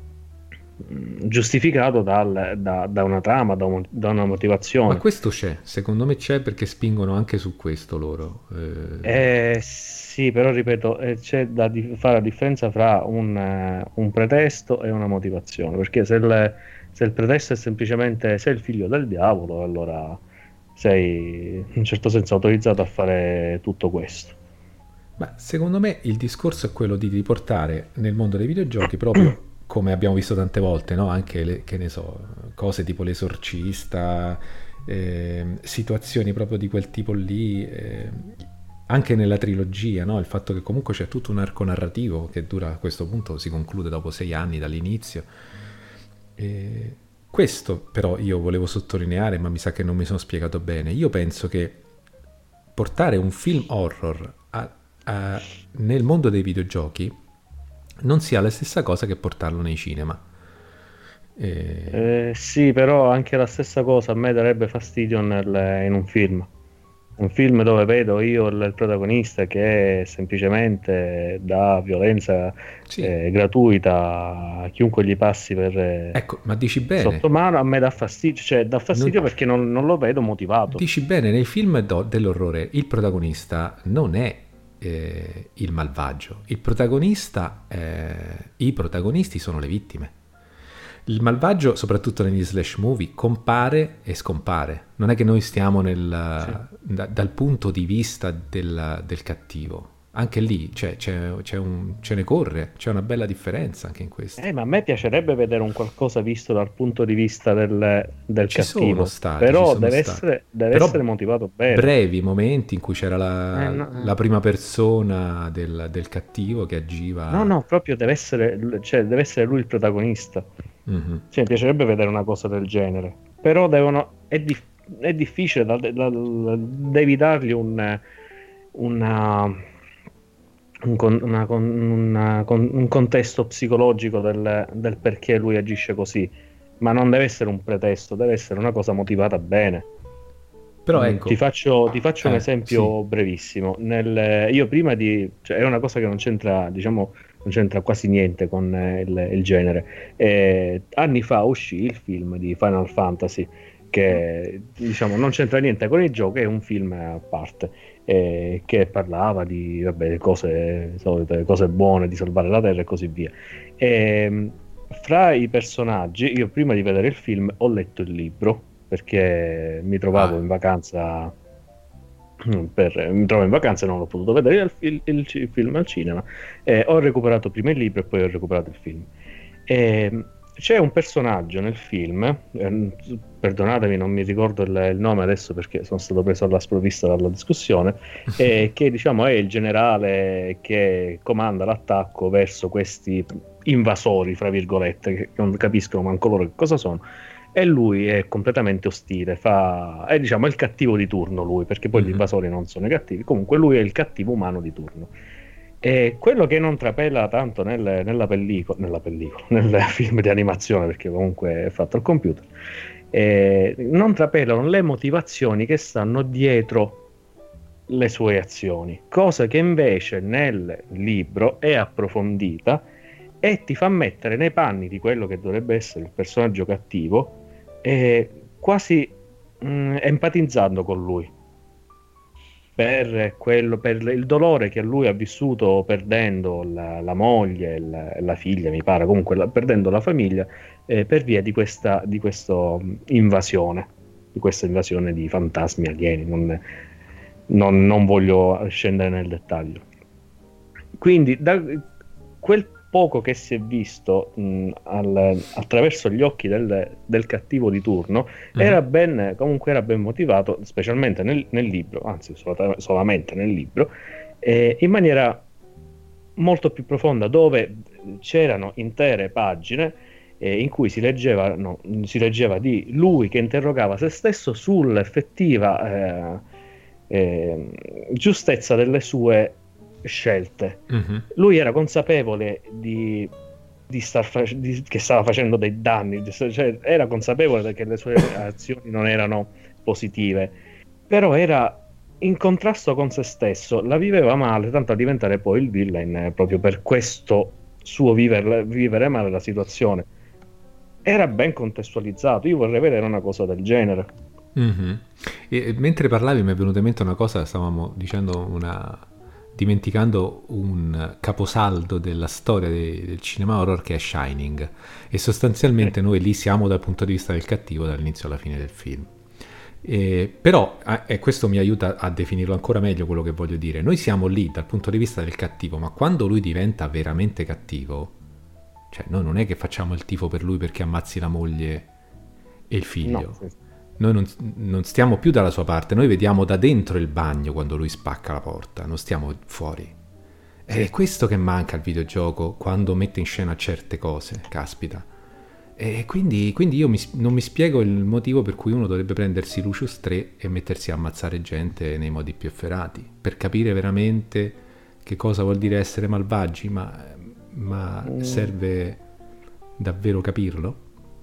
giustificato dal- da, da una trama, da, un- da una motivazione. Ma questo c'è, secondo me c'è perché spingono anche su questo loro. Eh, Eh, sì, però ripeto, eh, c'è da di- fare la differenza fra un, eh, un pretesto e una motivazione, perché se il, se il pretesto è semplicemente sei il figlio del diavolo, allora sei in un certo senso autorizzato a fare tutto questo. Ma secondo me il discorso è quello di riportare nel mondo dei videogiochi proprio come abbiamo visto tante volte, no? Anche le, che ne so, cose tipo l'esorcista, ehm, situazioni proprio di quel tipo lì, ehm, anche nella trilogia, no? Il fatto che comunque c'è tutto un arco narrativo che dura, a questo punto si conclude dopo sei anni dall'inizio. E questo però io volevo sottolineare, ma mi sa che non mi sono spiegato bene. Io penso che portare un film horror a- a- nel mondo dei videogiochi non sia la stessa cosa che portarlo nei cinema. E... Eh, sì, però anche la stessa cosa a me darebbe fastidio nel- in un film. Un film dove vedo io il, il protagonista che semplicemente dà violenza Sì, eh, gratuita a chiunque gli passi per eh, ecco, ma dici sotto bene. mano, a me dà fastidio, cioè dà fastidio Non- perché non, non lo vedo motivato. Dici bene, nei film do- dell'orrore il protagonista non è eh, il malvagio, il protagonista, eh, i protagonisti sono le vittime. Il malvagio, soprattutto negli slash movie, compare e scompare. Non è che noi stiamo nel, Sì. da- dal punto di vista del, del cattivo. Anche lì c'è, c'è- c'è un- ce ne corre, c'è una bella differenza anche in questo. Eh, ma a me piacerebbe vedere un qualcosa visto dal punto di vista del, del Ci sono cattivo, stati, ci però sono deve stati. essere, deve Però essere motivato bene. brevi momenti in cui c'era Eh, la, no, eh. la prima persona del, del cattivo che agiva. No, no, proprio deve essere, cioè, deve essere lui il protagonista. Mhm. Cioè, mi piacerebbe vedere una cosa del genere. Però devono, è, dif- è difficile, da- da- da- devi dargli un, una, un, con- una con- una con- un contesto psicologico del, del perché lui agisce così. Ma non deve essere un pretesto, deve essere una cosa motivata bene. Però Mm, ecco, Ti faccio, ti faccio un Eh, esempio brevissimo. Nel- io prima di, cioè, è una cosa che non c'entra, diciamo, non c'entra quasi niente con eh, il, il genere. Eh, anni fa uscì il film di Final Fantasy, che diciamo non c'entra niente con il gioco, è un film a parte, eh, che parlava di vabbè, cose solite, cose buone, di salvare la terra e così via. E, fra i personaggi, io prima di vedere il film ho letto il libro perché mi trovavo Ah. in vacanza per, mi trovo in vacanza e non ho potuto vedere il, il- il- il film al cinema. Eh, ho recuperato prima il libro e poi ho recuperato il film. E c'è un personaggio nel film, eh, perdonatemi, non mi ricordo il, il nome adesso perché sono stato preso alla sprovvista dalla discussione, eh, che diciamo è il generale che comanda l'attacco verso questi invasori, fra virgolette, che non capiscono manco loro che cosa sono. E lui è completamente ostile, fa... è diciamo è il cattivo di turno lui, perché poi Mhm. gli invasori non sono i cattivi, comunque lui è il cattivo umano di turno. E quello che non trapela tanto nel- nella pellicola, nella pellicola, nel film di animazione, perché comunque è fatto al computer, eh, non trapelano le motivazioni che stanno dietro le sue azioni, cosa che invece nel libro è approfondita e ti fa mettere nei panni di quello che dovrebbe essere il personaggio cattivo, e quasi mh, empatizzando con lui per quello, per il dolore che lui ha vissuto perdendo la, la moglie e la, la figlia, mi pare, comunque la- perdendo la famiglia, eh, per via di questa di questo, mh, invasione, di questa invasione di fantasmi alieni. Non, non- non voglio scendere nel dettaglio. Quindi, da quel poco che si è visto mh, al- attraverso gli occhi del, del cattivo di turno, Mhm. era ben, comunque era ben motivato, specialmente nel, nel libro, anzi sol- solamente nel libro, eh, in maniera molto più profonda, dove c'erano intere pagine eh, in cui si leggeva, no, si leggeva di lui che interrogava se stesso sull'effettiva eh, eh, giustezza delle sue scelte. Mhm. Lui era consapevole di, di star fa- di- che stava facendo dei danni, di- cioè, era consapevole che le sue azioni non erano positive, però era in contrasto con se stesso, la viveva male, tanto da diventare poi il villain eh, proprio per questo suo viver- vivere male la situazione. Era ben contestualizzato, io vorrei vedere una cosa del genere. Mhm. E, e mentre parlavi mi è venuta in mente una cosa, stavamo dicendo una... dimenticando un caposaldo della storia de- del cinema horror che è Shining, e sostanzialmente noi lì siamo dal punto di vista del cattivo dall'inizio alla fine del film. E, però, ah, e questo mi aiuta a definirlo ancora meglio quello che voglio dire, noi siamo lì dal punto di vista del cattivo, ma quando lui diventa veramente cattivo, cioè noi non è che facciamo il tifo per lui perché ammazzi la moglie e il figlio. No, sì. Noi non, non stiamo più dalla sua parte, noi vediamo da dentro il bagno quando lui spacca la porta, non stiamo fuori. Sì. È questo che manca al videogioco quando mette in scena certe cose, caspita. E quindi, quindi io mi, non mi spiego il motivo per cui uno dovrebbe prendersi Lucius tre e mettersi a ammazzare gente nei modi più efferati, per capire veramente che cosa vuol dire essere malvagi, ma, ma Mm. serve davvero capirlo?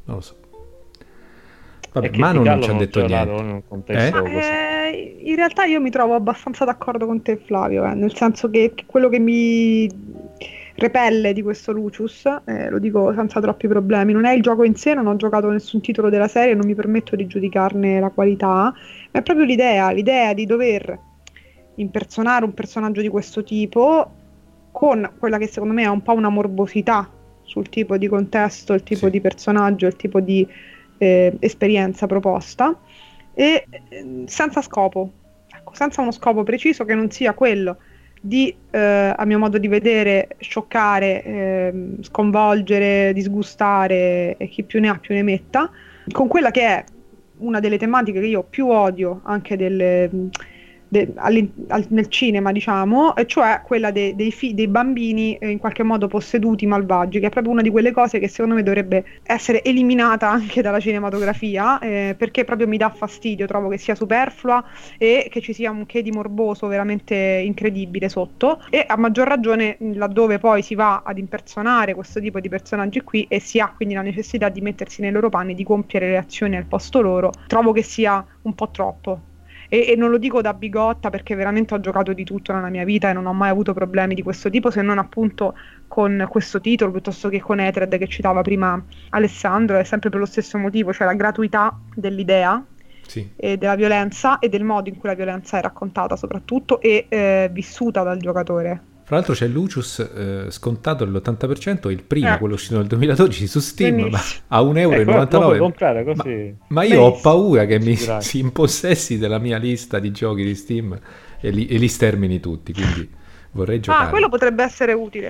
non lo so. Vabbè, E Manu non criticarlo ci ha non detto c'è niente. dato in un contesto Eh? così. Eh, in realtà io mi trovo abbastanza d'accordo con te, Flavio, eh, nel senso che che quello che mi repelle di questo Lucius, eh, lo dico senza troppi problemi, non è il gioco in sé, non ho giocato nessun titolo della serie, non mi permetto di giudicarne la qualità, ma è proprio l'idea, l'idea di dover impersonare un personaggio di questo tipo con quella che secondo me è un po' una morbosità sul tipo di contesto, il tipo Sì. di personaggio, il tipo di eh, esperienza proposta e eh, senza scopo, ecco, senza uno scopo preciso che non sia quello di, eh, a mio modo di vedere, scioccare, ehm, sconvolgere, disgustare e chi più ne ha più ne metta, con quella che è una delle tematiche che io più odio anche delle, de- all'in- al- nel cinema, diciamo, e cioè quella de- dei, fi- dei bambini eh, in qualche modo posseduti, malvagi, che è proprio una di quelle cose che secondo me dovrebbe essere eliminata anche dalla cinematografia, eh, perché proprio mi dà fastidio, trovo che sia superflua e che ci sia un che di morboso veramente incredibile sotto, e a maggior ragione mh, laddove poi si va ad impersonare questo tipo di personaggi qui e si ha quindi la necessità di mettersi nei loro panni, di compiere le azioni al posto loro, trovo che sia un po' troppo. E, e non lo dico da bigotta, perché veramente ho giocato di tutto nella mia vita e non ho mai avuto problemi di questo tipo, se non appunto con questo titolo piuttosto che con Ethered che citava prima Alessandro, è sempre per lo stesso motivo, cioè la gratuità dell'idea Sì. e della violenza e del modo in cui la violenza è raccontata soprattutto e eh, vissuta dal giocatore. Fra l'altro c'è Lucius eh, scontato dell'ottanta per cento, il primo, Eh. quello uscito nel duemiladodici su Steam, ma Benissimo. a un euro e Ecco, novantanove. lo puoi comprare Ma, così. ma io ho Benissimo. paura che mi Grazie. si impossessi della mia lista di giochi di Steam e li, e li stermini tutti, quindi vorrei giocare. Ah, quello potrebbe essere utile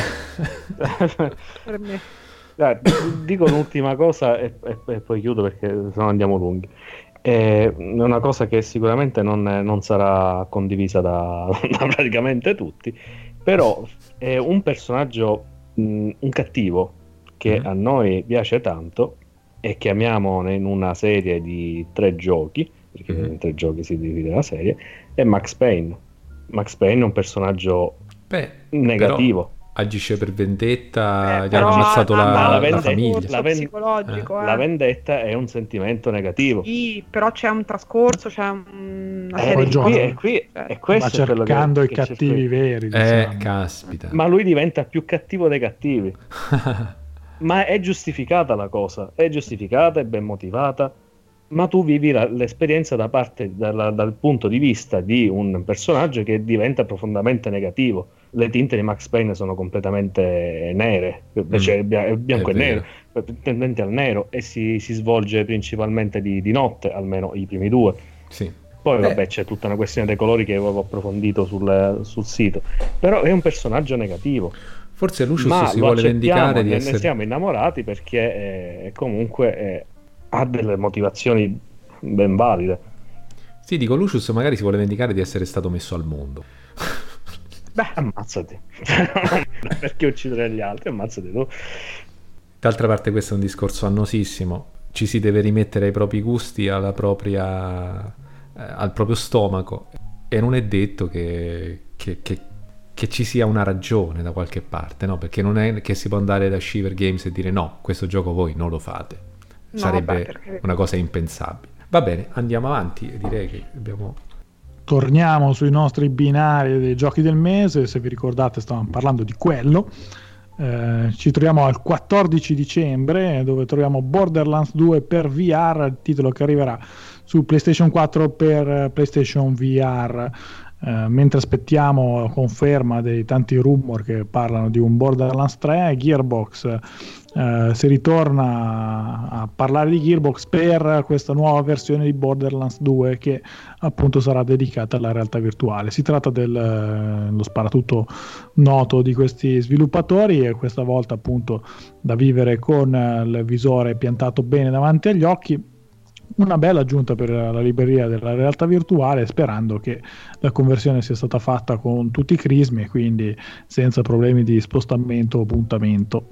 per me. Dai, dico l'ultima cosa e, e- e poi chiudo perché sennò andiamo lunghi. È una cosa che sicuramente non, non sarà condivisa da, da praticamente tutti, però è un personaggio, mh, un cattivo che Mhm. a noi piace tanto e che amiamo in una serie di tre giochi, perché Mhm. in tre giochi si divide la serie, è Max Payne. Max Payne è un personaggio Beh, negativo. però agisce per vendetta, Eh, gli però hanno ammazzato ha- la, ha la la vendetta- famiglia. la ven- psicologico, eh. La vendetta è un sentimento negativo. Sì, però c'è un trascorso, c'è un- una Eh, serie poi di gioca- qui, cose. e qui, Cioè, e questo Va è quello che- cercando i che c'è cattivi qui. veri, Eh, diciamo. caspita. Ma lui diventa più cattivo dei cattivi. Ma è giustificata la cosa, è giustificata, è ben motivata, ma tu vivi la- l'esperienza da parte, dalla- dal punto di vista di un personaggio che diventa profondamente negativo. Le tinte di Max Payne sono completamente nere, cioè Mm, è bianco è e nero, vero. tendente al nero, e si, si svolge principalmente di, di notte, almeno i primi due. Sì. Poi Beh, vabbè, c'è tutta una questione dei colori che avevo approfondito sul, sul sito, però è un personaggio negativo. forse Lucius Ma si lo vuole accettiamo vendicare e di ne essere... siamo innamorati perché eh, comunque eh, ha delle motivazioni ben valide. Sì, dico, Lucius magari si vuole vendicare di essere stato messo al mondo. beh, Ammazzati. Perché uccidere gli altri? Ammazzati tu. D'altra parte questo è un discorso annosissimo, ci si deve rimettere ai propri gusti, alla propria, eh, al proprio stomaco, e non è detto che, che- che- che ci sia una ragione da qualche parte, no? Perché non è che si può andare da Shiver Games e dire no, questo gioco voi non lo fate, no, sarebbe vabbè, perché- una cosa impensabile. Va bene, andiamo avanti, direi che abbiamo... Torniamo sui nostri binari dei giochi del mese. Se vi ricordate, stavamo parlando di quello. Eh, ci troviamo al quattordici dicembre, dove troviamo Borderlands due per V R, il titolo che arriverà su PlayStation quattro per eh, PlayStation V R. Eh, mentre aspettiamo conferma dei tanti rumor che parlano di un Borderlands tre, Gearbox eh, si ritorna a parlare di Gearbox per questa nuova versione di Borderlands due che appunto sarà dedicata alla realtà virtuale. Si tratta dello sparatutto noto di questi sviluppatori, e questa volta appunto da vivere con il visore piantato bene davanti agli occhi. Una bella aggiunta per la libreria della realtà virtuale, sperando che la conversione sia stata fatta con tutti i crismi e quindi senza problemi di spostamento o puntamento.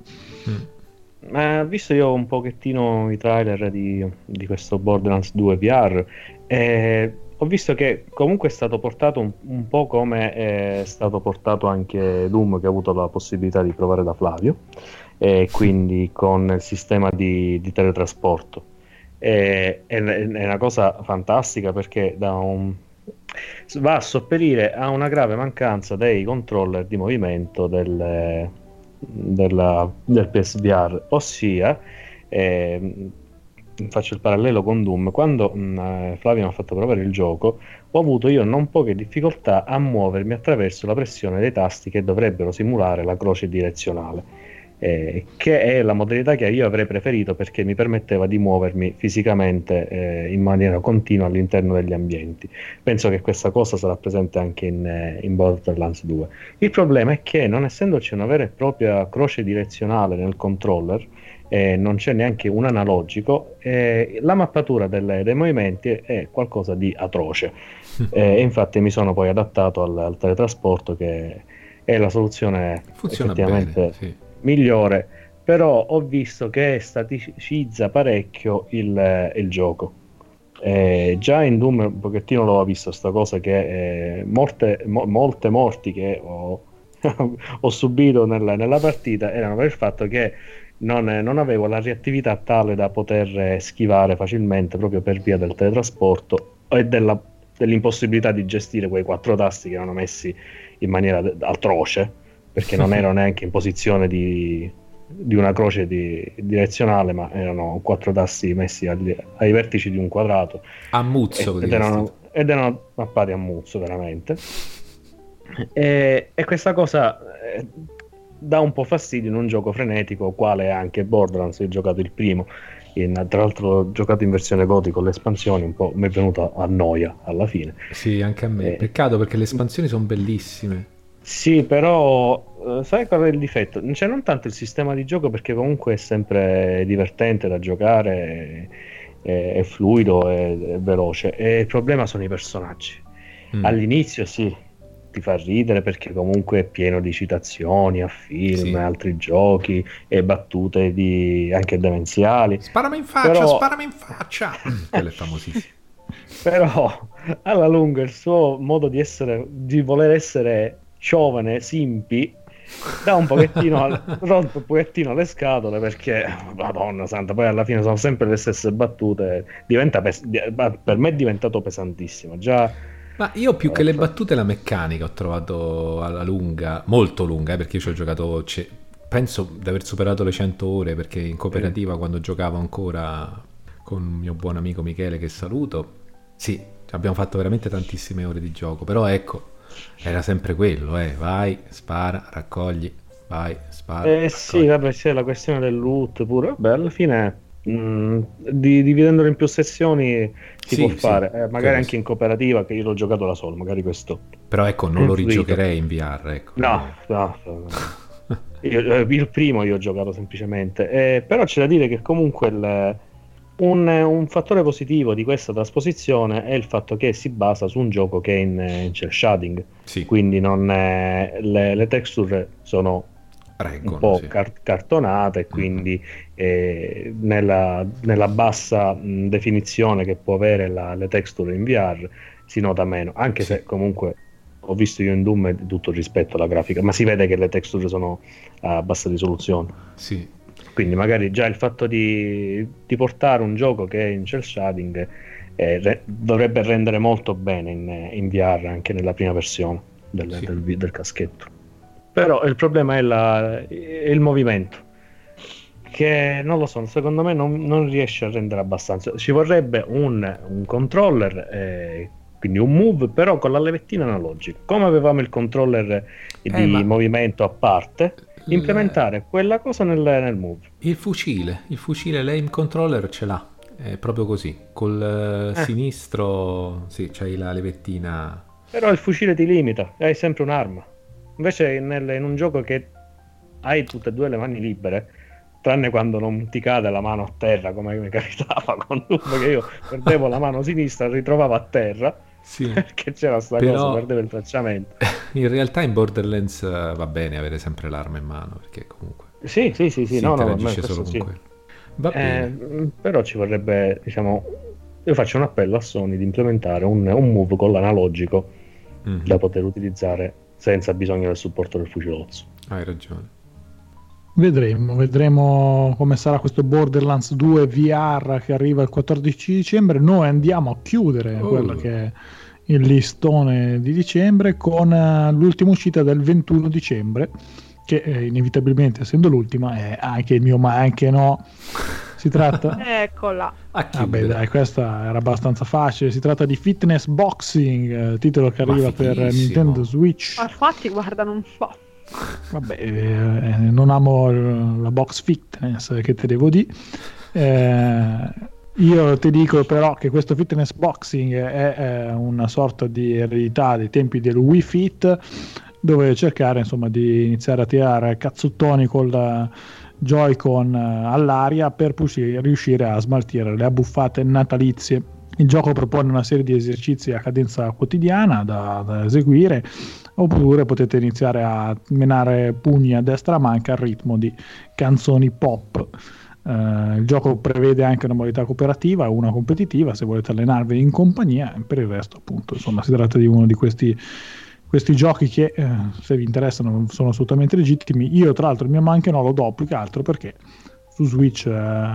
Mm. Ma visto io un pochettino i trailer di, di questo Borderlands due V R, eh, ho visto che comunque è stato portato un, un po' come è stato portato anche Doom, che ho avuto la possibilità di provare da Flavio, e quindi con il sistema di, di teletrasporto. E, è, è una cosa fantastica perché da un, va a sopperire a una grave mancanza dei controller di movimento del, della, del P S V R, ossia eh, faccio il parallelo con Doom. Quando mh, Flavio mi ha fatto provare il gioco, ho avuto io non poche difficoltà a muovermi attraverso la pressione dei tasti che dovrebbero simulare la croce direzionale, eh, che è la modalità che io avrei preferito perché mi permetteva di muovermi fisicamente eh, in maniera continua all'interno degli ambienti. Penso che questa cosa sarà presente anche in, eh, in Borderlands due. Il problema è che, non essendoci una vera e propria croce direzionale nel controller, eh, non c'è neanche un analogico, eh, la mappatura delle, dei movimenti è qualcosa di atroce. E eh, infatti mi sono poi adattato al, al teletrasporto, che è la soluzione Funziona effettivamente bene, sì. migliore, però ho visto che staticizza parecchio il, il gioco. Eh, già in Doom un pochettino l'ho visto sta cosa, che eh, molte, mo, molte morti che ho, ho subito nella, nella partita erano per il fatto che non, non avevo la reattività tale da poter schivare facilmente, proprio per via del teletrasporto e della, dell'impossibilità di gestire quei quattro tasti che erano messi in maniera atroce, perché non ero neanche in posizione di, di una croce di, direzionale, ma erano quattro tasti messi agli, ai vertici di un quadrato a muzzo, ed, ed, erano, ed erano mappati a muzzo veramente, e, e questa cosa eh, dà un po' fastidio in un gioco frenetico quale è anche Borderlands. Ho giocato il primo, in, tra l'altro ho giocato in versione G O T Y con le espansioni, un po' mi è venuta a noia alla fine. Sì, anche a me, eh, peccato perché le espansioni sono bellissime. Sì, però eh, sai qual è il difetto? C'è non tanto il sistema di gioco, perché comunque è sempre divertente da giocare, è, è fluido, è, è veloce, e il problema sono i personaggi. Mm. All'inizio sì, ti fa ridere perché comunque è pieno di citazioni a film, sì, altri giochi e battute di, anche demenziali. Sparami in faccia, però... sparami in faccia! Quello è famosissimo. Però alla lunga il suo modo di essere, di voler essere giovane, simpi, dà un pochettino al, rompe un pochettino le scatole, perché madonna santa, poi alla fine sono sempre le stesse battute, diventa pes- per me è diventato pesantissimo già. Ma io più che le battute la meccanica ho trovato alla lunga, molto lunga, eh, perché io ci ho giocato, c- penso di aver superato le cento ore, perché in cooperativa, eh. quando giocavo ancora con un mio buon amico Michele, che saluto, sì, abbiamo fatto veramente tantissime ore di gioco, però ecco, era sempre quello, eh, vai, spara, raccogli, vai, spara. Eh sì, vabbè, c'è la questione del loot pure, vabbè, alla fine mh, di, dividendolo in più sezioni si sì, può fare, sì, eh, magari anche sì, in cooperativa, che io l'ho giocato da solo, magari questo. Però ecco, non lo rigiocherei in V R, ecco. No, no, no, no. Io, il primo io ho giocato semplicemente, eh, però c'è da dire che comunque il... Un, un fattore positivo di questa trasposizione è il fatto che si basa su un gioco che è in, in cel shading, sì, quindi non è, le, le texture sono Reggono, un po' sì, car- cartonate, e quindi mm-hmm. eh, nella, nella bassa mh, definizione che può avere la, le texture in V R si nota meno, anche sì, se comunque ho visto io in Doom e tutto il rispetto alla grafica, ma si vede che le texture sono a bassa risoluzione. Sì. Quindi magari già il fatto di, di portare un gioco che è in cel shading eh, re, dovrebbe rendere molto bene in, in V R anche nella prima versione del, sì, del, del caschetto. Però il problema è, la, è il movimento, che non lo so, secondo me non, non riesce a rendere abbastanza. Ci vorrebbe un, un controller, eh, quindi un move, però con la levettina analogica, come avevamo il controller di eh, ma... movimento a parte. Implementare quella cosa nel, nel move. Il fucile, il fucile l'aim controller ce l'ha, è proprio così, col eh. sinistro sì, c'hai la levettina. Però il fucile ti limita, hai sempre un'arma. Invece nel, in un gioco che hai tutte e due le mani libere, tranne quando non ti cade la mano a terra, come mi capitava con Doom, che io perdevo la mano sinistra, ritrovavo a terra. Sì. Perché c'era sta però, cosa, perdeva il tracciamento. In realtà in Borderlands uh, va bene avere sempre l'arma in mano, perché comunque sì sì sì, sì si no, interagisce no, solo sì, con quello. Va eh, bene. Però ci vorrebbe, diciamo, io faccio un appello a Sony di implementare un, un move con l'analogico mm-hmm. da poter utilizzare senza bisogno del supporto del fucilozzo. Hai ragione. Vedremo, vedremo come sarà questo Borderlands due V R che arriva il quattordici dicembre. Noi andiamo a chiudere Oh. quello che è il listone di dicembre con uh, l'ultima uscita del ventuno dicembre, che eh, inevitabilmente, essendo l'ultima, è anche il mio ma anche no. Si tratta... Eccola. A Vabbè chiudere. dai, questa era abbastanza facile. Si tratta di Fitness Boxing, eh, titolo che Ma arriva per fighissimo. Nintendo Switch. Ma infatti, guarda, non so. Vabbè, eh, non amo l- la box fitness, che te devo dire. Eh, io ti dico però che questo fitness boxing è, è una sorta di eredità dei tempi del Wii Fit, dove cercare insomma di iniziare a tirare cazzottoni col Joy-Con eh, all'aria per poi riuscire a smaltire le abbuffate natalizie. Il gioco propone una serie di esercizi a cadenza quotidiana da, da eseguire, oppure potete iniziare a menare pugni a destra manca al ritmo di canzoni pop. Uh, il gioco prevede anche una modalità cooperativa e una competitiva se volete allenarvi in compagnia. Per il resto, appunto, insomma, si tratta di uno di questi, questi giochi che, eh, se vi interessano, sono assolutamente legittimi. Io, tra l'altro, il mio manche non lo do più che altro perché su Switch eh,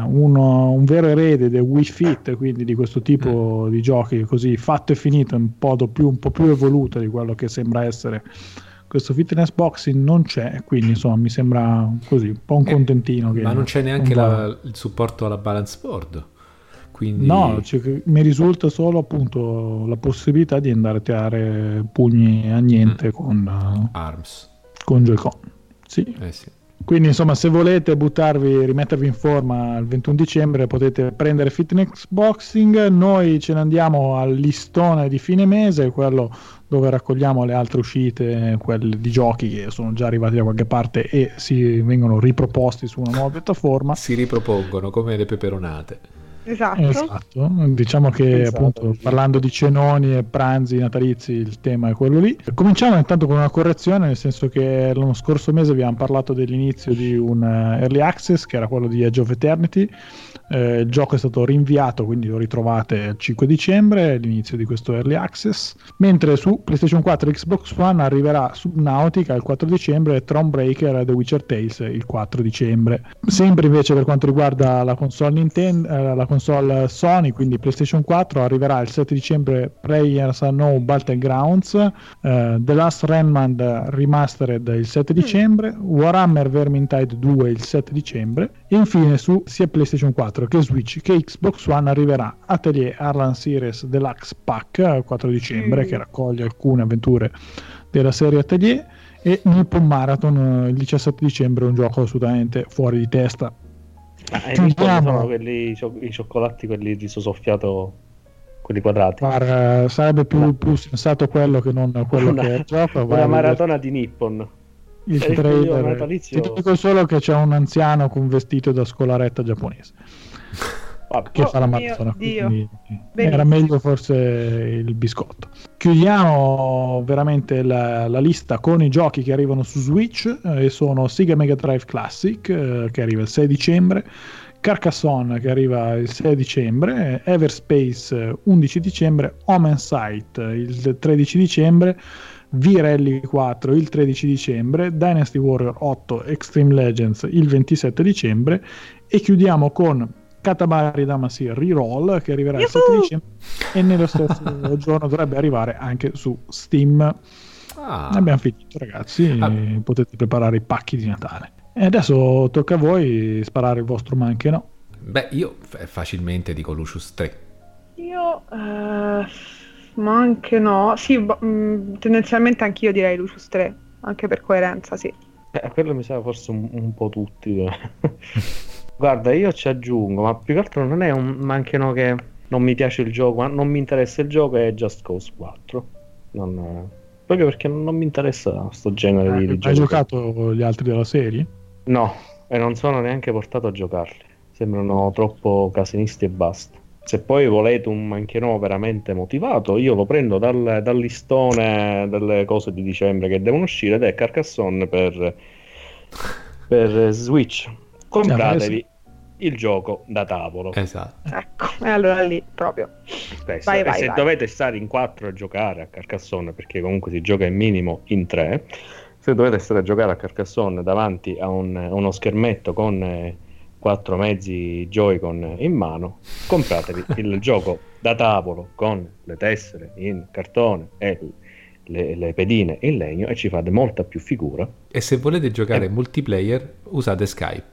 uno, un vero erede del Wii Fit, quindi di questo tipo mm. di giochi così fatto e finito, un po' più, un po' più evoluto di quello che sembra essere questo fitness boxing, non c'è, quindi insomma mi sembra così un po' un contentino. Eh, che ma non c'è neanche non la, il supporto alla balance board, quindi... No, cioè, mi risulta solo appunto la possibilità di andare a tirare pugni a niente mm. con Arms, con Joy-Con. Sì. Eh sì. Quindi insomma, se volete buttarvi, rimettervi in forma il ventuno dicembre, potete prendere Fitness Boxing. Noi ce ne andiamo al listone di fine mese, quello dove raccogliamo le altre uscite, quelle di giochi che sono già arrivati da qualche parte e si vengono riproposti su una nuova piattaforma. Si ripropongono come le peperonate. Esatto. Esatto. Diciamo che Esatto. appunto parlando di cenoni e pranzi natalizi il tema è quello lì. Cominciamo intanto con una correzione, nel senso che l'anno scorso mese abbiamo parlato dell'inizio di un uh, early access che era quello di Edge of Eternity. Eh, il gioco è stato rinviato, quindi lo ritrovate il cinque dicembre, l'inizio di questo early access, mentre su PlayStation quattro e Xbox One arriverà Subnautica il quattro dicembre e Thronebreaker e The Witcher Tales il quattro dicembre. Sempre invece per quanto riguarda la console Nintendo, eh, la console Sony, quindi PlayStation quattro, arriverà il sette dicembre PlayerUnknown's Battlegrounds, eh, The Last Remnant Remastered il sette dicembre, Warhammer Vermintide due il sette dicembre, e infine su sia PlayStation quattro che Switch che Xbox One arriverà Atelier Arlan Series Deluxe Pack il quattro dicembre, mm. che raccoglie alcune avventure della serie Atelier, e Nippon Marathon il diciassette dicembre, un gioco assolutamente fuori di testa. Ah, i Nippon sono quelli, i cioccolati, quelli riso soffiato, quelli quadrati. Guarda, sarebbe più, no. più sensato quello che non quello una, che è il gioco. Una maratona di Nippon. Il e trailer, natalizio... ti dico solo che c'è un anziano con un vestito da scolaretta giapponese. Vabbè, che oh, fa la maratona, Dio, quindi era meglio forse il biscotto. Chiudiamo veramente la, la lista con i giochi che arrivano su Switch, eh, e sono Sega Mega Drive Classic, eh, che arriva il sei dicembre, Carcassonne che arriva il sei dicembre, Everspace undici dicembre, Omen Sight il tredici dicembre, V-Rally quattro il tredici dicembre, Dynasty Warrior otto Extreme Legends il ventisette dicembre, e chiudiamo con Katamari Damacy Reroll che arriverà il sette dicembre, e nello stesso giorno dovrebbe arrivare anche su Steam. Ah. Abbiamo finito, ragazzi, ah. potete preparare i pacchi di Natale. E adesso tocca a voi sparare il vostro ma anche no. Beh, io f- facilmente dico Lucius tre. Io eh, ma anche no. Sì, b- mh, tendenzialmente anch'io direi Lucius tre, anche per coerenza, sì. Eh, quello mi sa forse un, un po' tutti. Guarda, io ci aggiungo, ma più che altro non è un ma anche no che non mi piace il gioco, non mi interessa il gioco, è Just Cause quattro. Non, proprio perché non mi interessa sto genere eh, di, di hai gioco. Hai giocato gli altri della serie? No, e non sono neanche portato a giocarli. Sembrano troppo casinisti e basta. Se poi volete un anche no veramente motivato, io lo prendo dal, dal listone delle cose di dicembre che devono uscire, ed è Carcassonne per, per Switch. Compratevi il gioco da tavolo. Esatto. Ecco, e allora lì proprio. Questo. Vai, e vai, se vai. dovete stare in quattro a giocare a Carcassonne, perché comunque si gioca in minimo in tre, se dovete stare a giocare a Carcassonne davanti a, un, a uno schermetto con eh, quattro mezzi Joy-Con in mano, compratevi il gioco da tavolo con le tessere in cartone e le, le pedine in legno e ci fate molta più figura. E se volete giocare Eh. multiplayer, usate Skype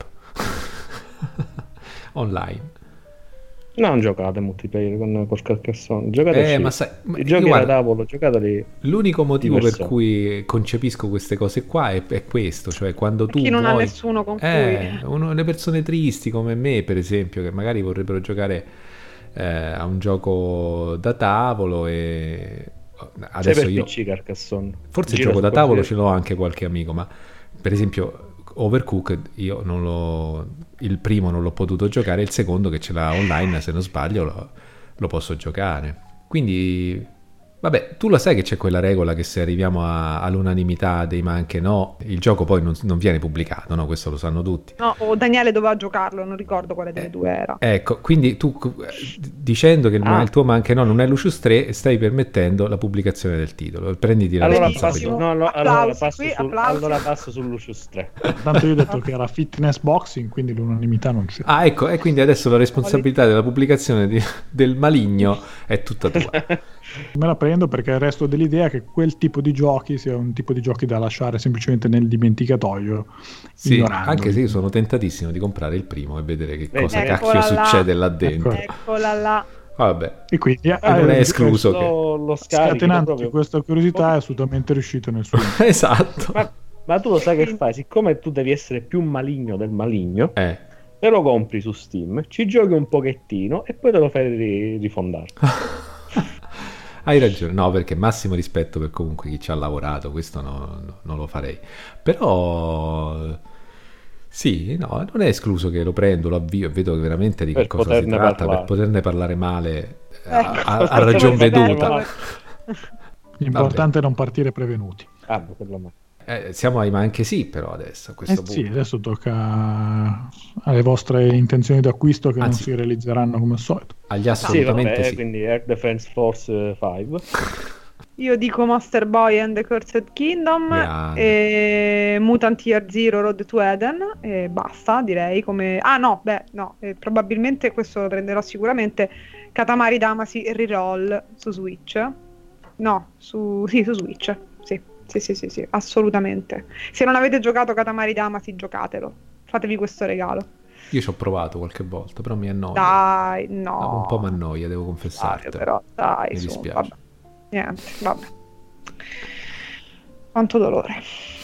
online. Non giocate multiplayer con, con Carcassonne, giocate Eh, ma sai, ma i giochi io, guarda, da tavolo, giocateli. l'unico motivo per persone. cui concepisco queste cose qua è, è questo, cioè quando tu Chi non ha vuoi... nessuno con Eh, cui... uno, le persone tristi come me, per esempio, che magari vorrebbero giocare eh, a un gioco da tavolo e C'è adesso per io P C Carcassonne. forse il Gira gioco da su tavolo qualsiasi- ce l'ho anche qualche amico, ma per esempio Overcooked io non l'ho, il primo non l'ho potuto giocare, il secondo che ce l'ha online, se non sbaglio, lo, lo posso giocare. Quindi vabbè, tu lo sai che c'è quella regola che se arriviamo a- all'unanimità dei ma anche no, il gioco poi non, non viene pubblicato, no? Questo lo sanno tutti. No, o Daniele doveva giocarlo, non ricordo quale delle due era. Ecco, quindi tu eh, dicendo che il, ma- Ah. il tuo ma anche no non è Lucius tre, stai permettendo la pubblicazione del titolo. Prenditi la Allora responsabilità. passo, no, no, allora Applausi passo, qui, sul, applausi. allora passo su Lucius tre. Tanto io ho detto che era fitness boxing, quindi l'unanimità non c'è. Ah, ecco, e quindi adesso la responsabilità della pubblicazione di- del maligno è tutta tua. Me la prendo perché resto dell'idea che quel tipo di giochi sia un tipo di giochi da lasciare semplicemente nel dimenticatoio, Sì, ignorandoli. anche se io sono tentatissimo di comprare il primo e vedere che Vedi, cosa eccola cacchio là. succede là dentro. Ecco. Eccola là. Vabbè, E quindi E non è eh, escluso che... Lo, lo scarichi scatenando proprio. questa curiosità è assolutamente riuscito nel suo Esatto. Ma, ma tu lo sai che fai? Siccome tu devi essere più maligno del maligno, Eh. te lo compri su Steam, ci giochi un pochettino e poi te lo fai ri- rifondare. Hai ragione, no, perché massimo rispetto per comunque chi ci ha lavorato, questo no- no- non lo farei. Però sì, no, non è escluso che lo prendo, lo avvio e vedo veramente di che Per cosa si poterne tratta, parlare. per poterne parlare male eh, Ecco, a, a- a per ragion poterne veduta. parlare. L'importante è non partire prevenuti. Ah, beh, quello no. Eh, siamo ai ma anche sì, però adesso a Eh questo sì, punto. adesso tocca alle vostre intenzioni d'acquisto che Anzi. non si realizzeranno come al solito. Agli Sì, assolutamente vabbè, sì. quindi Air Defense Force cinque. Io dico Monster Boy and the Cursed Kingdom Grande. e Mutant Year Zero Road to Eden e basta, direi come... Ah no, beh, no, eh, probabilmente questo lo prenderò sicuramente, Katamari Damacy Reroll su Switch. No, su... sì, su Switch, sì. Sì, sì, sì, sì, assolutamente. Se non avete giocato Katamari Damacy, giocatelo. Fatevi questo regalo. Io ci ho provato qualche volta, però mi annoia. Dai, no. No, un po' mi annoia, devo Dai, confessarti. però, dai, Mi su, dispiace. vabbè. Niente, vabbè. Quanto dolore.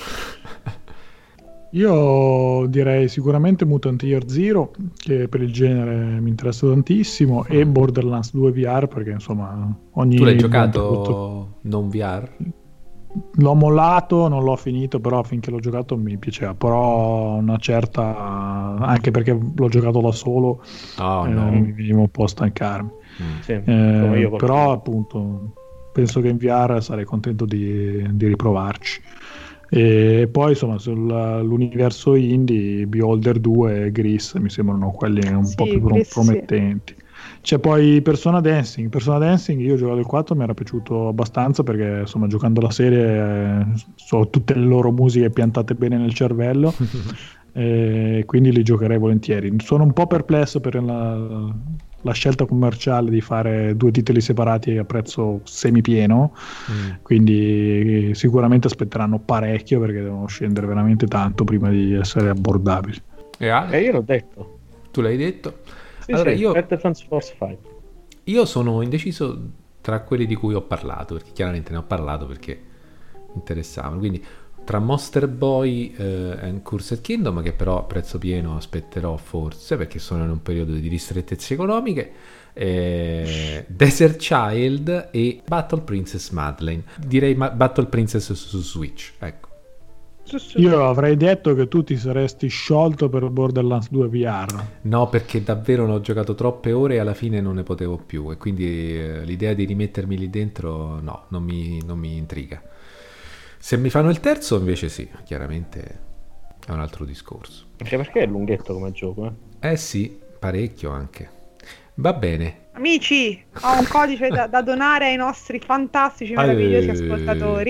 Io direi sicuramente Mutant Year Zero, che per il genere mi interessa tantissimo, e Borderlands due V R, perché insomma ogni... Tu l'hai buon giocato prodotto- non V R? L'ho mollato, non l'ho finito, però finché l'ho giocato mi piaceva, però una certa... anche perché l'ho giocato da solo, Oh eh, no. mi veniva un po' a stancarmi. Mm. Sì, Eh, come io col- però appunto penso che in V R sarei contento di, di riprovarci. E poi insomma sull'universo indie Beholder due e Gris mi sembrano quelli un Sì, po' più pro- Gris, sì. promettenti. C'è poi Persona Dancing. Persona Dancing io ho giocato il quattro, mi era piaciuto abbastanza perché insomma giocando la serie eh, so tutte le loro musiche piantate bene nel cervello e quindi li giocherei volentieri. Sono un po' perplesso per la, la scelta commerciale di fare due titoli separati a prezzo semipieno, Mm. quindi sicuramente aspetteranno parecchio perché devono scendere veramente tanto prima di essere abbordabili. E Ale, E io l'ho detto. tu l'hai detto? Sì, Allora, sì, io- Air Defense Force cinque. Io sono indeciso tra quelli di cui ho parlato, perché chiaramente ne ho parlato perché mi interessavano. Quindi tra Monster Boy eh, and Cursed Kingdom, che però a prezzo pieno aspetterò forse perché sono in un periodo di ristrettezze economiche, eh, Desert Child e Battle Princess Madeleine. Direi ma- Battle Princess su, su Switch, ecco. Su, su. Io avrei detto che tu ti saresti sciolto per Borderlands due V R. No, perché davvero ne ho giocato troppe ore e alla fine non ne potevo più e quindi eh, l'idea di rimettermi lì dentro no, non mi, non mi intriga. Se mi fanno il terzo invece sì, chiaramente è un altro discorso. Anche perché è lunghetto come gioco, eh? Eh sì, parecchio anche. Va bene. Amici, ho un codice da, da donare ai nostri fantastici, meravigliosi Eh. ascoltatori. Sì,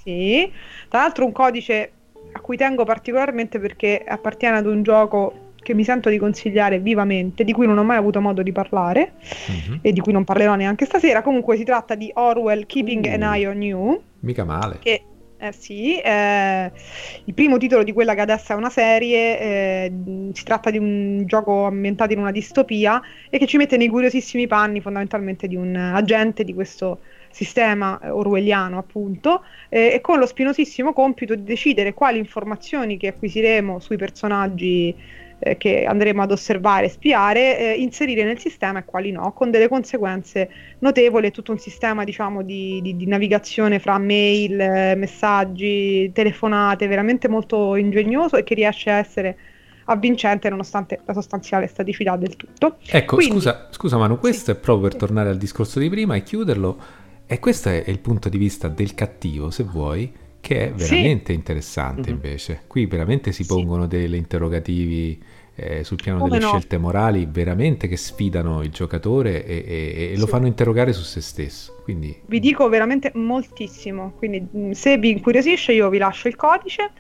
Sì, tra l'altro un codice a cui tengo particolarmente perché appartiene ad un gioco che mi sento di consigliare vivamente, di cui non ho mai avuto modo di parlare mm-hmm. e di cui non parlerò neanche stasera. Comunque si tratta di Orwell Keeping uh, an Eye on You. Mica male. Che eh sì, eh, il primo titolo di quella che adesso è una serie, eh, si tratta di un gioco ambientato in una distopia e che ci mette nei curiosissimi panni fondamentalmente di un agente di questo sistema orwelliano appunto, eh, e con lo spinosissimo compito di decidere quali informazioni che acquisiremo sui personaggi eh, che andremo ad osservare e spiare, eh, inserire nel sistema e quali no, con delle conseguenze notevoli. È tutto un sistema diciamo di, di, di navigazione fra mail, eh, messaggi, telefonate, veramente molto ingegnoso e che riesce a essere avvincente nonostante la sostanziale staticità del tutto. Ecco, Quindi, scusa, scusa Manu, questo sì, è proprio per sì. tornare al discorso di prima e chiuderlo, e questo è il punto di vista del cattivo, se vuoi, che è veramente sì. interessante mm-hmm. invece. Qui veramente si pongono sì. degli interrogativi eh, sul piano Come delle no? scelte morali veramente che sfidano il giocatore e, e, e sì. lo fanno interrogare su se stesso. Quindi vi dico veramente moltissimo, quindi se vi incuriosisce io vi lascio il codice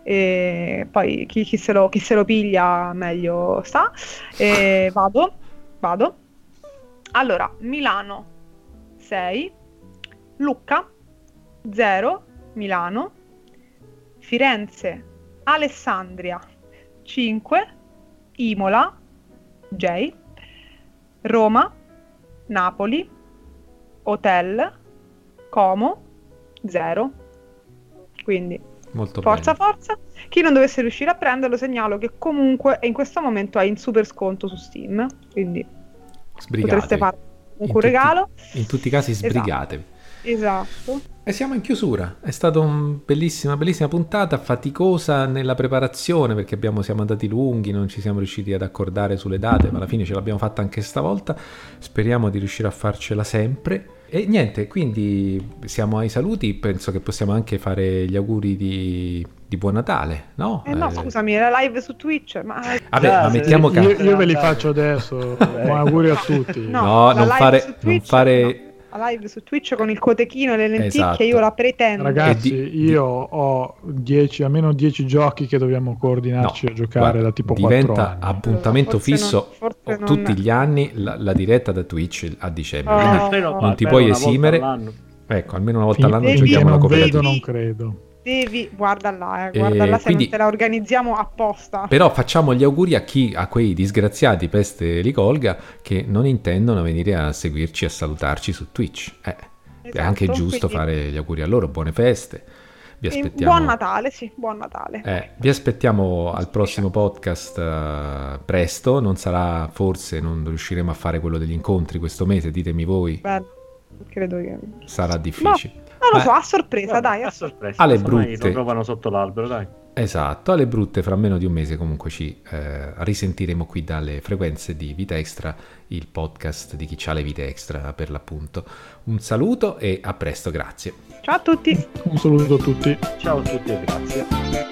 e poi chi, chi, se, lo, chi se lo piglia meglio sta. E vado, vado. Allora, Milano sei, Lucca zero, Milano, Firenze, Alessandria cinque, Imola J, Roma, Napoli, Hotel, Como zero. Quindi molto forza bene. forza. Chi non dovesse riuscire a prenderlo segnalo che comunque in questo momento è in super sconto su Steam, quindi sbrigatevi. Potreste fare un in regalo tutti, in tutti i casi sbrigatevi. Esatto. esatto. E siamo in chiusura. È stata una bellissima, bellissima puntata, faticosa nella preparazione perché abbiamo, siamo andati lunghi, non ci siamo riusciti ad accordare sulle date, ma alla fine ce l'abbiamo fatta anche stavolta. Speriamo di riuscire a farcela sempre. E niente, quindi siamo ai saluti, penso che possiamo anche fare gli auguri di, di Buon Natale, no? Eh no, eh... scusami, era live su Twitch, ma... Vabbè, ah, ma mettiamo io, io ve li faccio adesso, buon auguri a tutti. No, no non, fare, Twitch, non fare... No. La live su Twitch con il cotechino e le lenticchie, esatto. Io la pretendo. Ragazzi, di, io ho dieci, almeno dieci giochi che dobbiamo coordinarci no, a giocare guarda, da tipo diventa quattro anni. Appuntamento forse fisso non, tutti non... gli anni la, la diretta da Twitch a dicembre. Oh, non, non ti puoi esimere. Ecco, almeno una volta all'anno giochiamo la copertina. Non credo. Devi, guarda là, eh, guarda là, se quindi, non te la organizziamo apposta. Però facciamo gli auguri a chi, a quei disgraziati, peste li colga, che non intendono venire a seguirci, a salutarci su Twitch. Eh, esatto, è anche giusto quindi... fare gli auguri a loro, buone feste. Vi aspettiamo... Buon Natale, sì, buon Natale. Eh, vi aspettiamo al prossimo podcast uh, presto, non sarà, forse non riusciremo a fare quello degli incontri questo mese, ditemi voi. Beh, credo che... Sarà difficile. No. Non lo so, a sorpresa, Vabbè, dai, a sorpresa. Alle brutte. Lo trovano sotto l'albero, dai. Esatto, alle brutte, fra meno di un mese comunque ci eh, risentiremo qui dalle frequenze di Vita Extra, il podcast di chi c'ha le vite extra per l'appunto. Un saluto e a presto, grazie. Ciao a tutti. Un saluto a tutti. Ciao a tutti e grazie.